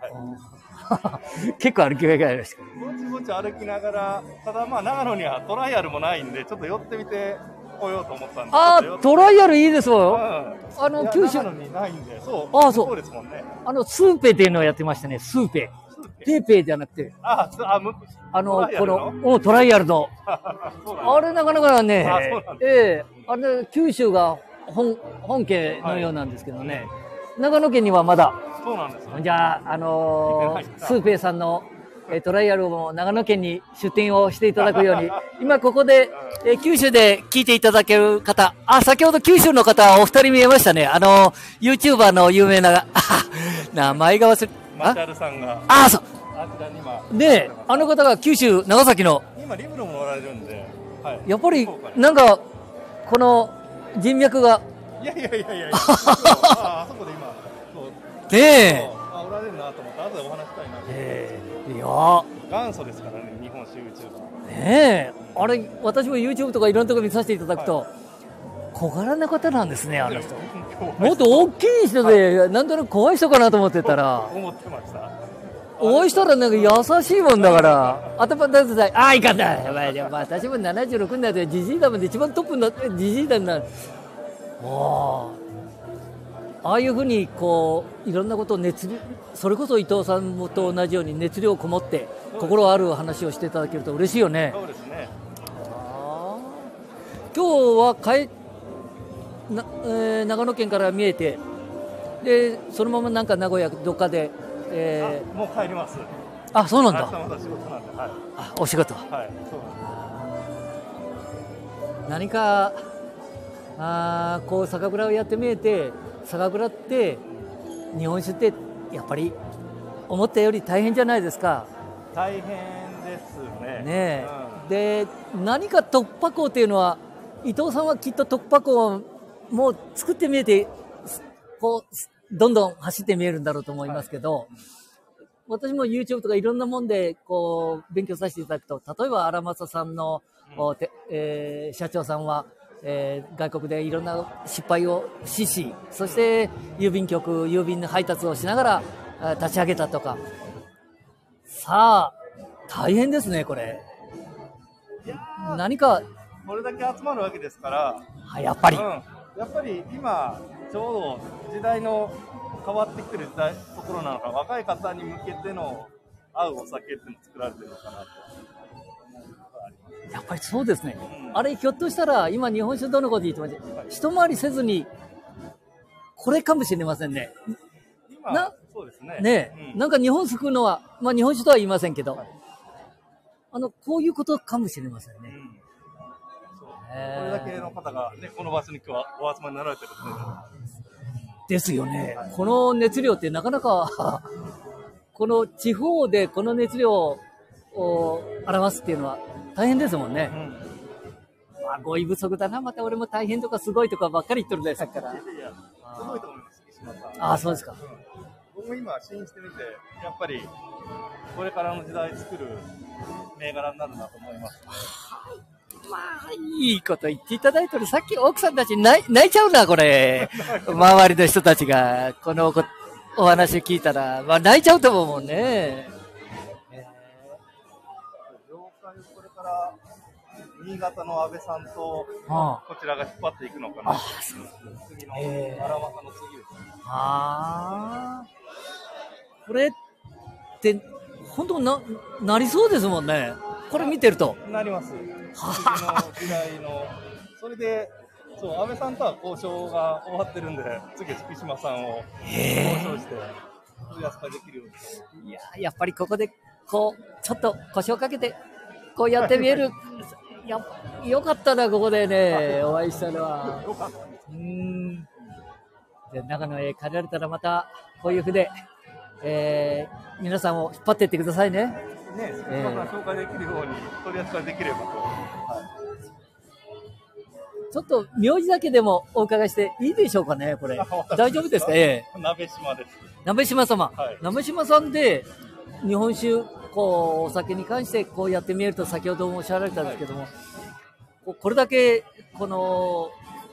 はい、結構歩きがいがありました。 ぼちぼち歩きながら、ただまあ長野にはトライアルもないんで、ちょっと寄ってみてこようと思ったんで。 ああ、トライアルいいですよ。 うん、あの九州長野にないんで、そう。 ああ、そう。 そうですもんね。 あのスーペっていうのをやってましたね。スーペ。ペーペーじゃなくて。 ああ、むあの、この、トライアルの。あれなかなかね、ええー、あれ、九州が本、本家のようなんですけどね、はい、長野県にはまだ。 そうなんですよ。 じゃあ、あのー、スーペイさんの、えー、トライアルも長野県に出店をしていただくように、今ここで、えー、九州で聞いていただける方、あ、先ほど九州の方、お二人見えましたね。あのー、YouTuber の有名な、名前が忘れ、 マチャルさんが。 あ、そう。 あちらに今で、あの方が九州長崎の今リブロもおられるんで、はい、 やっぱりなんかこの人脈がいやいやいやいやああそこで今そうねえあおられるなと思って後でお話したいなと思って、 えー、いや元祖ですからね日本史 YouTuber ねえあれ私も YouTube とかいろんなところ見させていただくと、はい、小柄な方なんですねあの人もっと大きい人で、はい、なんとなく怖い人かなと思ってたら思ってましたお会いしたらなんか優しいもんだから、頭出してああ、いかんだ、まあ、私もななじゅうろくになって、じじいだもんで一番トップになって、じじいだになる。ああ、 ああいうふうにこういろんなことを熱量、それこそ伊藤さんと同じように熱量こもって心ある話をしていただけると嬉しいよね。 そうですね。 今日は帰な、えー、長野県から見えて、でそのままなんか名古屋どっかで、えー、もう帰ります。 あ、そうなんだ。 明日また仕事なんで、はい、 あ、お仕事。 はい、そうなんです。 何かあこう酒蔵をやってみえて、酒蔵って日本酒ってやっぱり思ったより大変じゃないですか。 大変ですね。 ねえ、うん、で何か突破口っていうのは伊藤さんはきっと突破口をもう作ってみえてこうどんどん走って見えるんだろうと思いますけど、はい、私も YouTube とかいろんなもんでこう勉強させていただくと、例えば荒政さんの、うんえー、社長さんは、えー、外国でいろんな失敗をしし、そして郵便局郵便の配達をしながら立ち上げたとか、さあ大変ですねこれ。何かこれだけ集まるわけですから、 あやっぱり、うん、 やっぱり今ちょうど時代の変わってきてる時代ところなのか、若い方に向けての合うお酒っていうのを作られてるのかなと思うことがあります。 やっぱりそうですね、うん、あれひょっとしたら今日本酒どのこと言ってました、はい、一回りせずにこれかもしれませんね。 今なそうですね。 ね、うん、なんか日本救うのは、まあ、日本酒とは言いませんけど、はい、あのこういうことかもしれませんね。うんこれだけの方が、ね、この場所に今日はお集まりになられてるんですよね。この熱量ってなかなかこの地方でこの熱量を表すっていうのは大変ですもんね。うん、まあ、語彙不足だな、また俺も大変とかすごいとかばっかり言ってるんですから。 いやいやすごいと思います、岸間さん。 ああ、そうですか。うん、 僕も今、試飲してみて、やっぱりこれからの時代作る銘柄になるなと思います、ね。 まあ、いいこと言っていただいてる。さっき奥さんたち泣い、泣いちゃうな、これ。周りの人たちが、このお話聞いたら、まあ泣いちゃうと思うもんね。 業界これから新潟の安倍さんとこちらが引っ張っていくのかな。ああ、次の荒政の次ですね。 ああ。これって本当ななりそうですもんね。これ見てると。 なります。次の時代の、それで、そう、安倍さんとは交渉が終わってるんで、次、福島さんを交渉して、お安くできるように。 いや、やっぱりここで、こう、ちょっと腰をかけて、こうやってみえる。や、よかったな、ここでね、お会いしたのは。 よかったです。 うん。で、長野へ帰られたらまた、こういう筆、えー、皆さんを引っ張っていってくださいね。 ね、福島さん紹介できるように取り扱いできればと、はい、 ちょっと名字だけでもお伺いしていいでしょうかね、これ。大丈夫ですか？ええ。鍋島です。 鍋島様、 はい、 鍋島さんで日本酒、こうお酒に関してこうやってみえると先ほどもおっしゃられたんですけども、はい、これだけこの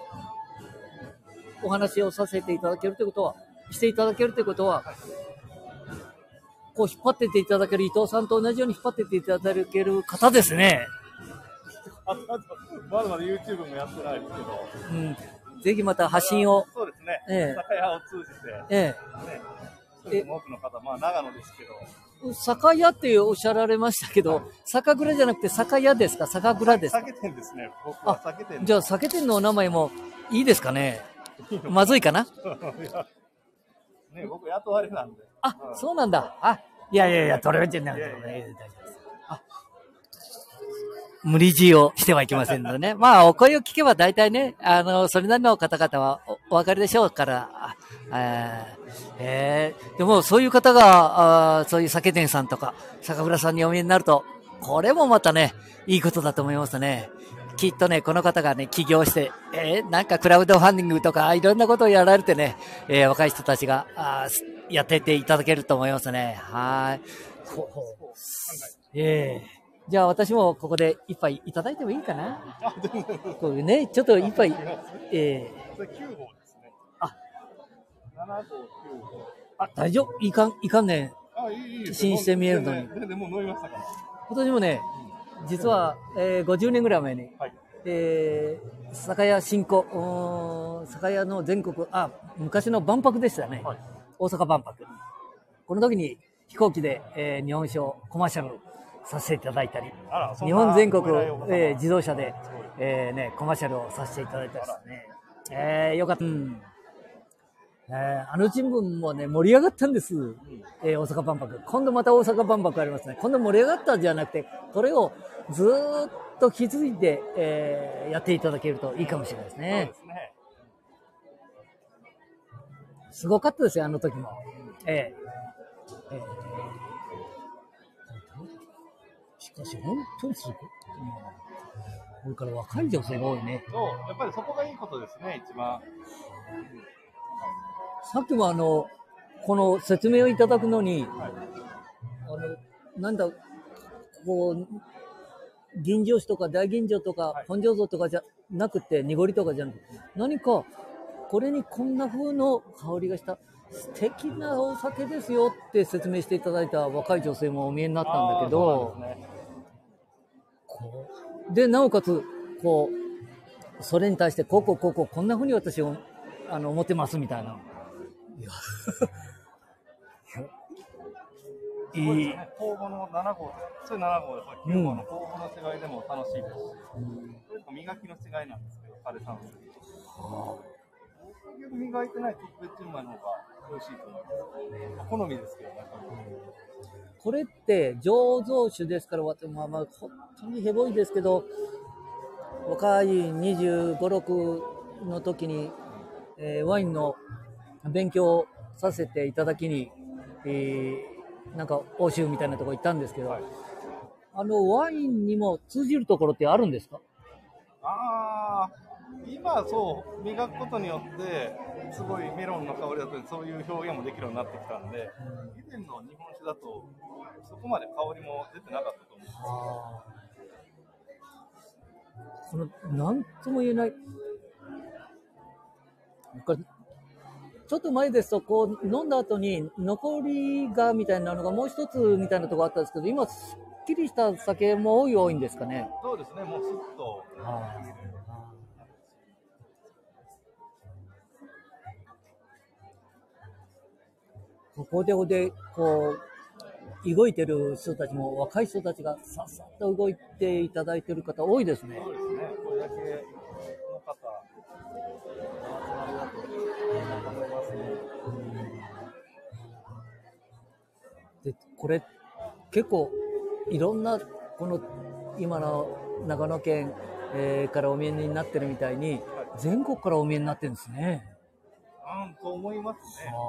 お話をさせていただけるということは、していただけるということは。はい、こう引っ張っていっていただける伊藤さんと同じように引っ張っていっていただける方ですね。 まだまだ YouTube もやってないですけど、 うん、ぜひまた発信を。 そうですね。 ええ、 酒屋を通じて、 ええ、ね、多くの方、まあ長野ですけど。 酒屋っておっしゃられましたけど、はい、酒蔵じゃなくて酒屋ですか、酒蔵ですか。 酒店ですね。僕は酒店。 じゃあ酒店のお名前もいいですかね。まずいかな。 ね、僕雇われなんで。 あ、うん、そうなんだ。あ、いやいやいや、それはじゃなくて、大丈夫です。あ、無理強いをしてはいけませんのでね。まあ、お声を聞けば大体ね、あの、それなりの方々は お, お分かりでしょうから、あえー、でもそういう方が、あそういう酒店さんとか、酒蔵さんにお見えになると、これもまたね、いいことだと思いますね。きっとね、この方がね、起業して、えー、なんかクラウドファンディングとか、いろんなことをやられてね、えー、若い人たちが、あやっていっていただけると思いますね。はい。ほほえー、じゃあ私もここで一杯いただいてもいいかな。こうね、ちょっと一杯、えー、それきゅうごうですね。 あ、 ななごう、きゅうごう。 あ、大丈夫いかん、いかんね。 あ、いい、いい。 試飲してみえるのに。 でも飲みましたから。 今年もね、実は、えー、ごじゅうねんぐらい前に、 はい、 えー、酒屋新古、酒屋の全国、あ、昔の万博でしたね。はい、大阪万博。この時に飛行機で、えー、日本酒をコマーシャルさせていただいたり、日本全国、えー、自動車で、えーね、コマーシャルをさせていただいたりですね。えー、よかった。うんえー、あの新聞もね、盛り上がったんです。えー、大阪万博。今度また大阪万博ありますね。今度盛り上がったんじゃなくて、これをずーっと引き継いで、えー、やっていただけるといいかもしれないですね。そうですね。すごかったですよ、あの時も。えーえー、しかし、本当にすごい。これから若い女性が多いね。 そう、やっぱりそこがいいことですね、一番。 さっきもあの、この説明をいただくのに、はい、あの、なんだ、こう、吟醸酒とか大吟醸とか本醸造とかじゃなくて、濁りとかじゃなくて、何か、これにこんな風の香りがした、素敵なお酒ですよって説明していただいた若い女性もお見えになったんだけど、で, ね、こうで、なおかつ、こう、それに対して、こうこうこうこう、こんな風に私を、あの、思ってますみたいな。いやいいですね。酵母のなな号、それなな号で、きゅう号の酵母の違いでも楽しいですし、うん、それと磨きの違いなんですけど、枯山水。はあ、磨いてない特別純米の方が美味しいと思います。好みですけどね。 これって醸造酒ですから、まあまあ本当にヘボいですけど、若いにじゅうご、ろくの時に、えー、ワインの勉強させていただきに、えー、なんか欧州みたいなところ行ったんですけど、はい、あのワインにも通じるところってあるんですか？ ああ、今そう磨くことによってすごいメロンの香りだとそういう表現もできるようになってきたんで、以前の日本酒だとそこまで香りも出てなかったと思うんです。 この何とも言えない。ちょっと前ですと、こう飲んだ後に残りがみたいなのがもう一つみたいなところあったんですけど、今すっきりした酒も多い多いんですかね。 そうですね、もうスッと。はあ、 ここででこう動いてる人たちも若い人たちがさっさっと動いていただいている方多いですね。 そうですね。これだけの方でこれ結構いろんなこの今の長野県、えー、からお見えになってるみたいに全国からお見えになってるんですね。 うんと思いますね。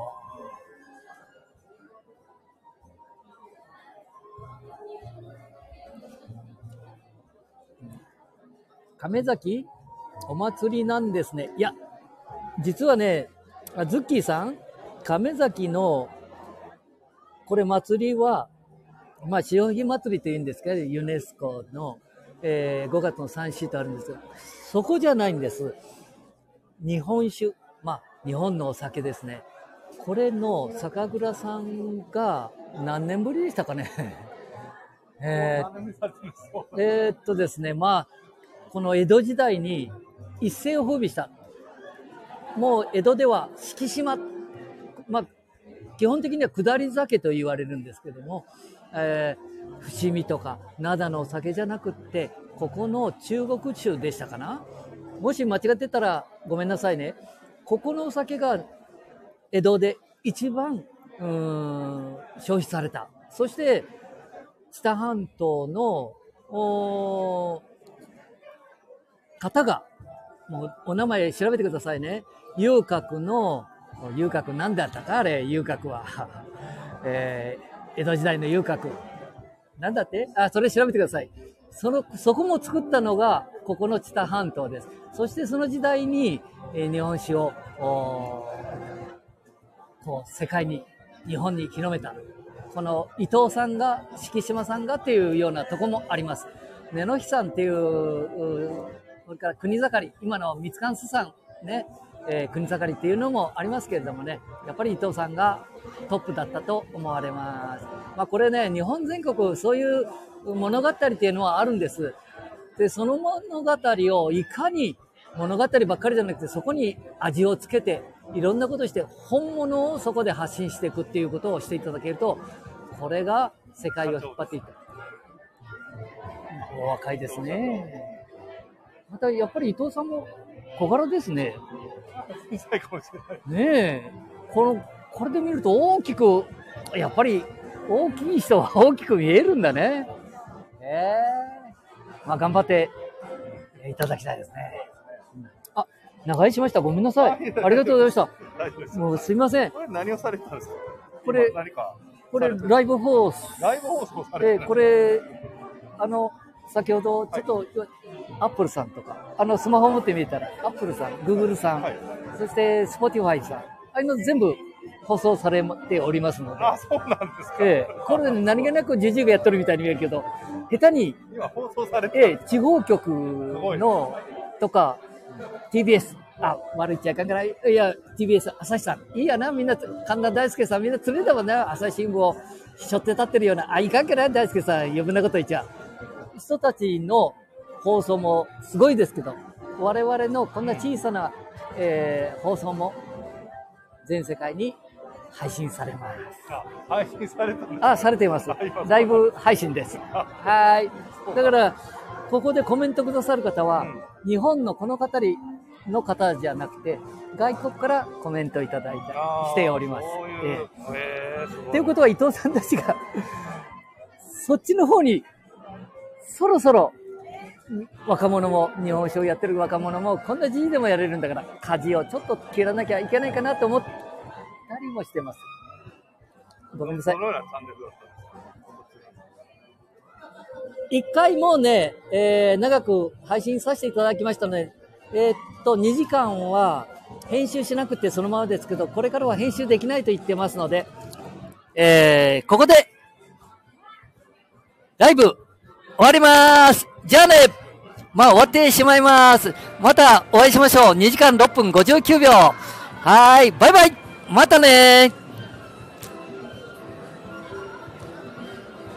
亀崎お祭りなんですね。いや実はね、ズッキーさん、亀崎のこれ祭りは、まあ、潮干祭りというんですけど、ユネスコの、えー、ごがつのさんシートあるんですけど、そこじゃないんです。日本酒、まあ、日本のお酒ですね。これの酒蔵さんが何年ぶりでしたかね。えー、えーっとですね、まあ、この江戸時代に一世を風靡した。もう江戸では敷島、まあ、基本的には下り酒と言われるんですけども、えー、伏見とか灘のお酒じゃなくって、ここの中国酒でしたかな。もし間違ってたらごめんなさいね。ここのお酒が江戸で一番うーん消費された。そして知多半島のお方が、もうお名前調べてくださいね。遊郭の、遊郭なんだったかあれ、遊郭は。えー、江戸時代の遊郭。なんだってあ、それ調べてください。その、そこも作ったのが、ここの知多半島です。そしてその時代に、えー、日本酒を、こう、世界に、日本に広めた。この伊藤さんが、敷島さんがっていうようなとこもあります。根の日さんっていう、それから国盛り、今の三貫須さん、ね、えー、国盛りっていうのもありますけれどもね、やっぱり伊藤さんがトップだったと思われます。まあこれね、日本全国そういう物語っていうのはあるんです。 で、その物語をいかに物語ばっかりじゃなくて、そこに味をつけて、いろんなことをして、本物をそこで発信していくっていうことをしていただけると、これが世界を引っ張っていった。お若いですね。また、やっぱり伊藤さんも小柄ですね。 小さいかもしれない。 ねえ。この、これで見ると大きく、やっぱり大きい人は大きく見えるんだね。ええー。まあ、頑張っていただきたいですね。あ、長居しました。ごめんなさい。ありがとうございました。もうすいません。 これ何をされてたんですか？ これ、 何かこれライブ放送。 ライブ放送されてで、これ、あの、先ほどちょっと、はい、アップルさんとか、あの、スマホ持ってみたら、アップルさん、グーグルさん、はい、そしてスポティファイさん、ああいうの全部放送されておりますので。 あ、そうなんですか。 ええ、これで、ね、何気なくジジイがやってるみたいに見えるけど、下手に、 今放送されてええ、地方局の、とか、ティービーエス、あ、悪いっちゃいかんから、いや、ティービーエス、朝日さん、いいやな、みんな、神田大輔さん、みんな連れたもんな、朝日新聞を背負って立ってるような、あ、いかんけな、大輔さん、余分なこと言っちゃう。人たちの放送もすごいですけど、我々のこんな小さな、えー、放送も全世界に配信されます。 あ、配信されたんですか？ あ、されています。ライブ配信です。はい。だから、ここでコメントくださる方は、うん、日本のこの方の方じゃなくて、外国からコメントいただいたりしております。 そういう、えー、 ということは伊藤さんたちが、そっちの方に、そろそろ若者も日本酒をやってる若者もこんな時期でもやれるんだから舵をちょっと切らなきゃいけないかなと思ったりもしてます。ごめんなさい。一回もうね、えー、長く配信させていただきましたので、えー、っとにじかんは編集しなくてそのままですけど、これからは編集できないと言ってますので、えー、ここでライブ終わりまーす。じゃあね。まあ終わってしまいます。またお会いしましょう。にじかんろっぷんごじゅうきゅうびょう。はーい。バイバイ。またねー。